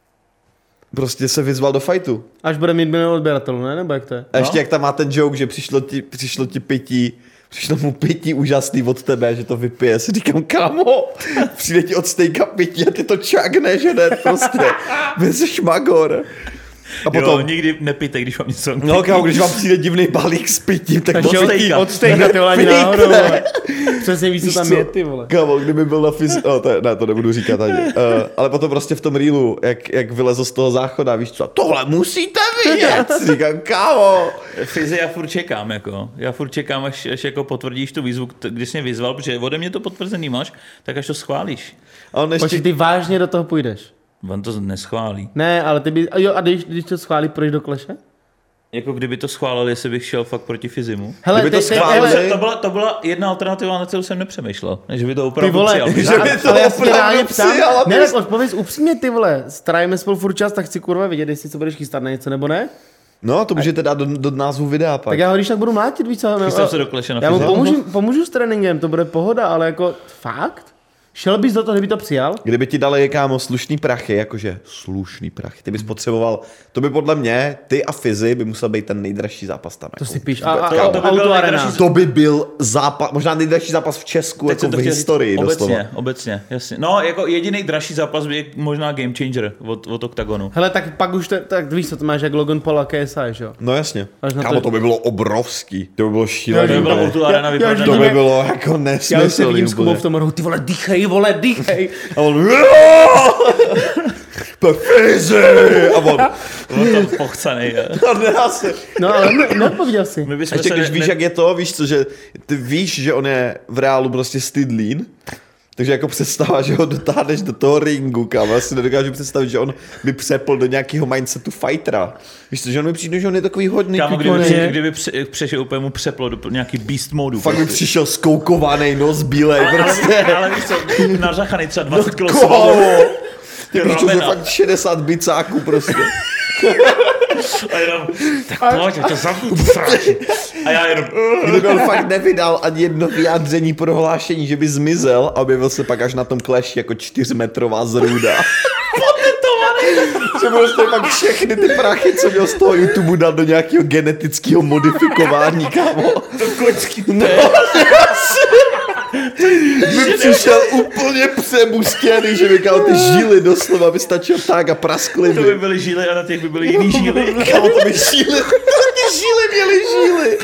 prostě se vyzval do fightu. Až bude mít milion odběratelů, ne? Nebo jak to je? A ještě jak tam má ten joke, že přišlo ti, přišlo ti pití, přišlo mu pití úžasný od tebe, že to vypije. Si říkám, kámo, přijde ti od stejka pití a ty to čagneš hned prostě. Bez šmagor. A Jo, potom, nikdy nepijte, když vám něco... no kámo, když vám přijde divný balík s pitím, tak Takže od, stejka. od stejka, ty vole, ani Nepijte. náhodou, vole. Přesně víš, co Víš tam co? je, ty vole. Kámo, kdyby byl na fyzi... Oh, to je, ne, to nebudu říkat ani. Uh, ale potom prostě v tom reelu, jak, jak vylezl z toho záchoda, víš co, tohle musíte vidět. Si říkám, kámo. Fizi, já furt čekám, jako. Já furt čekám, až, až jako potvrdíš tu výzvu, t- když jsi mě vyzval, protože ode mě to potvrzený máš, tak až to schválíš. A on ještě... Počkej, ty vážně do toho půjdeš? On to neschválí. Ne, ale ty by, a jo, a když, když to schválí, proč do kleše? Jako kdyby to schválili, jestli bych šel fakt proti Fizimu. Hele, Kdyby to ty, ty, schválili- hele, To byla, to byla jedna alternativa, na kterou jsem nepřemýšlel. Že by to ty opravdu vole, přijal. Že by to ale já si opravdu reálně ptám, přijal, ne, abys- tak odpověz upřímně, ty vole, strávíme spolu furt čas, tak chci kurva vidět, jestli co budeš chystat na něco nebo ne. No, to můžete dát do, do názvu videa pak. Tak já ho když tak budu mlátit, víc co? Chystám se do kleše na Já mu Fizi. pomůžu, pomůžu s tréninkem, to bude pohoda, ale jako fakt? Šel bys do toho, kdyby to přijal? Kdyby ti dali, kámo, slušný prachy, jakože slušný prachy, ty bys potřeboval, to by podle mě, ty a Fizi by musel být ten nejdražší zápas tam. To jako. si píš. A, a, To- a, to by byl auto arena. nejdražší- To by byl zápas, možná nejdražší zápas v Česku, Teď jako jsem to v chtěl říct historii doslova. obecně, obecně, jasně. No, jako jediný dražší zápas by možná Game Changer od, od Octagonu. Hele, tak pak už, to, tak víš co, to máš jak Logan Paul a K S I, že jo? No jasně. Až na Kámo, to- to by bylo obrovský. To by bylo Jo, šílený. To by byla Já- Outu Arena já- já- vyprodaná. To by vidím, bylo jako Já už se nesmyslný. vidím s Kubou úplně. v tom rohu, ty vole, dýchej, vole, dýchej. A on... Fizi! A on, On tam pochcanej, je. no nedá se. No ale ne, neodpověděl si. My bychom Ještě se když ne, víš, ne, jak je to, víš co, že ty víš, že on je v reálu prostě stydlín, takže jako představa, že ho dotáhneš do toho ringu, kam. Já si nedokážu představit, že on by přepl do nějakého mindsetu fightera. Víš co, že on mi přijde, že on je takový hodný. kámo, kdyby, ne. pře, kdyby pře, přešel úplně mu přeplo do nějaký beast modu. Fakt by přišel skoukovaný nos bílej, prostě. Ale, ale víš co, nařachaný třeba dvacet kilo Koho? svalů. Ty Ty pičo, že ramena. fakt šedesát bicáků prostě. A jenom, tak pojď, to zamknu tu srači. A já jenom, Kdyby on fakt nevydal ani jedno vyjádření prohlášení, že by zmizel a objevil se pak až na tom kleši jako čtyřmetrová zrůda. Že prostě pak všechny ty prachy, co měl z toho YouTube, dal do nějakého genetického modifikování, kámo. to kočky, No, by přišel úplně přebustěný, že by kámo, ty žíly doslova by stačil tak a praskly to by by. byly žíly a na těch by byly jiný žíly. Kámo, to by žíly, ty žíly měly žíly.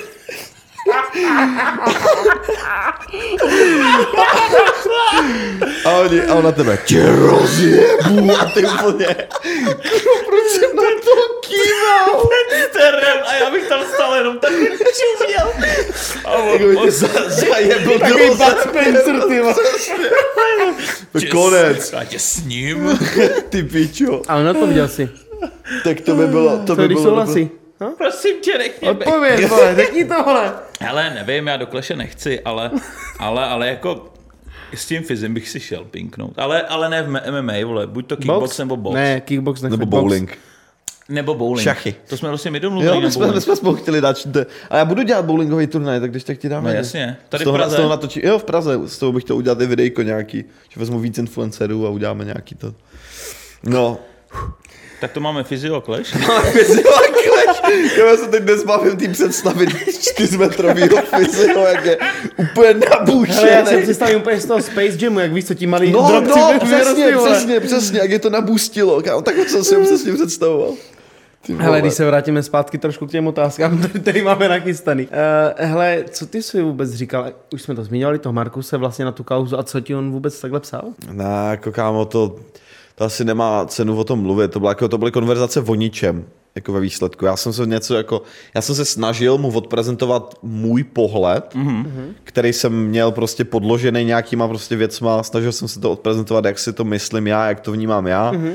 A, oni, a on na tebe tě rozjebu a ty úplně kdo, proč jsem na to kýval? Terem a já bych tam stál jenom tak čuměl. A on, Jako on tě za, zajebl Takový do Bud Spencer, ty vole. konec, Já tě s ním. ty pičo. Ale neodpověděl si. Tak to by bylo, to To by když bylo. souhlasí. Prosím tě, nech mě být. Odpověď, vole, řekni to, vole. Hele, nevím, já do kleše nechci, ale, ale, ale jako s tím fyzem bych si šel pinknout. Ale, ale ne v M M A, vole, buď to kickbox Box? nebo box. Ne, kickbox, nechci. Nebo box. bowling. Nebo bowling. Šachy. To jsme vlastně my domluvili Jo, na my jsme, bowling. my jsme spolu chtěli dát. A já budu dělat bowlingový turnaj, tak když tak ti dáme. No jasně, tady z toho, v Praze. Z toho natočí, jo, v Praze, z toho bych chtěl udělat i videjko nějaký, že vezmu víc influencerů a uděláme nějaký to. No. Tak to máme fyzio a kleš. Já se teď nezbavím tým představit čtyřmetrovýho fyzio, jak je úplně Hele, já nabůšený. si představím úplně z toho Space Jamu, jak víš, co ti malý No, drobci no, vyrostly, přesně, vole. přesně, přesně, jak je to nabůstilo, kámo, takhle jsem si ho přesně představoval. Ty vole. Hele, když se vrátíme zpátky trošku k těm otázkám, který máme nachystaný. Uh, hele, co ty jsi vůbec říkal? Už jsme to zmiňovali, toho Markuse vlastně na tu kauzu a co ti on vůbec takhle psal? Ne, jako kámo, to, to asi nemá cenu o tom mluvit, to, bylo, jako, to byly konverzace o ničem, jako ve výsledku. Já jsem se něco jako, já jsem se snažil mu odprezentovat můj pohled, mm-hmm. který jsem měl prostě podložený nějakýma prostě věcma, snažil jsem se to odprezentovat, jak si to myslím já, jak to vnímám já. Mm-hmm.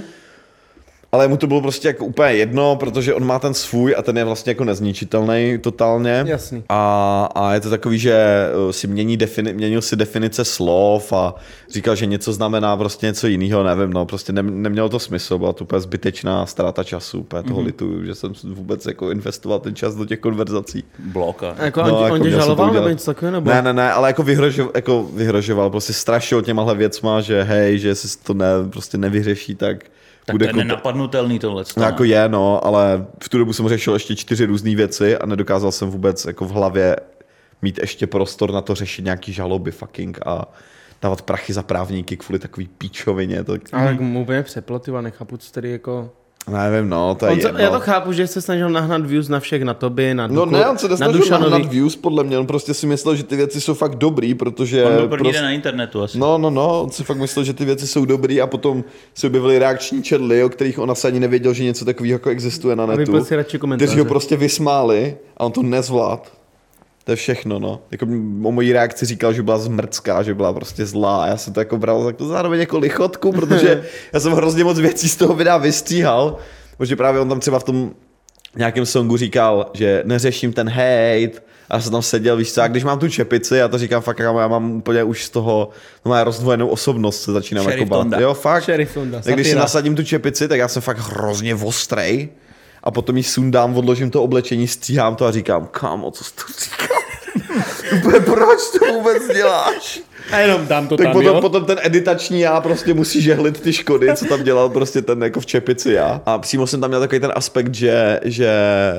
Ale mu to bylo prostě jako úplně jedno, protože on má ten svůj a ten je vlastně jako nezničitelný totálně. Jasný. A, a je to takový, že si mění defini- měnil si definice slov a říkal, že něco znamená prostě něco jiného, nevím, no, prostě ne, nemělo to smysl, byla to úplně zbytečná ztráta času, úplně toho mm-hmm. lituju, že jsem vůbec jako investoval ten čas do těch konverzací. Bloka. A jako No, on, jako on tě měl jsem to žaloval udělat. nebo něco takového? Nebo? Ne, ne, ne, ale jako, vyhrožoval, jako vyhrožoval, prostě strašil těmahle věcma, že hej, že jestli to ne, prostě nevyřeší, tak Tak bude to je konta- nenapadnutelný tohle. No, jako je, no, ale v tu dobu jsem řešil ještě čtyři různé věci a nedokázal jsem vůbec jako v hlavě mít ještě prostor na to řešit nějaký žaloby fucking a dávat prachy za právníky kvůli takový píčovině. To... Ale tak mu úplně přeplo, ty vole, nechápu, co tady jako... Nevím, no, to je On se, jedno. já to chápu, že se snažil nahnat views na všech, na tobě, na Duku, No ne, on se na nesnažil Dušanovi. nahnat views, podle mě, on prostě si myslel, že ty věci jsou fakt dobrý, protože... On byl první prostě... den na internetu asi. No, no, no, on si fakt myslel, že ty věci jsou dobrý a potom se objevily reakční čerly, o kterých on asi ani nevěděl, že něco takového jako existuje na A netu. vypl si radši komentáře. Kteří ho prostě vysmáli a on to nezvlád. To je všechno, no. Jako o mojí reakci říkal, že byla zmrdská, že byla prostě zlá a já jsem to jako bral jako zároveň jako lichotku, protože já jsem hrozně moc věcí z toho videa vystříhal, protože právě on tam třeba v tom nějakém songu říkal, že neřeším ten hate, a já jsem tam seděl, víš co, a když mám tu čepici, já to říkám fakt, já mám úplně už z toho, no má rozdvojenou osobnost, se začínám Sheriff jako bát. Tonda. Jo, fakt. Sheriff Tonda, Tak když si satyra. nasadím tu čepici, tak já jsem fakt hrozně ostrej a potom ji sundám, odložím to oblečení, stříhám to a říkám, kámo, co jsi to říkal? Úplně proč to vůbec děláš? A jenom dám to Tak tam, potom, jo? potom ten editační já prostě musí žehlit ty škody, co tam dělal prostě ten jako v čepici já. A přímo jsem tam měl takový ten aspekt, že, že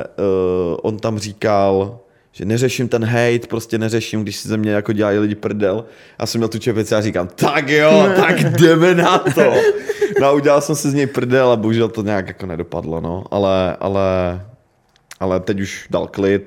uh, on tam říkal, že neřeším ten hate, prostě neřeším, když si ze mě jako dělají lidi prdel. Já jsem měl tu čepici a říkám, tak jo, tak jdeme na to. No a udělal jsem si z něj prdel a bohužel to nějak jako nedopadlo, no. Ale, ale, ale teď už dal klid.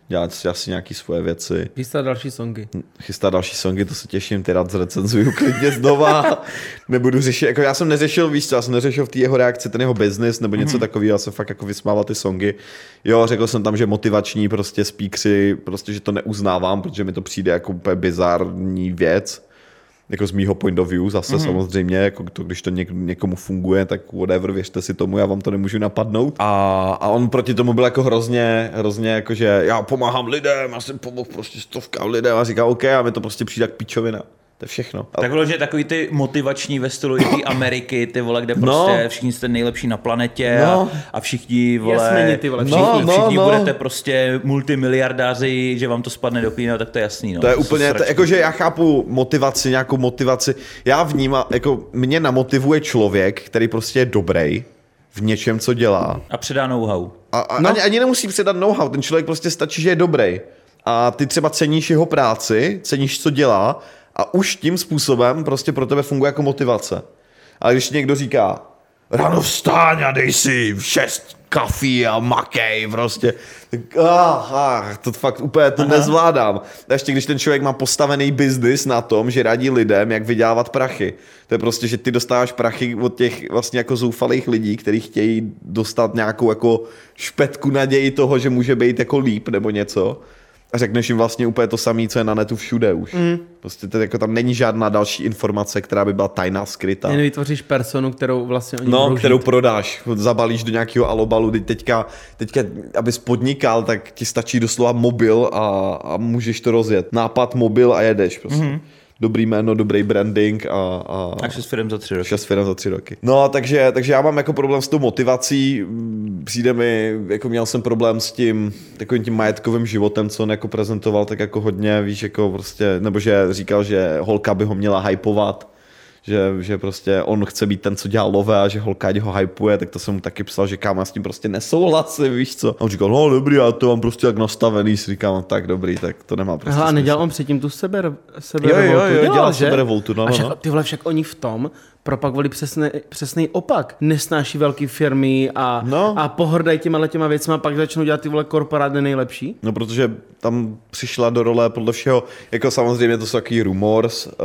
dělat si asi nějaký svoje věci. Chystá další songy. Chystá další songy, to se těším, ty rád zrecenzuju klidně znova. Nebudu řešit, jako já jsem neřešil, víš co, já jsem neřešil v té jeho reakci ten jeho business nebo něco mm. takového, já jsem fakt jako vysmával ty songy. Jo, řekl jsem tam, že motivační prostě speakři, prostě, že to neuznávám, protože mi to přijde jako úplně bizarní věc. Jako z mýho point of view zase mm-hmm. samozřejmě, jako to, když to něk, někomu funguje, tak whatever, věřte si tomu, já vám to nemůžu napadnout. A, a on proti tomu byl jako hrozně, hrozně jako, že já pomáhám lidem, já jsem pomohl prostě stovkám lidem a říká OK, a mi to prostě přijde jak pičovina. To je všechno. Tak bylo, že takový ty motivační ve stylu i ty Ameriky, ty vole, kde prostě no. všichni jste nejlepší na planetě no. a, a všichni, vole, Jasně, ty vole všichni, no, no, všichni no. budete prostě multimiliardáři, že vám to spadne do klína, tak to je jasný. No. To je to úplně, to, jakože já chápu motivaci, nějakou motivaci. Já vnímám, jako mě namotivuje člověk, který prostě je dobrý v něčem, co dělá. A předá know-how. A, a no. ani, ani nemusí předat know-how, ten člověk prostě stačí, že je dobrý. A ty třeba ceníš jeho práci, ceníš, co dělá, a už tím způsobem prostě pro tebe funguje jako motivace. Ale když někdo říká, ráno vstáň a dej si šest kafí a makej prostě, tak ah, ah, to fakt úplně to nezvládám. A ještě když ten člověk má postavený biznis na tom, že radí lidem, jak vydělávat prachy. To je prostě, že ty dostáváš prachy od těch vlastně jako zoufalých lidí, kteří chtějí dostat nějakou jako špetku naději toho, že může být jako líp nebo něco. A řekneš jim vlastně úplně to samé, co je na netu všude už. Mm. Prostě to, jako tam není žádná další informace, která by byla tajná, skrytá. Jen vytvoříš personu, kterou vlastně oni No, budou kterou žít. prodáš, zabalíš do nějakého alobalu, teďka, teďka, abys podnikal, tak ti stačí doslova mobil a, a můžeš to rozjet. Nápad, mobil a jedeš prostě. Mm-hmm. Dobrý jméno, dobrý branding a... A, a šest firem za tři roky. Šest firem za tři roky. No, takže, takže já mám jako problém s tou motivací. Přijde mi, jako měl jsem problém s tím takovým tím majetkovým životem, co on jako prezentoval, tak jako hodně, víš, jako prostě, nebo že říkal, že holka by ho měla hypovat, že, že prostě on chce být ten, co dělá love a že holka ho hypuje, tak to jsem mu taky psal, že kámo, s tím prostě nesouhlasím, víš co. A on říkal, no dobrý, já to mám prostě jak nastavený, si říkám, tak dobrý, tak to nemá prostě Hele, a nedělal smysl. on předtím tu sebe, seberevoltu? Jo, jo, jo, dělal, dělal že? seberevoltu, no, a však, no. ty vole, však oni v tom propagovali přesný, přesný opak. Nesnáší velký firmy a, no. a pohrdají těma těma věcma, pak začnou dělat ty vole korporátny nejlepší. No, protože tam přišla do role podle všeho, jako samozřejmě to jsou takový rumors, uh,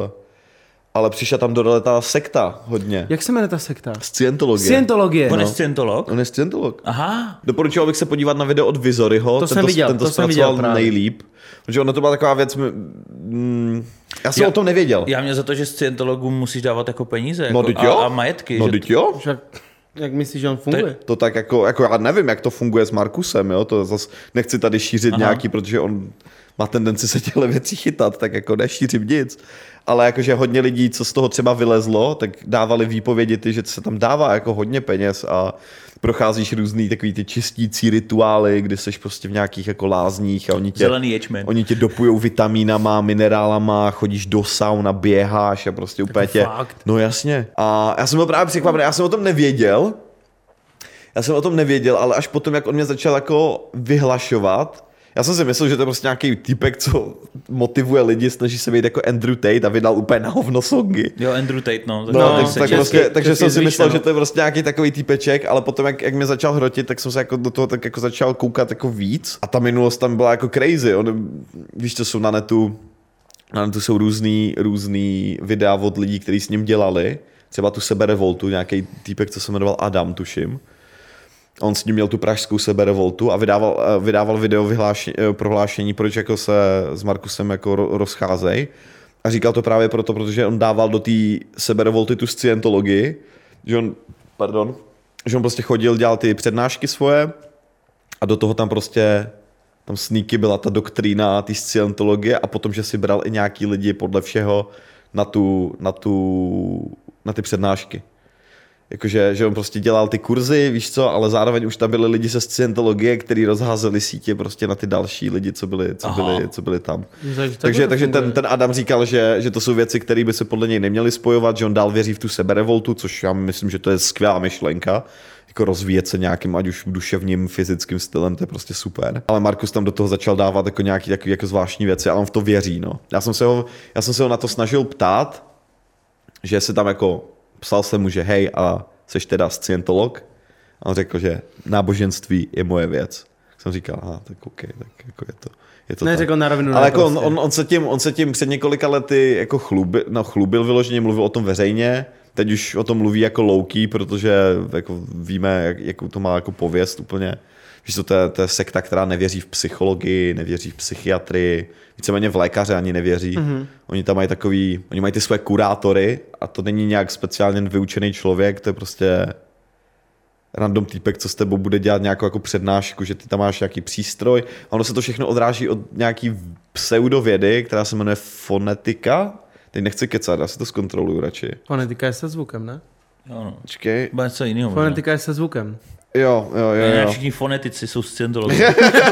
ale přišla tam do role ta sekta hodně. Jak se jmenuje ta sekta? Scientologie. Scientologie. On je No. scientolog? On je scientolog. Aha. Doporučoval bych se podívat na video od Vizoryho. To ten jsem to, viděl, ten to, to jsem zpracoval viděl právě. nejlíp. Protože ono to byla taková věc, mm, já jsem Já- o tom nevěděl. Já měl za to, že scientologům musíš dávat jako peníze No, jako, teď jo. a, a majetky. No, že teď jo. Však, jak myslíš, že on funguje? To tak jako, jako, já nevím, jak to funguje s Markusem, jo, to zase nechci tady šířit Aha. nějaký, protože on má tendenci se těchto věcí chytat, tak jako nešířím nic. Ale jakože hodně lidí, co z toho třeba vylezlo, tak dávali výpovědi ty, že se tam dává jako hodně peněz a procházíš různý takový ty čistící rituály, kdy seš prostě v nějakých jako lázních a oni tě, Zelený ječmen. oni tě dopujou vitamínama, minerálama, chodíš do sauna, běháš a prostě úplně tě... fakt? No jasně. A já jsem byl právě překvapený, já jsem o tom nevěděl, já jsem o tom nevěděl, ale až potom, jak on mě začal jako vyhlašovat, já jsem si myslel, že to je prostě nějaký typek, co motivuje lidi, snaží se být jako Andrew Tate a vydal úplně na hovno songy. Jo, Andrew Tate, no. No, No, tak, se tak česky- prostě, takže česky jsem si zvíš, myslel, no. že to je prostě nějaký takový týpeček, ale potom, jak, jak mě začal hrotit, tak jsem se jako do toho tak jako začal koukat jako víc. A ta minulost tam byla jako crazy. On, víš, co jsou na netu, na netu jsou různý, různý videa od lidí, kteří s ním dělali. Třeba tu seberevoltu, nějaký týpek, co se jmenoval Adam, tuším. On s ním měl tu pražskou seberevoltu a vydával, vydával video vyhlášení, prohlášení, proč jako se s Markusem jako rozcházejí. A říkal to právě proto, protože on dával do té seberevolty tu scientologii, že on, pardon, že on prostě chodil, dělal ty přednášky svoje a do toho tam prostě, tam sneaky byla ta doktrína té scientologie a potom, že si bral i nějaký lidi podle všeho na, tu, na, tu, na ty přednášky. Jakože, že on prostě dělal ty kurzy, víš co, ale zároveň už tam byli lidi ze scientologie, kteří rozházeli sítě prostě na ty další lidi, co byli, co byli, co byli tam. Takže, Takže, takže ten, ten Adam říkal, že, že to jsou věci, které by se podle něj neměly spojovat, že on dál věří v tu seberevoltu, což já myslím, že to je skvělá myšlenka. Jako rozvíjet se nějakým, ať už duševním, fyzickým stylem, to je prostě super. Ale Markus tam do toho začal dávat jako nějaký takový jako zvláštní věci a on v to věří, no. Já jsem se ho, já jsem se ho na to snažil ptát, že se tam jako psal jsem mu, že hej, a seš teda scientolog? A on řekl, že náboženství je moje věc. Jsem říkal, aha, tak OK, tak jako je to, je to Neřekl na rovinu. Ale jako prostě. on, on, on, se tím, on se tím před několika lety jako chlubil, no, chlubil vyloženě, mluvil o tom veřejně, teď už o tom mluví jako low-key, protože jako víme, jak, jakou to má jako pověst úplně. Víš, to, to, je, to je sekta, která nevěří v psychologii, nevěří v psychiatrii, víceméně v lékaře ani nevěří. Mm-hmm. Oni tam mají takový, oni mají ty své kurátory a to není nějak speciálně vyučený člověk, to je prostě random týpek, co s tebou bude dělat nějakou jako přednášku, že ty tam máš nějaký přístroj a ono se to všechno odráží od nějaký pseudovědy, která se jmenuje fonetika. Teď nechci kecat, já si to zkontroluju radši. Fonetika je se zvukem, ne? Jo, no. Počkej. Bude něco jiného. Fonetika je se zvukem. Jo, jo, jo. Ne, jo. všichni fonetici jsou scientologi.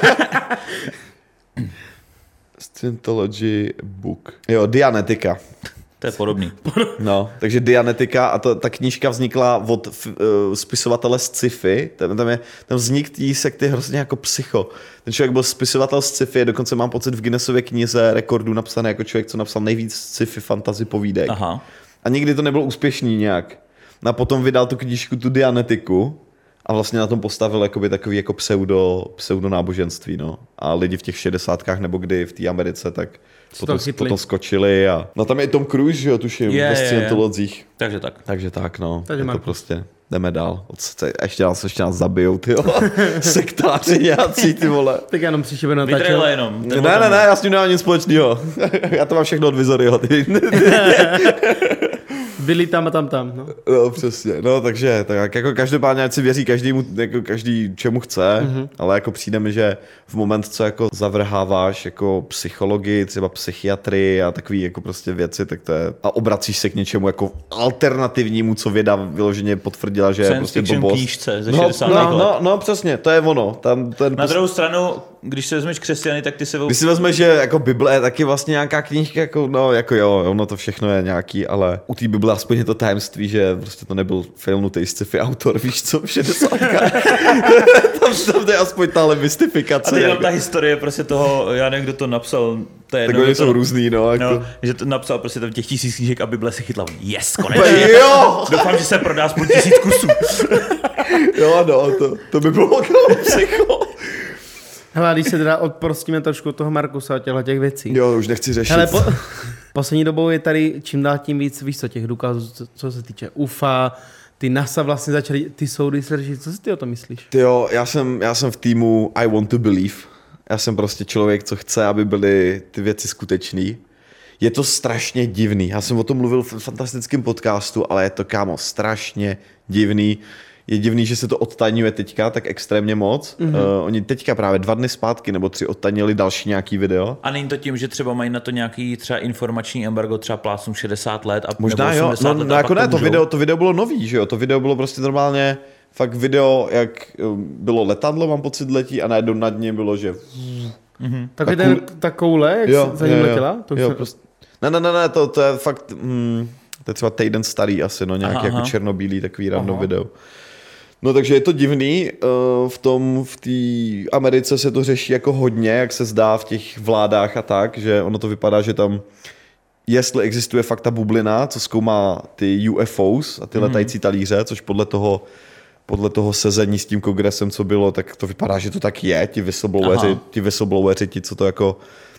Scientology book. Jo, Dianetika. To je podobný. No, takže Dianetika a to, ta knížka vznikla od uh, spisovatele z sci-fi. Tam, tam, je, tam vznik té sekty hrozně jako psycho. Ten člověk byl spisovatel z sci-fi, dokonce mám pocit v Guinnessově knize rekordů napsaný jako člověk, co napsal nejvíc sci-fi fantasy povídek. Aha. A nikdy to nebyl úspěšný nějak. No a potom vydal tu knížku, tu Dianetiku, a vlastně na tom postavil jakoby takový jako pseudo, pseudo náboženství, no. A lidi v těch šedesátkách nebo kdy v té Americe, tak potom, potom skočili a... No tam je Tom Cruise, že jo, tuším, je, ve Scientologích. Takže tak. Takže tak, no. Takže je to Markus. prostě, jdeme dál. Ještě nás, ještě nás zabijou, ty jo. Sektáři nějací, ty vole. Tak já jenom příště natáčel. Vytrejle jenom. Ne, ne, ne, já s tím nemám nic společného. Já to mám všechno od Vizoryho, ty. Byli tam a tam tam, no. No, přesně. No, takže tak jako každopádně, ať si věří každému, jako každý čemu chce, mm-hmm. ale jako přijde mi, že v moment, co jako zavrháváš jako psychologii, třeba psychiatrii a takový jako prostě věci, tak to je, a obracíš se k něčemu jako alternativnímu, co věda vyloženě potvrdila, že je prostě blbost. Knížce ze No, šedesátých no, let. no, no, přesně, to je ono. Tam ten Na druhou stranu, když se vezmeš křesťany, tak ty se... Když si vezme, že jako Bible je taky vlastně nějaká knížka, jako, no jako jo, ono to všechno je nějaký, ale u té Bible aspoň je to tajemství, že prostě to nebyl failnutý sci-fi autor, víš co, v šedesátkách. tam, tam je aspoň tahle mystifikace. A teď jako. ta historie prostě toho, já nevím, kdo to napsal, to je Tak jedno, oni to, jsou různý, no. Jako. no, že to napsal prostě tam těch tisíc knížek a Bible si chytla. Yes, konečně. Jo! Doufám, že se prodá aspoň tisíc kusů. jo, no, to, to by bylo jako psycho. Hele, když se teda odprostíme trošku od toho Markusa a těchto těch věcí. Jo, už nechci řešit. Hele, po, poslední dobou je tady čím dál tím víc, víš co, těch důkazů, co, co se týče U F A, ty NASA vlastně začaly ty soudy se řešit. Co si ty o tom myslíš? Ty jo, já jsem, já jsem v týmu I want to believe. Já jsem prostě člověk, co chce, aby byly ty věci skutečný. Je to strašně divný. Já jsem o tom mluvil v fantastickém podcastu, ale je to, kámo, strašně divný. Je divný, že se to odtajňuje teďka tak extrémně moc. Mm-hmm. Uh, oni teďka právě dva dny zpátky nebo tři odtajnili další nějaký video. A není to tím, že třeba mají na to nějaký třeba informační embargo, třeba plácnu šedesát let a možná jo, no, let no a jako ne, to, to video, to video bylo nový, že jo, to video bylo prostě normálně fakt video, jak bylo letadlo, mám pocit, letí a najednou nad ním bylo, že... Mm-hmm. Takový ta ten, koule- ta koule, jak Jo, za jo, ním jo. letěla? To už Jo, se- prostě... Ne, ne, ne, ne, to, to je fakt, mm, to je třeba týden starý asi, no, nějaký Aha, jako aha. černobílý takový random Aha. video. No takže je to divný, uh, v tom, v té Americe se to řeší jako hodně, jak se zdá v těch vládách a tak, že ono to vypadá, že tam, jestli existuje fakt ta bublina, co zkoumá ty U F Os a ty Mhm. letající talíře, což podle toho, podle toho sezení s tím kongresem, co bylo, tak to vypadá, že to tak je, ti whistlebloweri, Aha. ti whistlebloweri, ti, co to jako,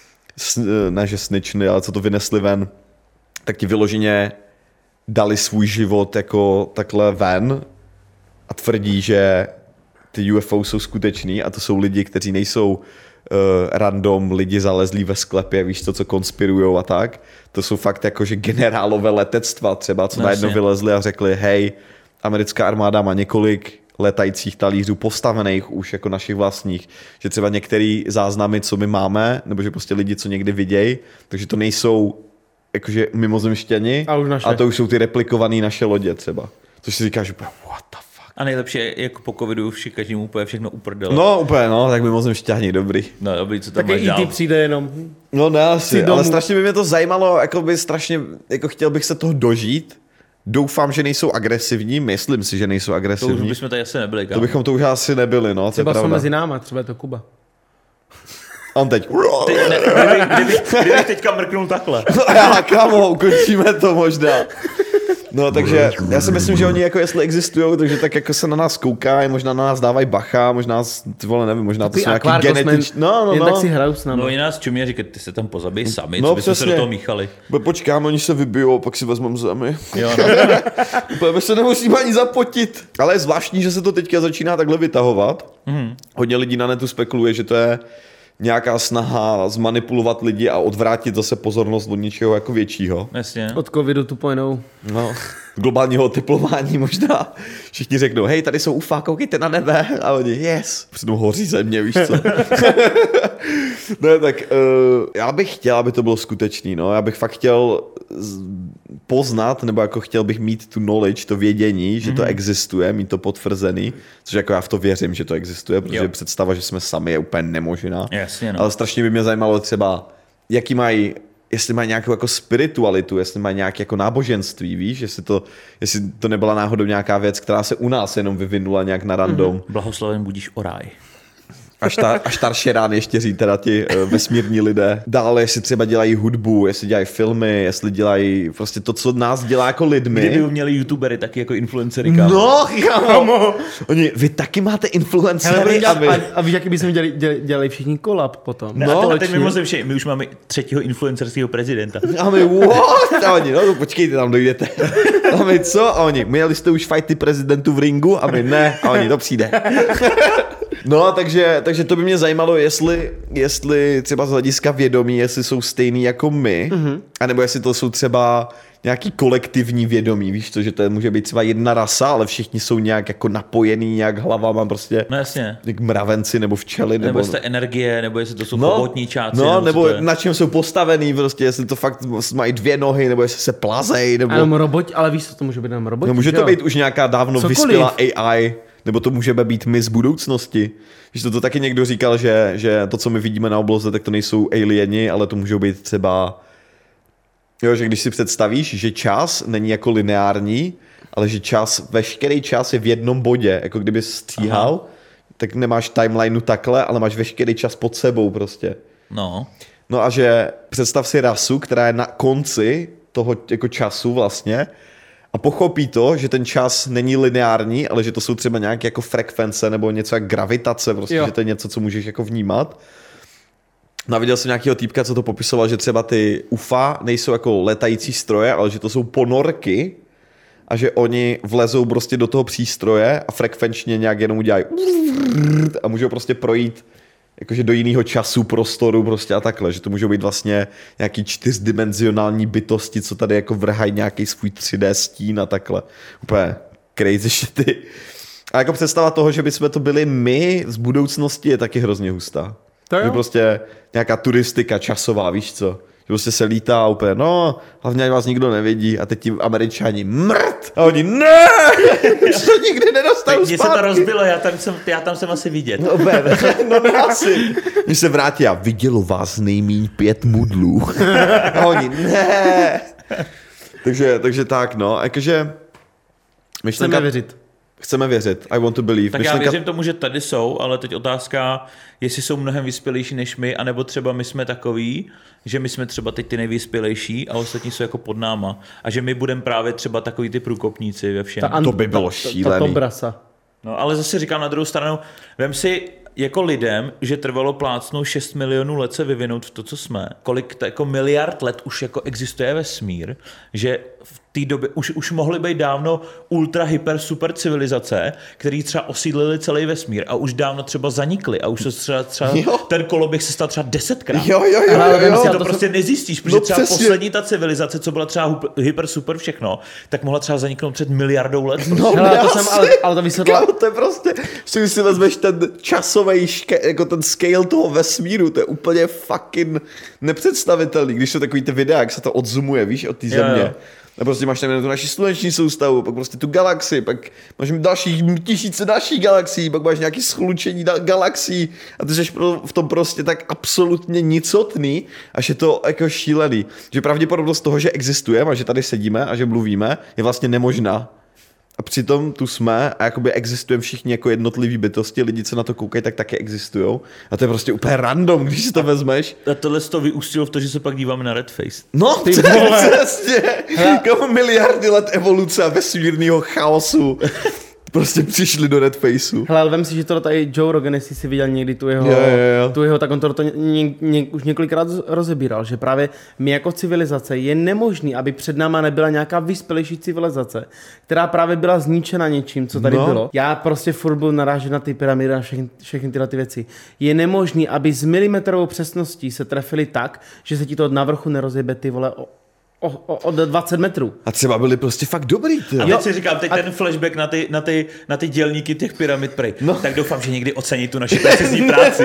sn- ne že snitchli, ale co to vynesli ven, tak ti vyloženě dali svůj život jako takhle ven a tvrdí, že ty U F O jsou skutečný a to jsou lidi, kteří nejsou uh, random lidi zalezlí ve sklepě, víš co, co konspirujou a tak. To jsou fakt jako, že generálové letectva třeba, co No, najednou jasně. vylezli a řekli, hej, americká armáda má několik letajících talířů postavených už jako našich vlastních, že třeba některé záznamy, co my máme, nebo že prostě lidi, co někdy vidějí, takže to nejsou jakože mimozemštěni, A už naše. a to už jsou ty replikované naše lodě třeba. Což si říkáš úplně, what the fuck. A nejlepší je, jak po covidu vši, každý mu úplně všechno uprdele. No úplně, no, tak mimozemšťani, dobrý. No dobrý, co tam Taky máš i dál? ty přijde jenom. No ne asi, Chci ale domů. strašně by mě to zajímalo, jako by strašně, jako chtěl bych se toho dožít. Doufám, že nejsou agresivní, myslím si, že nejsou To už agresivní. bychom tady asi nebyli, To kámo. bychom to už asi nebyli, no, to je Třeba jsou pravda. mezi náma, třeba je to Kuba. A on teď... Teď ne, kdyby, kdyby, kdyby teďka mrknul takhle. Já, kamo, ukončíme to možná. No, takže já si myslím, že oni jako jestli existují, takže tak jako se na nás koukají, možná na nás dávají bacha, možná, ty vole, nevím, možná to jsou nějaký genetiční... No, no, jen no. tak si hrajou s námi. No, oni nás čumí a říkají, ty se tam pozabij sami, No, co bychom se přesně. do toho míchali. Počkáme, oni se vybijou, pak si vezmeme zemi. Jo, no. Úplně se nemusíme ani zapotit. Ale je zvláštní, že se to teďka začíná takhle vytahovat. Mm. Hodně lidí na netu spekuluje, že to je nějaká snaha zmanipulovat lidi a odvrátit zase pozornost od něčeho jako většího. Jasně. Od covidu tu pojnou. No, globálního oteplování možná. Všichni řeknou, hej, tady jsou ufá, koukejte na nebe. A oni, yes. Přitom hoří země, víš co. Ne, tak uh, já bych chtěl, aby to bylo skutečný, no. Já bych fakt chtěl poznat, nebo jako chtěl bych mít tu knowledge, to vědění, že to mm-hmm. existuje, mít to potvrzený, což jako já v to věřím, že to existuje, protože jo. představa, že jsme sami, je úplně nemožná. Jasně, no. Ale strašně by mě zajímalo třeba, jaký mají, jestli mají nějakou jako spiritualitu, jestli mají nějaké jako náboženství, víš, jestli to, jestli to nebyla náhodou nějaká věc, která se u nás jenom vyvinula nějak na random. Mm-hmm. Blahoslaven budíš o ráj. Až, ta, až starší rán ještě říct teda ti uh, vesmírní lidé. Dále, jestli třeba dělají hudbu, jestli dělají filmy, jestli dělají prostě to, co nás dělá jako lidmi. Kdyby měli youtubery taky jako influencery, kámo. No, kámo. Oni, vy taky máte influencery. A, a, my... a, a víš, jaký bychom dělali, dělali, dělali všichni kolab potom. Ne, no, a teď mimochodem, že my už máme třetího influencerského prezidenta. A my, what? A oni, no to počkejte, tam dojdete. A my, co? A oni, měli jste už fighty prezidentu v ringu? A my, ne. A oni, to přijde. No, takže, takže to by mě zajímalo, jestli, jestli třeba z hlediska vědomí, jestli jsou stejný jako my, mm-hmm. anebo jestli to jsou třeba nějaký kolektivní vědomí, víš to, že to může být třeba jedna rasa, ale všichni jsou nějak jako napojený nějak hlavama prostě. No jasně. Jak mravenci nebo včely. Nebo, nebo jestli to energie, nebo jestli to jsou no, chobotní čáci. No, nebo, nebo je... na čem jsou postavený prostě, jestli to fakt mají dvě nohy, nebo jestli se plazej, nebo... Ano, robot, ale víš, co to může být jenom robot. No může to jo? být už nějaká dávno Cokoliv. vyspělá A I, nebo to můžeme být my z budoucnosti. Víš, to, to taky někdo říkal, že, že to, co my vidíme na obloze, tak to nejsou alieni, ale to můžou být třeba... Jo, že když si představíš, že čas není jako lineární, ale že čas, veškerý čas je v jednom bodě, jako kdyby stříhal, aha. tak nemáš timelineu takhle, ale máš veškerý čas pod sebou prostě. No. No a že představ si rasu, která je na konci toho jako času vlastně, a pochopí to, že ten čas není lineární, ale že to jsou třeba nějaké jako frekvence nebo něco jak gravitace, prostě, jo. že to je něco, co můžeš jako vnímat. No a viděl jsem nějakého týpka, co to popisoval, že třeba ty U F A nejsou jako letající stroje, ale že to jsou ponorky a že oni vlezou prostě do toho přístroje a frekvenčně nějak jenom udělají a můžou prostě projít jakože do jiného času, prostoru prostě a takhle, že to můžou být vlastně nějaký čtyřdimenzionální bytosti, co tady jako vrhají nějaký svůj tři dé stín a takhle. Úplně crazy shity. A jako představa toho, že bychom to byli my z budoucnosti, je taky hrozně hustá. Že prostě nějaká turistika časová, víš co? Že prostě se lítá a úplně, no, hlavně vás nikdo nevidí a teď ti Američani mrt a oni, ne, už to nikdy nedostanu zpátky. Mně se to rozbilo, já tam jsem, já tam jsem asi vidět. No, no ne, asi. Když se vrátí a vidělo vás nejmíň pět mudlů. A oni, ne. takže, takže tak, no, jakože... Myšlenka... Chceme věřit. Chceme věřit. I want to believe. Tak myšlenka... já věřím tomu, že tady jsou, ale teď otázka, jestli jsou mnohem vyspělejší než my, anebo třeba my jsme takový, že my jsme třeba teď ty nejvyspělejší a ostatní jsou jako pod náma. A že my budeme právě třeba takový ty průkopníci ve všem. An... To by bylo šílený. No ale zase říkám na druhou stranu, vem si jako lidem, že trvalo plácnou šest milionů let se vyvinout v to, co jsme. Kolik to jako miliard let už jako existuje vesmír, že v té době už, už mohly být dávno ultra, hyper, super civilizace, který třeba osídlili celý vesmír a už dávno třeba zanikly a už se třeba, třeba ten koloběh se stal třeba desetkrát. Jo, jo, jo. Ale jo, jo. si to, to prostě jsem... nezjistíš, protože no, třeba přesně. Poslední ta civilizace, co byla třeba hyper, super všechno, tak mohla třeba zaniknout před miliardou let. Prostě. No, hele, to jsem, ale, ale to vysvětla... To je prostě, že si vezmeš ten časový, jako ten scale toho vesmíru, to je úplně fucking nepředstavitelný, když jsou takový ty videa, jak se to odzumuje, víš, od té země. Jo. A prostě máš tam tu naši sluneční soustavu, pak prostě tu galaxii, pak máš další tisíce dalších galaxií, pak máš nějaký schlučení galaxií a ty jsi v tom prostě tak absolutně nicotný, až je to jako šílený. Že pravděpodobnost toho, že existujeme a že tady sedíme a že mluvíme, je vlastně nemožná. a přitom tu jsme a jakoby existujeme všichni jako jednotliví bytosti, lidi, co na to koukají, tak taky existujou. A to je prostě úplně random, když si to vezmeš. A tohle to vyústilo v to, že se pak díváme na Redface. No, ty přesně. Jako miliardy let evoluce a vesmírného chaosu. Prostě přišli do Redfaceu. Hele, ale vem si, že to tady Joe Rogan, jestli si viděl někdy tu jeho, jo, jo, jo. tu jeho tak on to, to ně, ně, už několikrát rozebíral, že právě my jako civilizace je nemožný, aby před náma nebyla nějaká vyspělejší civilizace, která právě byla zničena něčím, co tady no. bylo. Já prostě furt budu narážet na ty pyramidy a všechny, všechny tyhle ty věci. Je nemožný, aby s milimetrovou přesností se trefili tak, že se ti to na vrchu nerozjebe ty vole o O, o, o dvacet metrů. A třeba byli prostě fakt dobrý, ty. A teď si říkám, teď a... ten flashback na ty, na ty, na ty dělníky těch pyramid prej. No. Tak doufám, že někdy ocení tu naši precizní práci.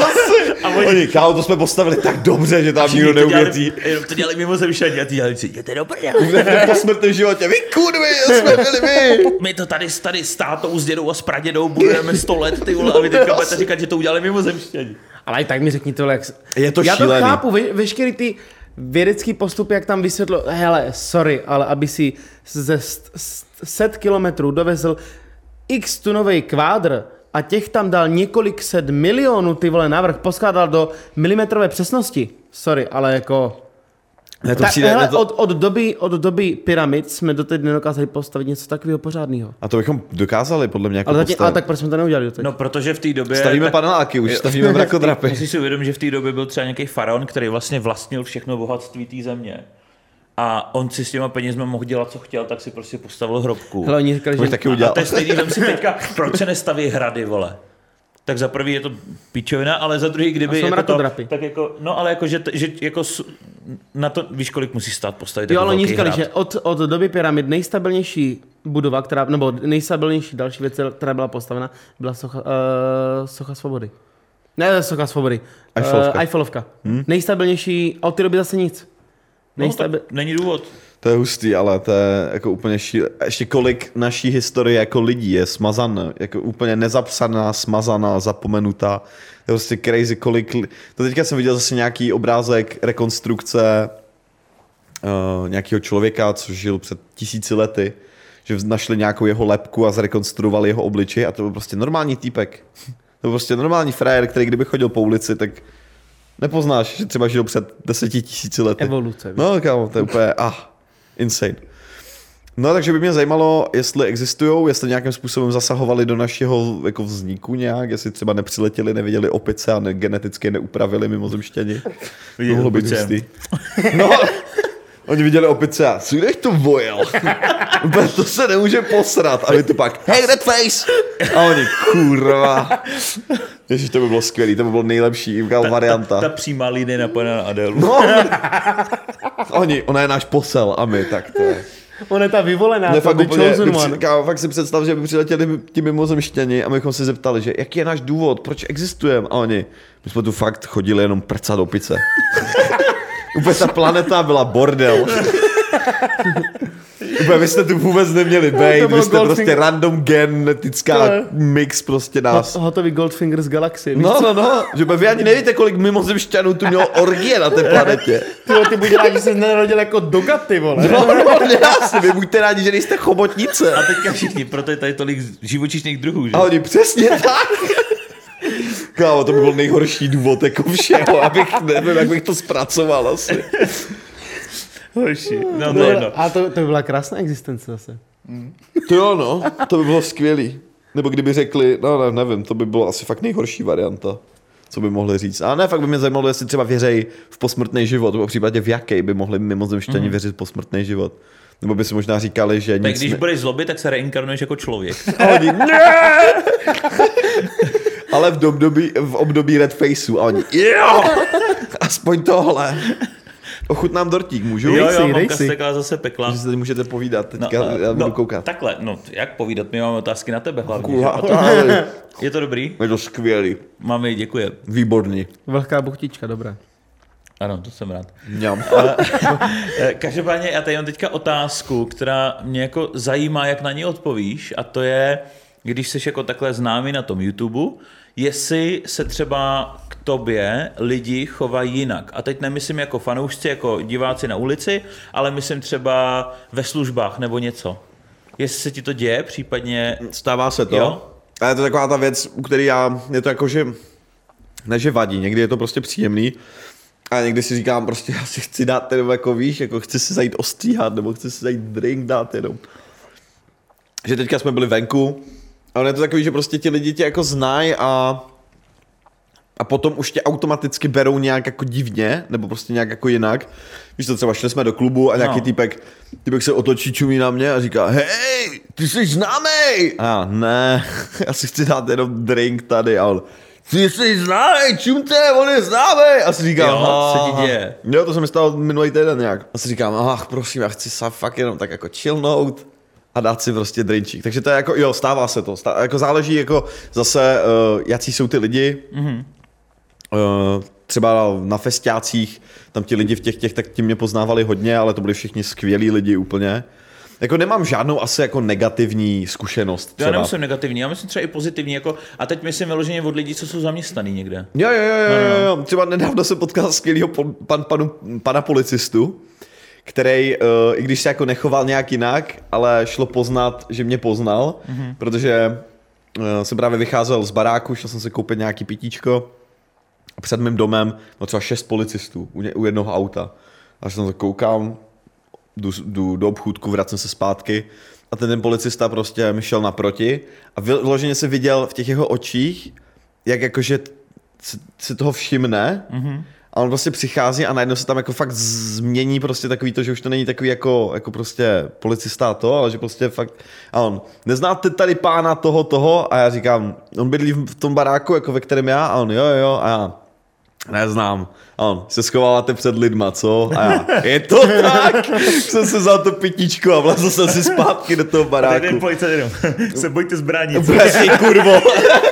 A oni, oni kámo, to jsme postavili tak dobře, že tam nikdo neuvěří. Jenom to dělali mimozemšťani a ty dělali si, jděte do prdele. V posmrtném životě, vy kurvy, jsme byli my. My to tady, tady s tátou, s dědou a s pradědou budujeme sto let, ty vole, a vy teďka budete říkat, že to udělali mimozemšťani. Ale i tak mi řekni tohle, jak... Je to Já šílený. to chápu, ve, veškerý ty vědecký postupy, jak tam vysvětlo, hele, sorry, ale aby si ze set kilometrů dovezl x tunovej kvádr a těch tam dal několik set milionů, ty vole, navrch, poskládal do milimetrové přesnosti. Sorry, ale jako... Ne, to tak, přijde, hele, ne, to... od, od, doby, od doby pyramid jsme doteď nedokázali postavit něco takového pořádného. A to bychom dokázali, podle mě, jako ale, zatím, postavit. ale tak proč jsme to neudělali doteď? No, protože v té době... Stavíme tak... paneláky, už stavíme mrakodrapy. Musíš si uvědomit, že v té době byl třeba nějaký faraon, který vlastně vlastnil všechno bohatství té země. A on si s těma penězma mohl dělat, co chtěl, tak si prostě postavil hrobku. Hele, oni říkali, že... taky a, udělal. a to je stejný, vem si teďka, proč se nestaví hrady, vole? Tak za prvý je to pičovina, ale za druhý, kdyby jako to, tak jako, no ale jako, že, že jako na to, víš, kolik musí stát postavit. Jo, jako ale oni říkali, hrad. že od, od doby pyramid nejstabilnější budova, která, nebo nejstabilnější další věc, která byla postavena, byla socha, uh, socha svobody. Ne, socha svobody. Eiffelovka. Uh, Eiffelovka. Hmm? Nejstabilnější, a od té doby zase nic. Nejstabil... No, není důvod. To je hustý, ale to je jako úplně šíle. Ještě kolik naší historie jako lidí je smazaná, jako úplně nezapsaná, smazaná, zapomenutá. To je prostě crazy, kolik... To teďka jsem viděl zase nějaký obrázek rekonstrukce uh, nějakého člověka, co žil před tisíci lety, že našli nějakou jeho lebku a zrekonstruovali jeho obličej a to byl prostě normální týpek. To byl prostě normální frajer, který kdyby chodil po ulici, tak nepoznáš, že třeba žil před deseti tisíci lety. Evoluce. No, kámo, to je úplně, ah, insane. No, takže by mě zajímalo, jestli existují, jestli nějakým způsobem zasahovali do našeho jako vzniku nějak, jestli třeba nepřiletěli, neviděli opice a ne, geneticky neupravili mimozemšťani. Viděli Mohlo být opice. hustý. No, oni viděli opice a co jdeš to vojel? To se nemůže posrat. A my tu pak, hej, Redface! A oni, kurva. Ježiš, to by bylo skvělý, to by bylo nejlepší ta, varianta. Ta, ta přímá linie napojená na Adélu. No, oni, ona je náš posel a my, tak to je. On je ta vyvolená, Ne, to fakt, by úplně, chosen by one. při, kámo, fakt si představ, že by přiletěli ti mimozemšťani a my bychom se zeptali, že jaký je náš důvod, proč existujeme? A oni, my jsme tu fakt chodili jenom prcat opice. Úplně ta planeta byla bordel. Úplně vy jste tu vůbec neměli bejt, vy jste prostě Goldfinger. Random genetická mix prostě nás. Hotový Goldfinger z galaxie. No, no, no, že vy ani nevíte, kolik mimozemšťanů tu mělo orgie na té planetě. Ty, ty buď rádi, že jsi nenarodil jako Doga, ty vole. No, no, jasně, vy buďte rádi, že nejste chobotnice. A teďka všichni, proto je tady tolik živočišných druhů, že? A oni přesně tak. Kámo, to by byl nejhorší důvod jako všeho, abych, nevím, jak bych to zpracoval asi. Horší. No, To byla, a to, to by byla krásná existence zase. To jo, no, to by bylo skvělý. Nebo kdyby řekli, no ne, nevím, to by bylo asi fakt nejhorší varianta, co by mohli říct. A ne, fakt by mě zajímalo, jestli třeba věří v posmrtný život, nebo v případě v jaký by mohli mimozemšťani mm. věřit v posmrtný život. Nebo by si možná říkali, že tak nic... když ne... budeš zlobit, tak se reinkarnuješ jako člověk. A oni, ne! Ale v období, v období Redfaceu a oni, jo! Aspoň tohle. Ochutnám dortík, můžu? Jo, jo, Dej si, mamka si. stekla zase pekla. Že se tady můžete povídat, teďka No, já budu no, koukat. Takhle, no jak povídat, my máme otázky na tebe hlavně. Kula, Že? A to, je to dobrý? je to skvělý. Máme, děkuji. Výborný. Velká buchtička, dobré. Ano, to jsem rád. Mňam. Každopádně já tady mám teďka otázku, která mě jako zajímá, jak na ní odpovíš, a to je, když jsi jako takhle známý na tom YouTube, jestli se třeba k tobě lidi chovají jinak. A teď nemyslím jako fanoušci, jako diváci na ulici, ale myslím třeba ve službách nebo něco. jestli se ti to děje, případně... Stává se to. Jo? A je to taková ta věc, u který já, je to jako, že ne, že vadí, někdy je to prostě příjemný a někdy si říkám prostě, já si chci dát jenom jako víš, jako chci si zajít ostříhat, nebo chci si zajít drink dát jenom. Že teďka jsme byli venku a je to takový, že prostě ti lidi tě jako znají a a potom už tě automaticky berou nějak jako divně, nebo prostě nějak jako jinak. Víš to, třeba šli jsme do klubu a nějaký no. týpek, týpek se otočí, čumí na mě a říká, hej, ty jsi známej! A já, ne, já si chci dát jenom drink tady a on, ty jsi známej, čumte, on je známej! A si říkám, jo, co ti děje? Jo, to se mi stalo minulý týden nějak. A si říkám, ach, prosím, já chci sa fakt jenom tak jako chillnout a dát si prostě drinčík. Takže to je jako, jo, stává se to. Stává, jako záleží jako zase, uh, jaký jsou ty lidi. Mm-hmm. Uh, třeba na festiácích, tam ti lidi v těch těch, tak ti mě poznávali hodně, ale to byli všichni skvělí lidi úplně. Jako nemám žádnou asi jako negativní zkušenost. Třeba. Já nemusím negativní, já myslím třeba i pozitivní. Jako, a teď myslím vyloženě od lidí, co jsou zaměstnaný někde. Jo, jo, jo, jo, jo. Třeba nedávno jsem potkal skvělýho pan, panu, pana policistu, který, uh, i když se jako nechoval nějak jinak, ale šlo poznat, že mě poznal, mm-hmm. protože uh, jsem právě vycházel z baráku, šel jsem se koupit nějaký pitíčko. Před mým domem no třeba šest policistů u, ně, u jednoho auta. A jsem to koukám, jdu, jdu do obchůdku, vracím se zpátky a ten, ten policista prostě mi šel naproti a vyloženě se viděl v těch jeho očích, jak jakože si toho všimne mm-hmm. a on prostě přichází a najednou se tam jako fakt změní prostě takový to, že už to není takový jako, jako prostě policista to, ale že prostě fakt a on, neznáte tady pána toho, toho a já říkám, on bydlí v tom baráku, jako ve kterém já a on jo, jo a já neznám. A on se schováváte před lidma, co? A já, je to tak? Jsem se vzal to pitíčko a vlezl jsem si zpátky do toho baráku. A ten policajt jenom, se bojte zbraní. Úplně kurvo.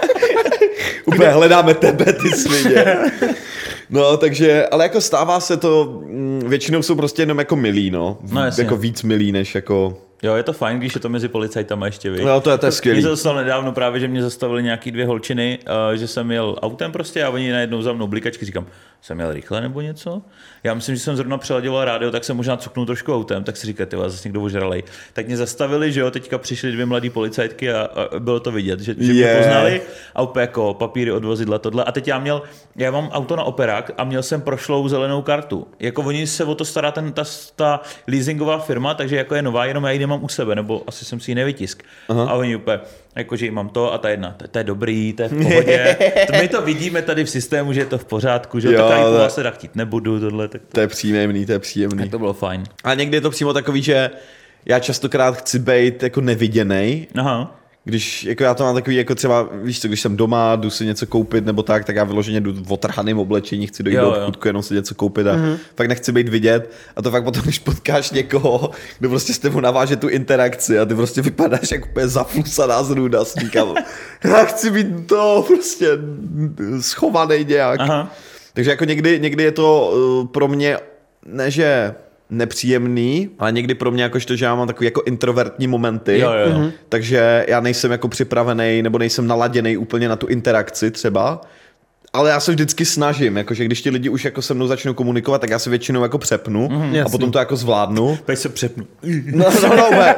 Úplně hledáme tebe, ty svině. No, takže, ale jako stává se to, většinou jsou prostě jenom jako milí, no. No jako víc milí, než jako... Jo, je to fajn, když je to mezi policajtama ještě, víš. No, to je, to je skvělý. Mě se stalo nedávno právě, že mě zastavili nějaký dvě holčiny, uh, že jsem jel autem prostě a oni najednou za mnou blikačky, říkám, jsem jel rychle nebo něco? Já myslím, že jsem zrovna přeladěval rádio, tak jsem možná cuknul trošku autem, tak si říká, ty vás zase někdo ožralej. Tak mě zastavili, že jo, teďka přišly dvě mladé policajtky a, a bylo to vidět, že, že yeah. mě poznali a úplně jako papíry od vozidla, tohle. A teď já měl, já mám auto na operák a měl jsem prošlou zelenou kartu. Jako oni se o to stará ten, ta, ta leasingová firma, takže jako je nová, jenom já ji nemám u sebe, nebo asi jsem si ji nevytisk. Aha. A oni úplně, jakože jí mám to a ta jedna, to, to je dobrý, to je v pohodě. To my to vidíme tady v systému, že je to v pořádku, že jo, tak já vás teda chtít nebudu, tohle. Tak to... to je příjemný, to je příjemný. Tak to bylo fajn. A někdy je to přímo takový, že já častokrát chci být jako neviděnej. Aha. Když, jako já to mám takový, jako třeba, víš co, když jsem doma, jdu si něco koupit nebo tak, tak já vyloženě jdu v otrhaném oblečení, chci dojít jo, do obchůdku, jenom si něco koupit a mm-hmm. fakt nechci být vidět a to fakt potom, když potkáš někoho, kdo prostě s tebou naváže tu interakci a ty prostě vypadáš jako úplně zaflusaná z nuda, říkám, já chci být to prostě schovaný nějak. Aha. Takže jako někdy, někdy je to uh, pro mě, ne že nepříjemný, ale někdy pro mě jakož to, že já mám takový jako introvertní momenty, jo, jo, jo. Mm-hmm. takže já nejsem jako připravený nebo nejsem naladěný úplně na tu interakci třeba, ale já se vždycky snažím, jakože když ti lidi už jako se mnou začnou komunikovat, tak já se většinou jako přepnu mm-hmm. a potom to jako zvládnu. Teď se přepnu. No, no, no, úplně.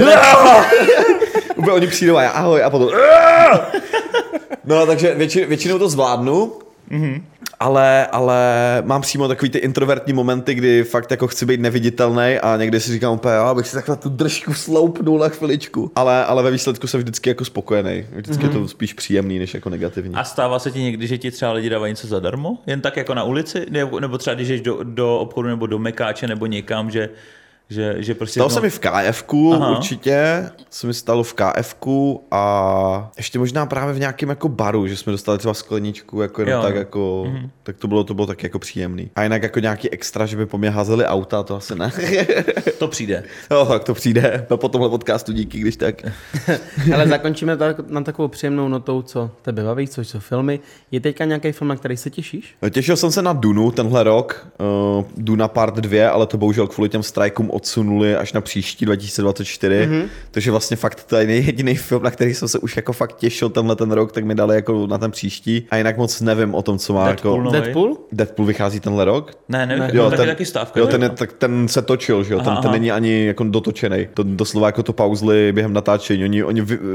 Úplně oni přijdou a já ahoj a potom no, takže větši, většinou to zvládnu, mm-hmm. Ale, ale mám přímo takový ty introvertní momenty, kdy fakt jako chci být neviditelný a někdy si říkám úplně, abych si takhle tu držku sloupnul na chviličku. Ale, ale ve výsledku jsem vždycky jako spokojený. Vždycky mm-hmm. je to spíš příjemný, než jako negativní. A stává se ti někdy, že ti třeba lidi dávají něco zadarmo? Jen tak jako na ulici? Nebo, nebo třeba když jdeš do, do obchodu nebo do Mekáče nebo někam, že... Že, že prostě stalo no... se mi v K F ku určitě, se mi stalo v K F ku a ještě možná právě v nějakém jako baru, že jsme dostali třeba skleničku, jako jenom tak jako, mm-hmm. tak to bylo, to bylo tak jako příjemný. A jinak jako nějaký extra, že by po mě házeli auta, to asi ne. To přijde. Jo, tak to přijde. Po tomhle podcastu díky, když tak. Ale zakončíme tak, na takovou příjemnou notou, co tebe baví, co jsou filmy. Je teďka nějaký film, na který se těšíš? Těšil jsem se na Dunu tenhle rok, uh, Duna part dva, ale to bohužel kvůli těm strajkům odsunuli až na příští dva tisíce dvacet čtyři, mm-hmm. takže vlastně fakt to je jediný film, na který jsem se už jako fakt těšil tenhle ten rok, tak mi dali jako na ten příští a jinak moc nevím o tom, co má Deadpool, jako... novej? Deadpool? Deadpool vychází tenhle rok? Ne, ne, Jo, taky, ten, taky stávka. jo, ten, je, tak ten se točil, že jo, ten, Aha, ten aha. není ani jako dotočený. To doslova jako to pauzli během natáčení. Oni, oni, vy, uh,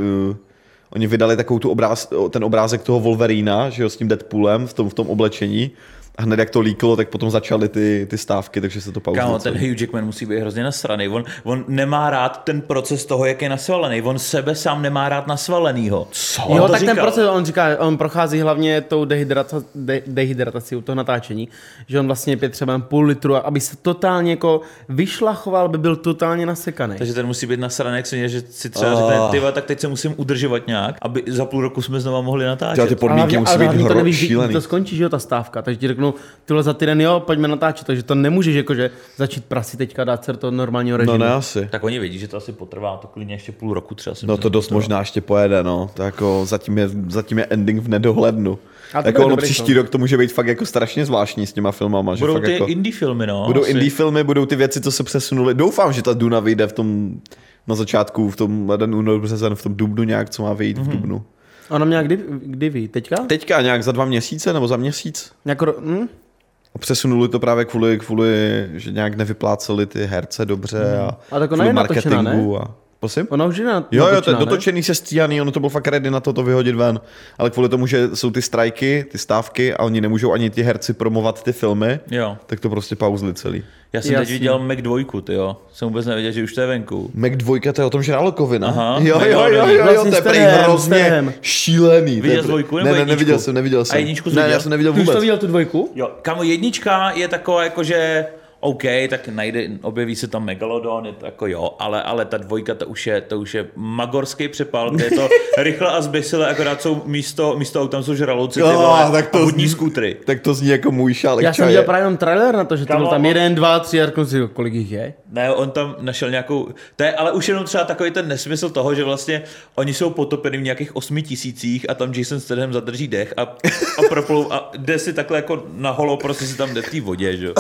oni vydali takovou tu obráz, ten obrázek toho Wolverina, že jo, s tím Deadpoolem v tom, v tom oblečení. A hned jak to líklo, tak potom začaly ty, ty stávky, takže se to pauzlo. Kámo, ten Hugh Jackman musí být hrozně nasranej. On, on nemá rád ten proces toho, jak je nasvalený. On sebe sám nemá rád nasvalenýho. Co? Jo, On tak to ten říkal. proces, on říká, on prochází hlavně tou dehydrata, de, dehydratací u toho natáčení, že on vlastně pije třeba půl litru, aby se totálně jako vyšlachoval, aby byl totálně nasekaný. Takže ten musí být nasraný, jak si, že si třeba řekne, tyva, tak teď se musím udržovat nějak, aby za půl roku jsme znova mohli natáčet. Ty podmínky musí být hlavně to hro, nevíš, kdy šílený. to skončí, že jo, ta stávka, takže ti řeknu, tyhle za týden, jo, pojďme natáčet, takže to nemůžeš jakože začít prasit teďka, dát se do toho normálního režimu. No ne asi. Tak oni vědí, že to asi potrvá, to klidně ještě půl roku třeba. No to dost možná ještě pojede, no. To jako zatím je, zatím je ending v nedohlednu. A to Jako bude ono dobrý příští film. rok to může být fakt jako strašně zvláštní s těma filmama. Že Budou fakt ty jako, indie filmy, no. budou asi. indie filmy, budou ty věci, co se přesunuly. Doufám, že ta Duna vyjde v tom na začátku, v tom leden, únor, březen, v tom dubnu nějak, co má vyjít mm-hmm. v dubnu. Ona měla kdy, kdy ví, teďka? Teďka nějak za dva měsíce nebo za měsíc. Nějak, ro- hm? A přesunuli to právě kvůli, kvůli, že nějak nevypláceli ty herce dobře a, A tak ona kvůli je natočená, marketingu. A, prosím? Ona už je na, Jo, jo, to je natočená, ne? dotočený, se stíhaný, ono to bylo fakt ready na to to vyhodit ven. Ale kvůli tomu, že jsou ty strajky, ty stávky a oni nemůžou ani ti herci promovat ty filmy, Jo. tak to prostě pauzli celý. Já jsem Jasný. teď viděl Mac dva, ty jo. Jsem vůbec nevěděl, že už to je venku. Mac dva, to je o tom Žralokovi, ne? Aha, jo, jo, jo, jo, jo, Vlastně to je s prý Terem, s hrozně Terem. šílený. Viděl to jsi je dvojku prý- nebo Ne, ne, jedničku? neviděl jsem, neviděl jsem. A jedničku jsi Ne, viděl? já jsem neviděl Ty už vůbec. to viděl tu dvojku? Jo, kamo, jednička je taková jako, že OK, tak najde, objeví se tam Megalodon, je to jako jo, ale, ale ta dvojka, to už je, to už je magorský přepal, kde je to rychle a zbysile, akorát jsou místo, místo aut, tam jsou žraloci, ty Jo, vole, tak to a vodní zní- skútry. Tak to zní jako můj šálek Já jsem čaje. viděl právě jenom trailer na to, že to Kamo, byl tam on- jeden, dva, tři a řeknu si, kolik jich je. Ne, on tam našel nějakou, to je ale už jenom třeba takový ten nesmysl toho, že vlastně oni jsou potopeni v nějakých osmi tisících a tam Jason Statham zadrží dech a, a proplou a jde si takhle jako na holo, prostě si tam jde v té vodě, že jo.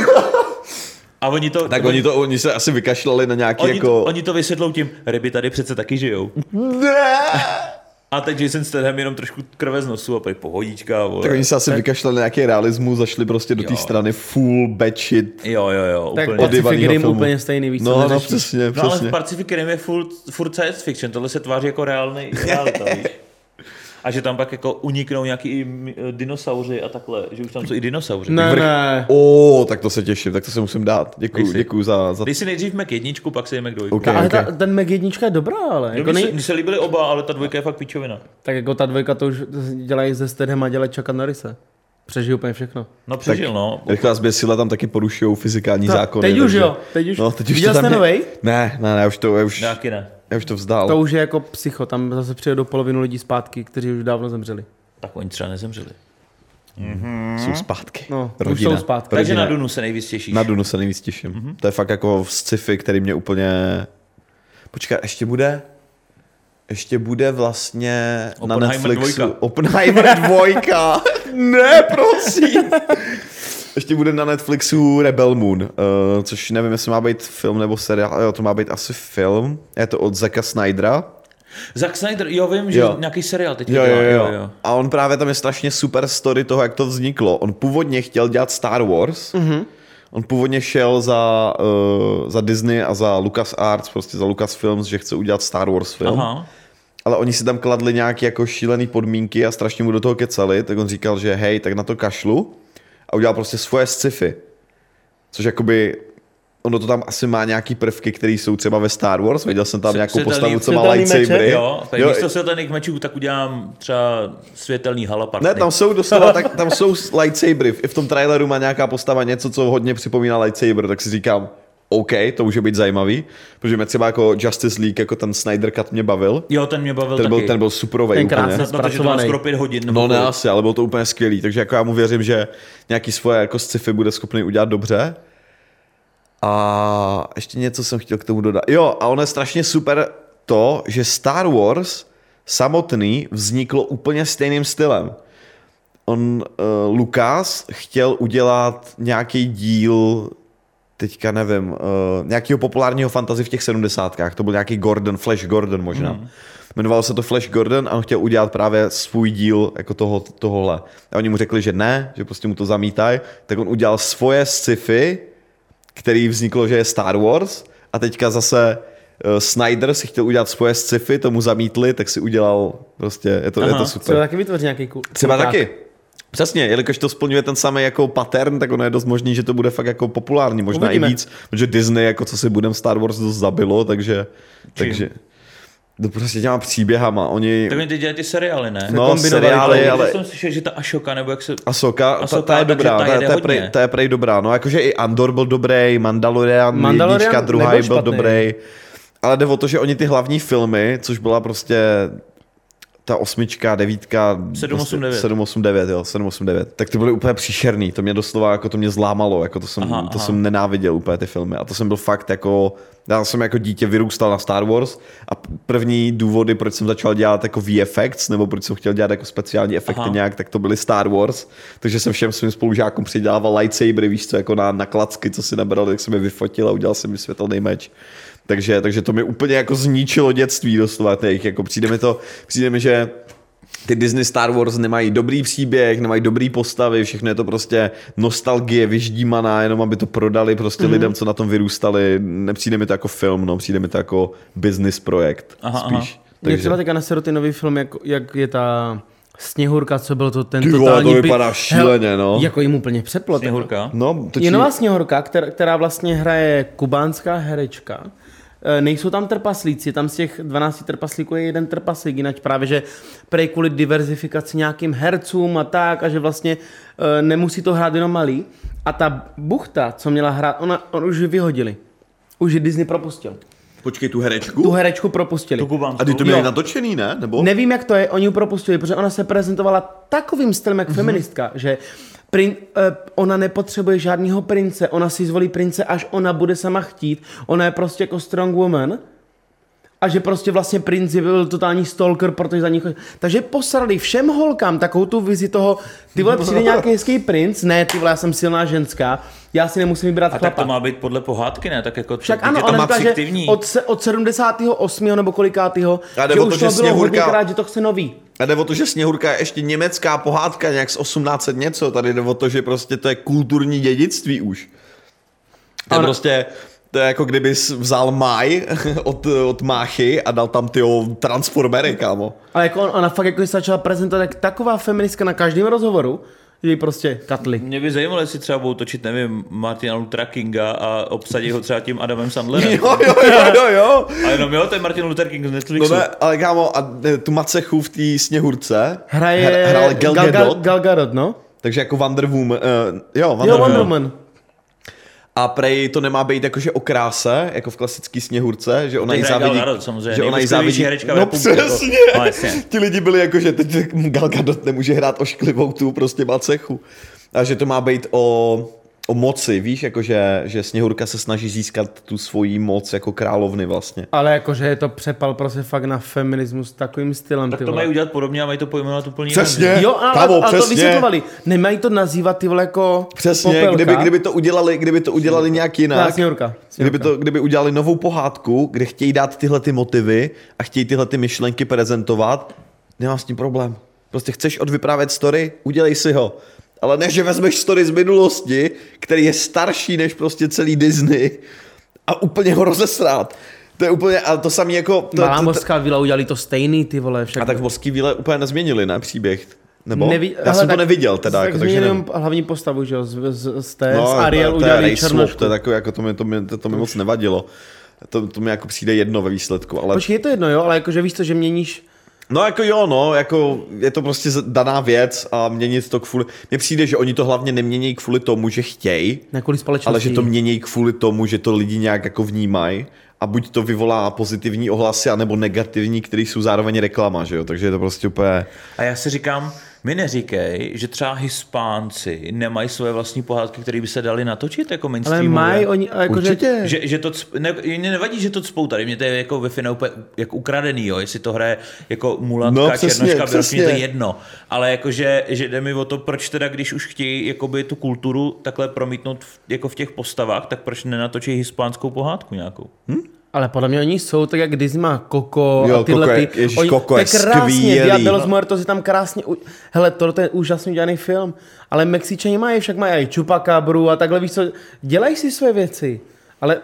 A oni to... Tak oni, to, oni se asi vykašlali na nějaký Oni, jako... to, oni to vysvětlou tím, ryby tady přece taky žijou. Ne! A teď Jason Statham jenom trošku krve z nosu a pak pohodička. Vole. Tak oni se asi vykašlali na nějaký realismus, zašli prostě do té Jo. strany full bad shit. Jo, jo, jo, Tak úplně. od- Pacific Rim filmu. úplně stejný, víš, co No, no, neřešíš. přesně, No ale přesně. v Pacific Rim je furt, furt science fiction, tohle se tváří jako reálný realita, víš? A že tam pak jako uniknou nějaký i mi- dinosauři a takhle, že už tam jsou i dinosauři. Ne, ne. O, tak to se těším, tak to se musím dát. Děkuju, Dej si. děkuju za... za... Dej si nejdřív Mac jedničku, pak si Mac dvojku. Ok, Ta, ale ok. ta, ten Mac jednička je dobrá, ale. Jo, Jako mně, se, nej, mně se líbily oba, ale ta dvojka je fakt pičovina. tak jako ta dvojka to už dělají ze Stedhem a dělají Chucka Norrise. Přežiju úplně všechno. No přežil, no. Rychlá zběsila tam taky porušují fyzikální Ta- zákony. teď už takže- jo, teď už. No, teď už Viděl to tam jste je- novej? Ne, ne, ne, už to, já už, Nějaký ne. já už to vzdál. To už je jako psycho, tam zase přijde do polovinu lidí zpátky, kteří už dávno zemřeli. Tak oni třeba nezemřeli. Jsou zpátky. No, už Rodina. jsou zpátky. Takže Rodina. na Dunu se nejvíc těšíš. Na Dunu se nejvíc těším. Mm-hmm. To je fakt jako sci-fi, který mě úplně... Počkej, ještě bude... Ještě bude vlastně na Oppenheimer Netflixu... dvojka. Oppenheimer dvojka. Ne, prosím. Ještě bude na Netflixu Rebel Moon, uh, což nevím, jestli má být film nebo seriál, jo, to má být asi film. Je to od Zacka Snydera. Zack Snyder, jo, vím, že Jo. nějaký seriál teď Jo, dělá, jo, jo. A on právě tam je strašně super story toho, jak to vzniklo. On původně chtěl dělat Star Wars. Mm-hmm. On původně šel za, uh, za Disney a za LucasArts, prostě za Lucasfilms, že chce udělat Star Wars film. Aha. Ale oni si tam kladli nějaké jako šílený podmínky a strašně mu do toho kecali, tak on říkal, že hej, tak na to kašlu a udělal prostě svoje sci-fi. Což jakoby, ono to tam asi má nějaký prvky, které jsou třeba ve Star Wars, viděl jsem tam S- nějakou světelný- postavu, co má světelný meče? lightsabery. Jo, tak Jo, místo světelných mečů tak udělám třeba světelný halapartny. ne, tam jsou doslova, tak, tam jsou lightsabery. I v tom traileru má nějaká postava něco, co hodně připomíná lightsaber, tak si říkám, OK, to může být zajímavý, protože mě třeba jako Justice League, jako ten Snyder Cut mě bavil. Jo, ten mě bavil Ten taky. byl, ten byl superovej Ten úplně. krásný. Snad na to, že to má zpracovaný. skoro pět hodin. nebo No ne kolik. asi, ale bylo to úplně skvělý, takže jako já mu věřím, že nějaký svoje jako sci-fi bude schopný udělat dobře. A ještě něco jsem chtěl k tomu dodat. Jo, a ono je strašně super to, že Star Wars samotný vzniklo úplně stejným stylem. On, uh, Lucas chtěl udělat nějaký díl, teďka nevím, uh, nějakého populárního fantasy v těch sedmdesátkách, to byl nějaký Gordon, Flash Gordon možná. Mm. Jmenovalo se to Flash Gordon a on chtěl udělat právě svůj díl jako toho, tohohle. A oni mu řekli, že ne, že prostě mu to zamítají, tak on udělal svoje sci-fi, který vzniklo, že je Star Wars a teďka zase uh, Snyder si chtěl udělat svoje sci-fi, tomu zamítli, tak si udělal prostě, je to, je to super. Třeba taky vytvoří nějaký kul. Třeba taky. Přesně, jelikož to splňuje ten samý jako pattern, tak ono je dost možný, že to bude fakt jako populární, možná Uvidíme. i víc, protože Disney, jako co si budem Star Wars dost zabilo, takže, takže to prostě těma příběhama, oni... Tak oni teď dělají ty seriály, ne? No, seriály, ale... Já jsem slyšel, že ta Ashoka, nebo jak se... Asoka, ta, ta je dobrá, ta, ta, je prej, ta je prej dobrá, no jakože i Andor byl dobrý, Mandalorian, Mandalorian jednička, druhá byl dobrý, ale jde o to, že oni ty hlavní filmy, což byla prostě... ta osmička, devítka, sedm osm devět sedm osm devět, jo, sedm osm devět. Tak ty byly úplně příšerný, to mě doslova, jako to mě zlámalo, jako to jsem, aha, to aha. jsem nenáviděl úplně ty filmy a to jsem byl fakt jako, já jsem jako dítě vyrůstal na Star Wars a první důvody, proč jsem začal dělat jako V F X, nebo proč jsem chtěl dělat jako speciální efekty aha. nějak, tak to byly Star Wars, takže jsem všem svým spolužákům přidělával lightsabery, víš co, jako na, na klacky, co si nabral, tak jsem je vyfotil a udělal jsem mi světelný meč. Takže, takže to mi úplně jako zničilo dětství doslova těch, jako přijde mi to, přijde mi, že ty Disney Star Wars nemají dobrý příběh, nemají dobrý postavy, všechno je to prostě nostalgie, vyždímaná, jenom aby to prodali prostě mm-hmm. lidem, co na tom vyrůstali. Nepřijde mi to jako film, no, přijde mi to jako business projekt aha, spíš. Aha. Takže... Mě třeba teďka naseru ty nový film, jak, jak je ta Sněhurka, co byl to ten Ty totální... Ty to vypadá šíleně, no. Jako jim úplně přeplo. Sněhurka? No, je nová Sněhurka, která, která vlastně hraje kubánská herečka. Nejsou tam trpaslíci, tam z těch dvanácti trpaslíků je jeden trpaslík, jinak právě, že prej kvůli diverzifikaci nějakým hercům a tak, a že vlastně e, nemusí to hrát jenom malý. A ta buchta, co měla hrát, ona, on už ji vyhodili. Už ji Disney propustil. Počkej, tu herečku? Tu herečku propustili. Tu kubánskou. A ty to měli natočený, ne? Nebo? Nevím, jak to je, oni ji propustili, protože ona se prezentovala takovým stylem jak mm-hmm. feministka, že Prin, eh, ona nepotřebuje žádného prince, ona si zvolí prince, až ona bude sama chtít, ona je prostě jako strong woman a že prostě vlastně princ byl totální stalker, protože za ní chodí. Takže posrali všem holkám takovou tu vizi toho, ty vole, přijde nějaký hezký princ, ne, ty vole, já jsem silná ženská, já si nemusím vybrat a chlapa. A tak to má být podle pohádky, ne? Tak jako však ano, ona říká, že od, se, od sedmdesátého osmého nebo kolikátého, že to, už že to bylo Sněhurka... hodněkrát, že to chce nový. A jde o to, že Sněhurka je ještě německá pohádka, nějak z osmnáct set něco, tady jde o to, že prostě to je kulturní dědictví už. To je ano. prostě... To je jako kdybys vzal Maj od, od Máchy a dal tam tyho Transformery, kámo. Ale jako on, ona fakt jako se začala prezentovat jak taková feministka na každém rozhovoru, že ji prostě katli. Mě by zajímalo, jestli třeba budou točit, nevím, Martina Luthera Kinga a obsadí ho třeba tím Adamem Sandlerem. Jo, jo, jo, jo, jo. A jenom jo, to je Martin Luther King z Netflixu. No ne, ale kámo, a tu Macechu v té Sněhurce hraje hrál Gal Gadot. Gal, Gal Gadot, no. Takže jako Wonder Woman, uh, jo, Wonder, jo, Wonder Woman. A prej to nemá být jakože o kráse, jako v klasický Sněhurce, že ona jí závidí, Gal Gadot, samozřejmě, že ona jí závidí, no přesně, jako, ti lidi byli jako, že teď Gal Gadot nemůže hrát ošklivou tu prostě Macechu. A že to má být o, o moci, víš, jakože že Sněhurka se snaží získat tu svoji moc jako královny vlastně. Ale jakože je to přepal prostě fakt na feminismus takovým stylem. Tak to mají udělat podobně a mají to pojmenovat úplně jinak. Přesně, jo, a, Kámo, a, a přesně. to vysvětlovali. Nemají to nazývat ty vole jako přesně, popelka. kdyby, kdyby to udělali, kdyby to udělali nějak jinak. Sněhurka. Kdyby, to, kdyby udělali novou pohádku, kde chtějí dát tyhle ty motivy a chtějí tyhle ty myšlenky prezentovat, nemám s tím problém. Prostě chceš odvyprávět story, udělej si ho. Ale ne, že vezmeš story z minulosti, který je starší než prostě celý Disney a úplně ho rozesrát. To je úplně, ale to samé jako... To, Malá to, to, mořská víla udělali to stejný, ty vole. Však... A tak v Mořský víle úplně nezměnili, ne, příběh? Nebo? Neví... Já Hele, jsem tak, to neviděl teda. Tak jako, změnili nevím. hlavní postavu, že jo, z, z, z té, no, z Ariel to, udělali černošku. To je takové, jako to mi, to mi, to, to mi moc nevadilo. To, to mi jako přijde jedno ve výsledku, ale... Počkej, je to jedno, jo, ale jakože víš to, že měníš... No jako jo, no, jako je to prostě daná věc a měnit to kvůli... Mně přijde, že oni to hlavně nemění kvůli tomu, že chtějí, ale že to mění kvůli tomu, že to lidi nějak jako vnímají a buď to vyvolá pozitivní ohlasy, anebo negativní, které jsou zároveň reklama, že jo, takže je to prostě úplně... A já si říkám, mi neříkej, že třeba Hispánci nemají svoje vlastní pohádky, které by se daly natočit jako mainstreamové. Ale mají oni, jako Určitě. Že, že to, cp, ne, mě nevadí, že to cpou tady, mě to je jako ve finále jak ukradený, jo, jestli to hraje jako mulatka, no, přesně, černoška, přesně. mě to je jedno, ale jakože, že jde mi o to, proč teda, když už chtějí jakoby tu kulturu takhle promítnout v, jako v těch postavách, tak proč nenatočí hispánskou pohádku nějakou? Hm? Ale podle mě oni jsou tak, jak Disney má Coco Jo, a tyhle Coco je- ty. ježiš, Oni, Coco to je krásně, skvělý. Diabelos Muertos je tam krásně. u- Hele, tohle je úžasně udělaný film. Ale Mexičani mají, však mají i Chupacabru a takhle, víš co, dělají si své věci. Ale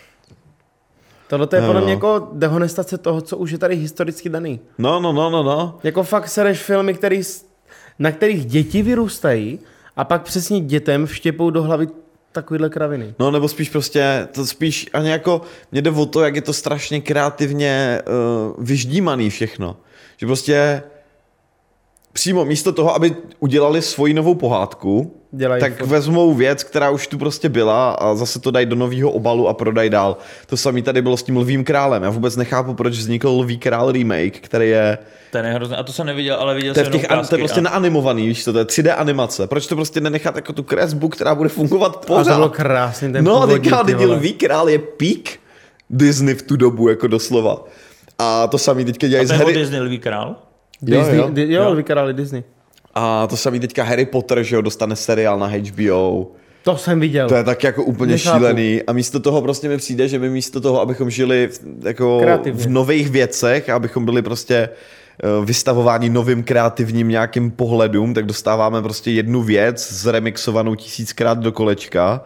tohle je No, podle no. mě jako dehonestace toho, co už je tady historicky daný. No, no, no, no, no. Jako fakt sereš filmy, který, s- na kterých děti vyrůstají a pak přesně dětem vštěpou do hlavy takovýhle kraviny. No nebo spíš prostě, to spíš ani jako, mě jde o to, jak je to strašně kreativně uh, vyždímaný všechno. Že prostě přímo místo toho, aby udělali svoji novou pohádku, Dělají tak furt. vezmou věc, která už tu prostě byla a zase to dají do nového obalu a prodají dál. To samé tady bylo s tím Lvým králem. Já vůbec nechápu, proč vznikl Lví král remake, který je, Ten je hrozný. A to jsem neviděl, ale viděl to je, jsem v těch, jenom an- to je prostě ukázky. naanimovaný, víš co, to je tři dé animace. Proč to prostě nenechat jako tu kresbu, která bude fungovat A to pořád? bylo krásný, ten No, původní, teďka ty teď vole. Lví král je pík Disney v tu dobu, jako doslova. A to samý teďka A dělají z to je od Harry... Disney Lví král? Disney, Jo, jo, jo. jo, jo Jo. vykrali Disney. A to samý teďka Harry Potter, že jo, dostane seriál na H B O. To jsem viděl. To je tak jako úplně Nechápu. šílený. A místo toho prostě mi přijde, že my místo toho, abychom žili v, jako Kreativně. v nových věcech, abychom byli prostě eh, vystavováni novým kreativním nějakým pohledům, tak dostáváme prostě jednu věc zremixovanou tisíckrát do kolečka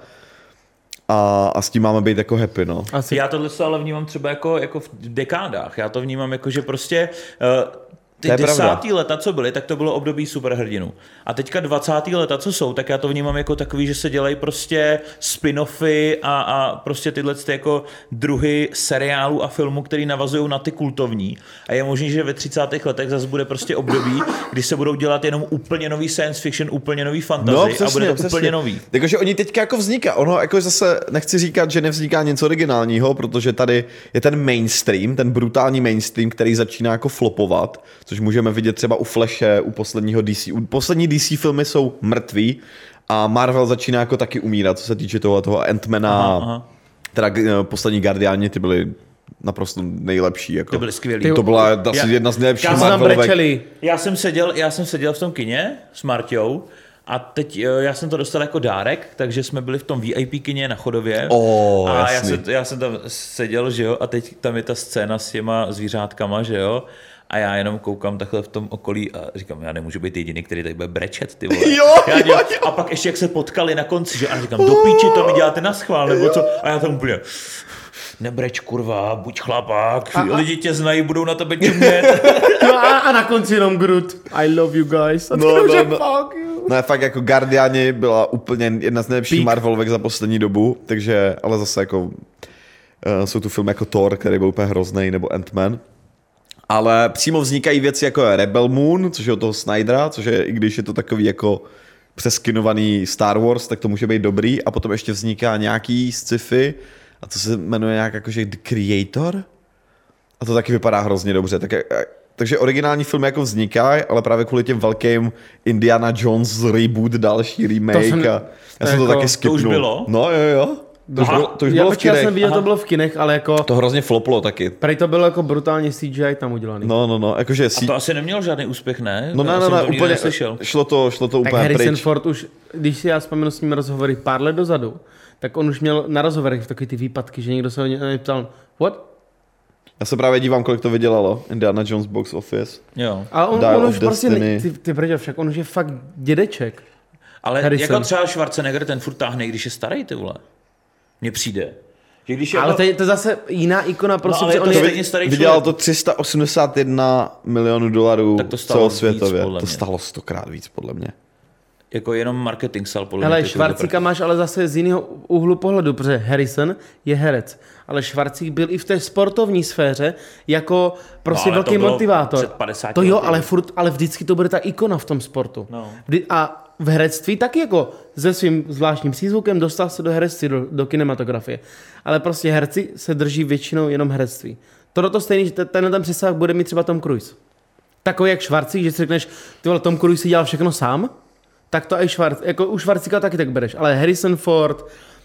a, a s tím máme být jako happy, no. Asi. Já tohle se ale vnímám třeba jako, jako v dekádách. Já to vnímám jako, že prostě uh, ty To je pravda. desátý leta, co byly, tak to bylo období superhrdinů. A teďka dvacátý leta, co jsou, tak já to vnímám jako takový, že se dělají prostě spin-offy a, a prostě tyhle ty jako druhy seriálů a filmů, který navazují na ty kultovní. A je možné, že ve třicátých letech zase bude prostě období, kdy se budou dělat jenom úplně nový science fiction, úplně nový fantasy a bude to úplně nový. Takže oni teďka jako vzniká, ono jako zase nechci říkat, že nevzniká něco originálního, protože tady je ten mainstream, ten brutální mainstream, který začíná jako flopovat, což můžeme vidět třeba u Flashe, u posledního D C. U poslední D C filmy jsou mrtví a Marvel začíná jako taky umírat, co se týče toho, toho Ant-Mana, Aha, aha. teda eh, poslední Guardiani, ty byly naprosto nejlepší. Jako. To byly skvělý. To byla asi Já- jedna z nejlepších já Já jsem tam Marvelovek. brečeli. Já jsem seděl, já jsem seděl v tom kině s Marťou a teď eh, já jsem to dostal jako dárek, takže jsme byli v tom V I P kině na Chodově. Ó, a já, jasný. se, já jsem tam seděl, že jo, a teď tam je ta scéna s těma zvířátkama, že jo. A já jenom koukám takhle v tom okolí a říkám, já nemůžu být jediný, který tady bude brečet, ty vole. Jo, já jo, dělám, jo. A pak ještě jak se potkali na konci, že a já říkám, do píči, to mi děláte na schvál, nebo co? A já tam úplně, nebreč kurva, buď chlapák, A- a- lidi tě znají, budou na tebe čumět. No a, a na konci jenom Groot. I love you guys. A No, no, no, že no. fuck you. No fakt jako Guardiani byla úplně jedna z nejlepších Peak. Marvelovek za poslední dobu, takže, ale zase jako uh, jsou tu filmy jako Thor, který byl úplně hrozný, nebo Ant-Man. Ale přímo vznikají věci jako je Rebel Moon, což je od toho Snydera, což je, i když je to takový jako přeskinovaný Star Wars, tak to může být dobrý. A potom ještě vzniká nějaký sci-fi, a to se jmenuje nějak jakože The Creator. A to taky vypadá hrozně dobře. Tak, takže originální filmy jako vznikají, ale právě kvůli těm velkým Indiana Jones reboot, další remake. To jsem- a já jsem to jako- taky to skipnul. už bylo? No jo, jo. To už Aha. bylo, to už Já, bylo v počkej, já kinech. jsem viděl, Aha. to bylo v kinech, ale jako... To hrozně floplo taky. Prej to bylo jako brutálně C G I tam udělaný. No, no, no, jakože... A Si... to asi nemělo žádný úspěch, ne? No ne, Já ne, jsem ne, to nikdy úplně, neslyšel. šlo to, šlo to tak úplně Harrison pryč. Ford už, když si já vzpomenu s ním rozhovory pár let dozadu, tak on už měl na rozhovorech takový ty výpadky, že někdo se ho ně- ptal, what? Já se právě dívám, kolik to vydělalo. Indiana Jones box office. Jo. A on, Dial on of už prostě, Destiny. ne, ty, ty brďo, však on už je fakt dědeček. Ale Harrison. jako třeba Schwarzenegger, ten furt táhne, i když je starý, ty vole. Mně přijde. Že když je Ale jako- to je, to je zase jiná ikona, prostě, ale no, je on to je, stejně starý Vydělal člověk. to tři sta osmdesát jedna milionů dolarů Tak to stálo celosvětově. víc, podle to mě. stálo stokrát víc, podle mě. Jako jenom marketing stal podle hele, mě ty Švarcíka máš ale zase z jiného úhlu pohledu, protože Harrison je herec, ale Švarcík byl i v té sportovní sféře jako prostě No, ale to velký bylo motivátor. před padesáti To jo, lety. ale furt, ale vždycky to bude ta ikona v tom sportu. No. Vždy, a v herectví taky jako se svým zvláštním přízvukem dostal se do herectví, do, do kinematografie. Ale prostě herci se drží většinou jenom herectví. Tohle to stejný, že tenhle ten přesah bude mít třeba Tom Cruise. Takový jak Švarcík, že si řekneš, ty vole, Tom Cruise si dělal všechno sám, tak to i Švarc, jako u Švarcíka taky tak bereš, ale Harrison Ford,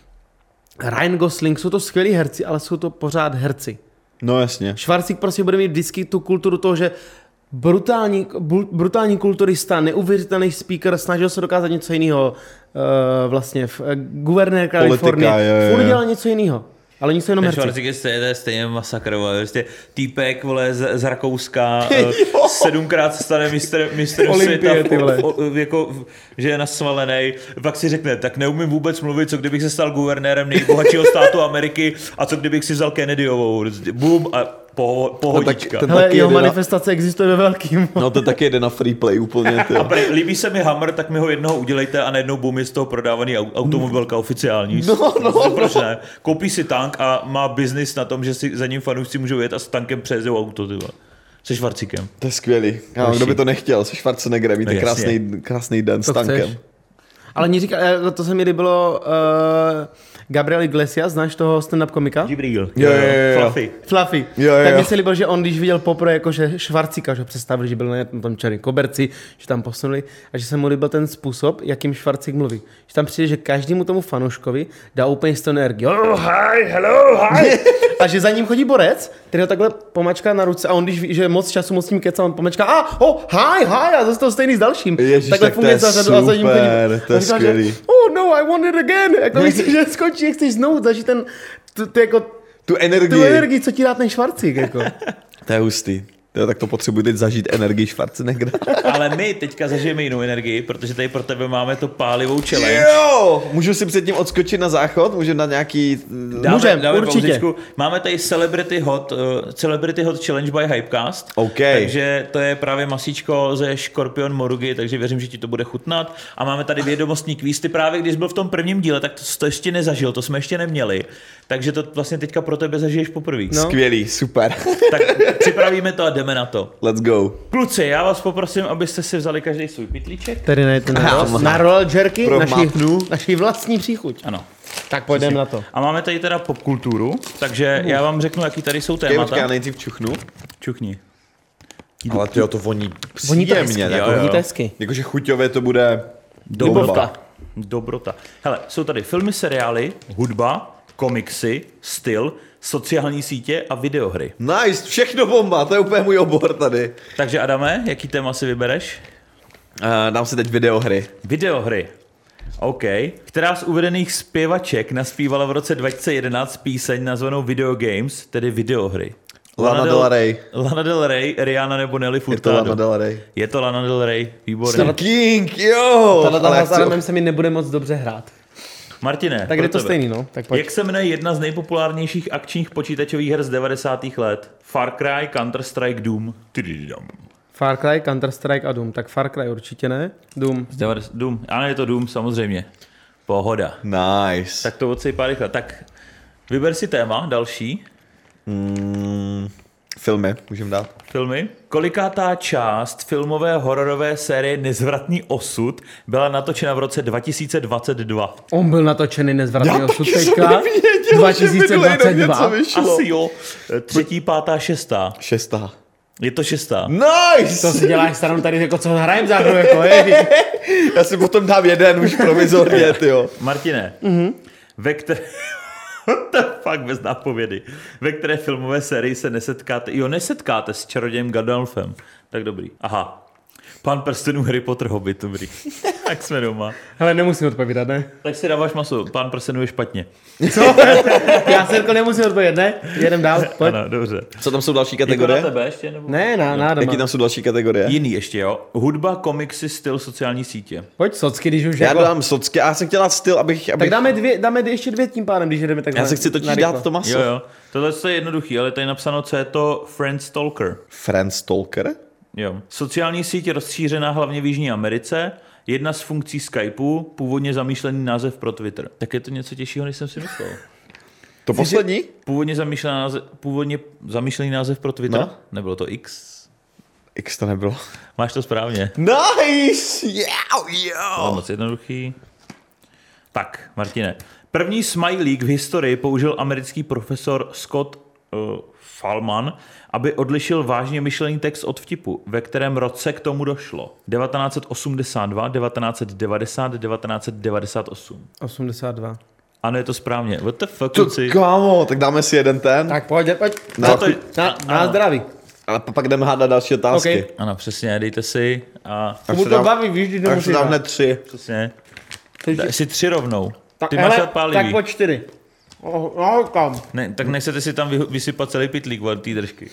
Ryan Gosling, jsou to skvělí herci, ale jsou to pořád herci. No jasně. Švarcík prostě bude mít vždycky tu kulturu toho, že brutální, brutální kulturista, neuvěřitelný speaker, snažil se dokázat něco jiného. Uh, vlastně v, uh, guvernér Kalifornie. Furt dělal něco jiného. Ale nic jenom herci. Švarcík je stejně, stejně masakr, vole. Prostě týpek, vole, z, z Rakouska, sedmkrát se stane mistr, mistrem světa, v, o, jako, že je nasvalený. Pak si řekne, tak neumím vůbec mluvit, co kdybych se stal guvernérem nejbohatšího státu Ameriky a co kdybych si vzal Kennedyovou. Bum a po, pohodička. No, hele, jeho manifestace na... existuje ve velkým. No to taky jde na free play úplně. A pre, líbí se mi Hammer, tak mi ho jednoho udělejte a najednou bum je z toho prodávaný automobilka oficiální. No, no, Proč no. ne? Koupí si tank a má biznis na tom, že si za ním fanoušci můžou jet a s tankem přejezdou auto. Tyhle. Se Švarcíkem. To je skvělý. Já, kdo by to nechtěl, se Schwarzeneggerem, mít no, krásný, krásný den s tankem. Chceš? Ale mě říká, to se mi líbilo, uh, Gabriel Iglesias, znáš toho stand-up komika? Jibril. Jo, jo, jo. Fluffy. Fluffy. Jo, jo, jo. Tak mi se líbilo, že on, když viděl poprvé jakože Švarcíka, že představili, že byl na tom černém koberci, že tam posunuli a že se mu líbil ten způsob, jakým Švarcík mluví. Že tam přijde, že každému tomu fanouškovi dá úplně stejnou energii. Oh, hi, hello, hi. A že za ním chodí borec, který ho takhle pomačká na ruce a on, když ví, že moc času moc s tím kecá, on pomačká, a ah, oh, hi, hi, a zase to stejný s dalším. Ježiš, takhle tak to je super, a za ním chodí. to je skvělý. Že, oh no, I want it again. Jako myslíš, že skončí, jak chceš znovu zažít ten, tu, tu, jako, tu energii. Tu energii, co ti dá ten Švarcík. Jako. To je hustý. Jo, tak to potřebuji teď zažít energii Schwarzeneggera. Ale my teďka zažijeme jinou energii, protože tady pro tebe máme to pálivou challenge. Jo! Můžu si předtím odskočit na záchod? Můžu na nějaký... Dáme, Můžem, dáme určitě. Pauzičku. Máme tady Celebrity Hot, uh, Celebrity Hot Challenge by Hypecast. OK. Takže to je právě masíčko ze Škorpion Morugy, takže věřím, že ti to bude chutnat. A máme tady vědomostní kvíz. Ty právě, když byl v tom prvním díle, tak to, to ještě nezažil, to jsme ještě neměli. Takže to vlastně teďka pro tebe zažiješ poprvé. No. Skvělý, super. Tak připravíme to a jdeme na to. Let's go. Kluci, já vás poprosím, abyste si vzali každý svůj pytlíček. Tady na, na, na royal jerky, naši, mapnu. naši vlastní příchuť. Ano. Tak pojďme na to. A máme tady teda popkulturu, takže já vám řeknu, jaký tady jsou témata. Počkej, já nejdřív čuchnu. Čuchni. Ale tyjo, to voní Voní to příjemně. hezky, Jako, voní to hezky. Jakože chuťově to bude Dobrota. Dobrota. Hele, jsou tady filmy, seriály, hudba, komiksy, styl, sociální sítě a videohry. Nice, všechno bomba, to je úplně můj obor tady. Takže Adame, jaký téma si vybereš? Uh, dám si teď videohry. Videohry. OK. Která z uvedených zpěvaček naspívala v roce dva tisíce jedenáct píseň nazvanou Video Games, tedy videohry? Lana, Lana Del Rey. Lana Del Rey, Rihanna nebo Nelly Furtado? Je to Lana Del Rey. Je to Lana Del Rey, výborně. King, jo! Tahle s Adamem se mi nebude moc dobře hrát. Martine, tak je to tebe. Stejný, no. Tak pojď. Jak se jmenuje jedna z nejpopulárnějších akčních počítačových her z devadesátých let? Far Cry, Counter-Strike, Doom. Far Cry, Counter-Strike a Doom. Tak Far Cry určitě ne. Doom. Z devadesát Doom. Ano, je to Doom, samozřejmě. Pohoda. Nice. Tak to odsejpá rychle. Tak vyber si téma, další. Mm, filmy, můžeme dát. Filmy. Kolikátá část filmové hororové série Nezvratný osud byla natočena v roce dva tisíce dvacet dva? On byl natočený Nezvratný Já osud teďka. dva tisíce dvacet dva. Asi jo. Třetí, pátá, šestá. Šestá. Je to šestá. Nice! To si děláš starom tady, jako co hrajem za hru, jako hej. Já si potom dám jeden už provizorně, tyjo. Martine, mm-hmm. ve které... to je fakt bez nápovědy. Ve které filmové sérii se nesetkáte, jo, nesetkáte s čarodějem Gandalfem. Tak dobrý. Aha. Pán prstenů, Harry Potter, Hobbit, dobrý. Tak jsme doma. Hele, nemusím odpovídat, ne? Tak si dáváš maso, Pán prstenů je špatně. Co? Já se jako nemusím odpovědět, ne? Jedem dál, pojď. Ano, dobře. Co tam jsou další kategorie? Jako na tebe ještě? Nebo... Ne, na, na, Jaký tam jsou další kategorie? Jiný ještě, jo. Hudba, komiksy, styl, sociální sítě. Pojď socky, když už Já jako... dám socky, a já jsem chtěl dát styl, abych... abych... Tak dáme, dvě, dáme ještě dvě tím pádem, když jdeme tak. Já se chci totiž dát to maso. Jo, jo. Tohle je jednoduchý, ale tady je napsáno, co je to Friend Stalker. Friend Stalker? Jo. Sociální síť je rozšířená hlavně v Jižní Americe. Jedna z funkcí Skypeu, původně zamýšlený název pro Twitter. Tak je to něco těžšího, než jsem si myslel. To Jsi poslední? Původně zamýšlený název, původně zamýšlený název pro Twitter. No? Nebylo to X? X to nebylo. Máš to správně. Nice! Yeah, yeah. Moc jednoduchý. Tak, Martine. První smajlík v historii použil americký profesor Scott uh, Falman, aby odlišil vážně myšlený text od vtipu, ve kterém roce k tomu došlo. devatenáct osmdesát dva, devatenáct devadesát, devatenáct devadesát osm. osmdesát dva. Ano, je to správně. What the fuck, To kluci? kámo, tak dáme si jeden ten. Tak pojď, pojď. No, Na, to- na, na zdraví. Ale pak jdeme hádat další otázky. Okay. Ano, přesně, dejte si a Tak Komu se to dám- baví, víš, když Tak nemusí si dám hned tři. přesně. Ty- Daj si tři rovnou. Tak, Ty máš hele, rád pálivý. tak po čtyři. Oh, no, kam? Ne, tak nechcete si tam vy- vysypat celý pytlík od té držky.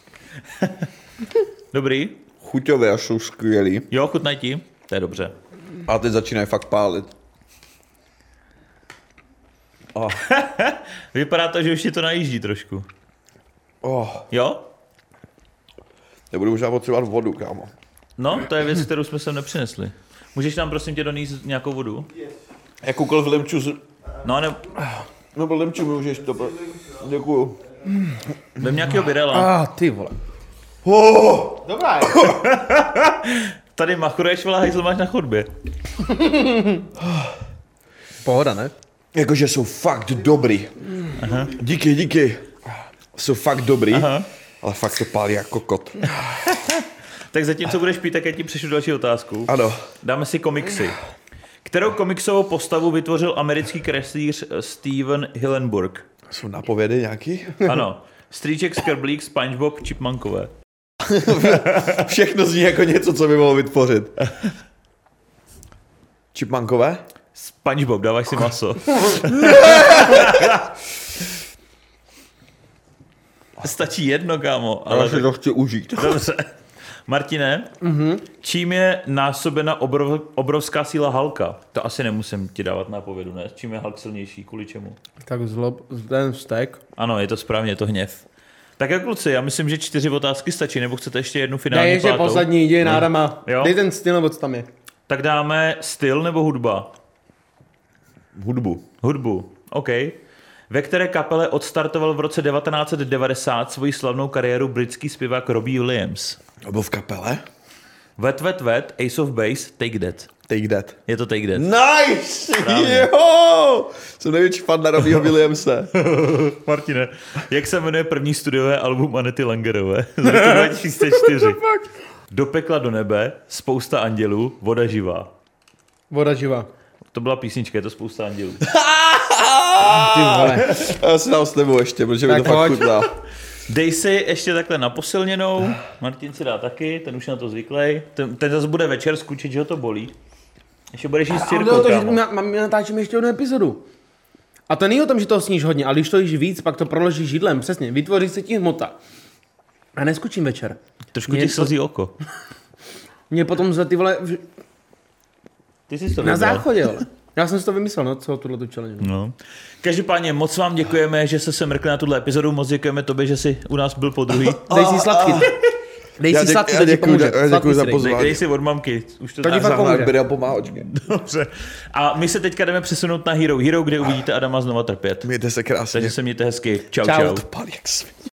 Dobrý? Chuťové až jsou skvělý. Jo, chutnají ti? To je dobře. A teď začínají fakt pálit. Oh. Vypadá to, že už ti to najíždí trošku. Oh. Jo? Nebudu možná potřebovat vodu, kámo. No, to je věc, kterou jsme sem nepřinesli. Můžeš nám prosím tě donést nějakou vodu? Jakoukoliv limču z... No, ne, No, limču mi můžeš to... Děkuju. vem nějakého birela. Ah, ty vole. Oh. Dobrá je. Tady machruješ, vole, hajzl máš na chodbě. Pohoda, ne? Jakože jsou fakt dobrý. Aha. Díky, díky. Jsou fakt dobrý, Aha. ale fakt to pálí jako kot. Tak zatím, co budeš pít, tak já ti přešlu další otázku. Ano. Dáme si komiksy. Kterou komiksovou postavu vytvořil americký kreslíř Steven Hillenburg? Jsou napovědy nějaký? Ano. Strýček, Skrblík, SpongeBob, Chipmunkové. Všechno zní jako něco, co by mohlo vytvořit. Chipmunkové? SpongeBob, dávaj si maso. Stačí jedno, kámo. Ale Ale si to chci užít. dobře. Martine, mm-hmm. čím je násobena obrov, obrovská síla Hulka? To asi nemusím ti dávat nápovědu, ne? Čím je Hulk silnější? Kvůli čemu? Tak zlob, ten vztek. Ano, je to správně, je to hněv. Tak jak kluci, já myslím, že čtyři otázky stačí, nebo chcete ještě jednu finální Ne, ještě pátou? poslední, jdi na Adama. Jo? Dej ten styl, nebo co tam je. Tak dáme styl nebo hudba? Hudbu. Hudbu, OK. Ve které kapele odstartoval v roce devatenáct devadesát svoji slavnou kariéru britský zpěvák Robbie Williams? Byl v kapele? Wet, Wet, Wet, Ace of Base, Take That. Take That. Je to Take That. Nice! Správně. Jo! Jsem největší fan na Robbieho Williamse. Martine, jak se jmenuje první studiové album Anety Langerové z roku dva tisíce čtyři? Do pekla do nebe, Spousta andělů, Voda živá. Voda živá. To byla písnička, je to Spousta andělů. Ty vole. Já si dám s tebou ještě, protože mi Tak to fakt pojď. chutná. Dej si ještě takhle na posilněnou. Martin si dá taky, ten už je na to zvyklý. Ten, ten zase bude večer skučit, že ho to bolí. Ještě budeš jíst s Ale jde Cirkou, o to, že kámo. my, my natáčíme ještě jednu epizodu. A to není o tom, že toho sníš hodně, ale když to jíš víc, pak to proložíš židlem, přesně. Vytvoří se ti hmota. A neskučím večer. Trošku Mě ti to- slzí oko. Mě potom za ty vole v- Ty jsi to na vybral. záchodě, ale. Já jsem si to vymyslel, no, co tuhle tu challenge. No. Každopádně moc vám děkujeme, že jste se mrkli na tuhle epizodu, moc děkujeme tobě, že jsi u nás byl po druhý. Dej si sladký. Dej Já si děk- sladký, já to ti děkuju pomůže. za- já Sladký děkuju za si dej. pozvání. Dej, dej si od mamky. Už to, To ti tak fakt za- pomůže. Bere pomáhočky. Dobře. A my se teďka jdeme přesunout na Hero Hero, kde uvidíte Adama znova trpět. Mějte se krásně. Takže se mějte hezky. Čau, Čau. čau. Pálí jak svině.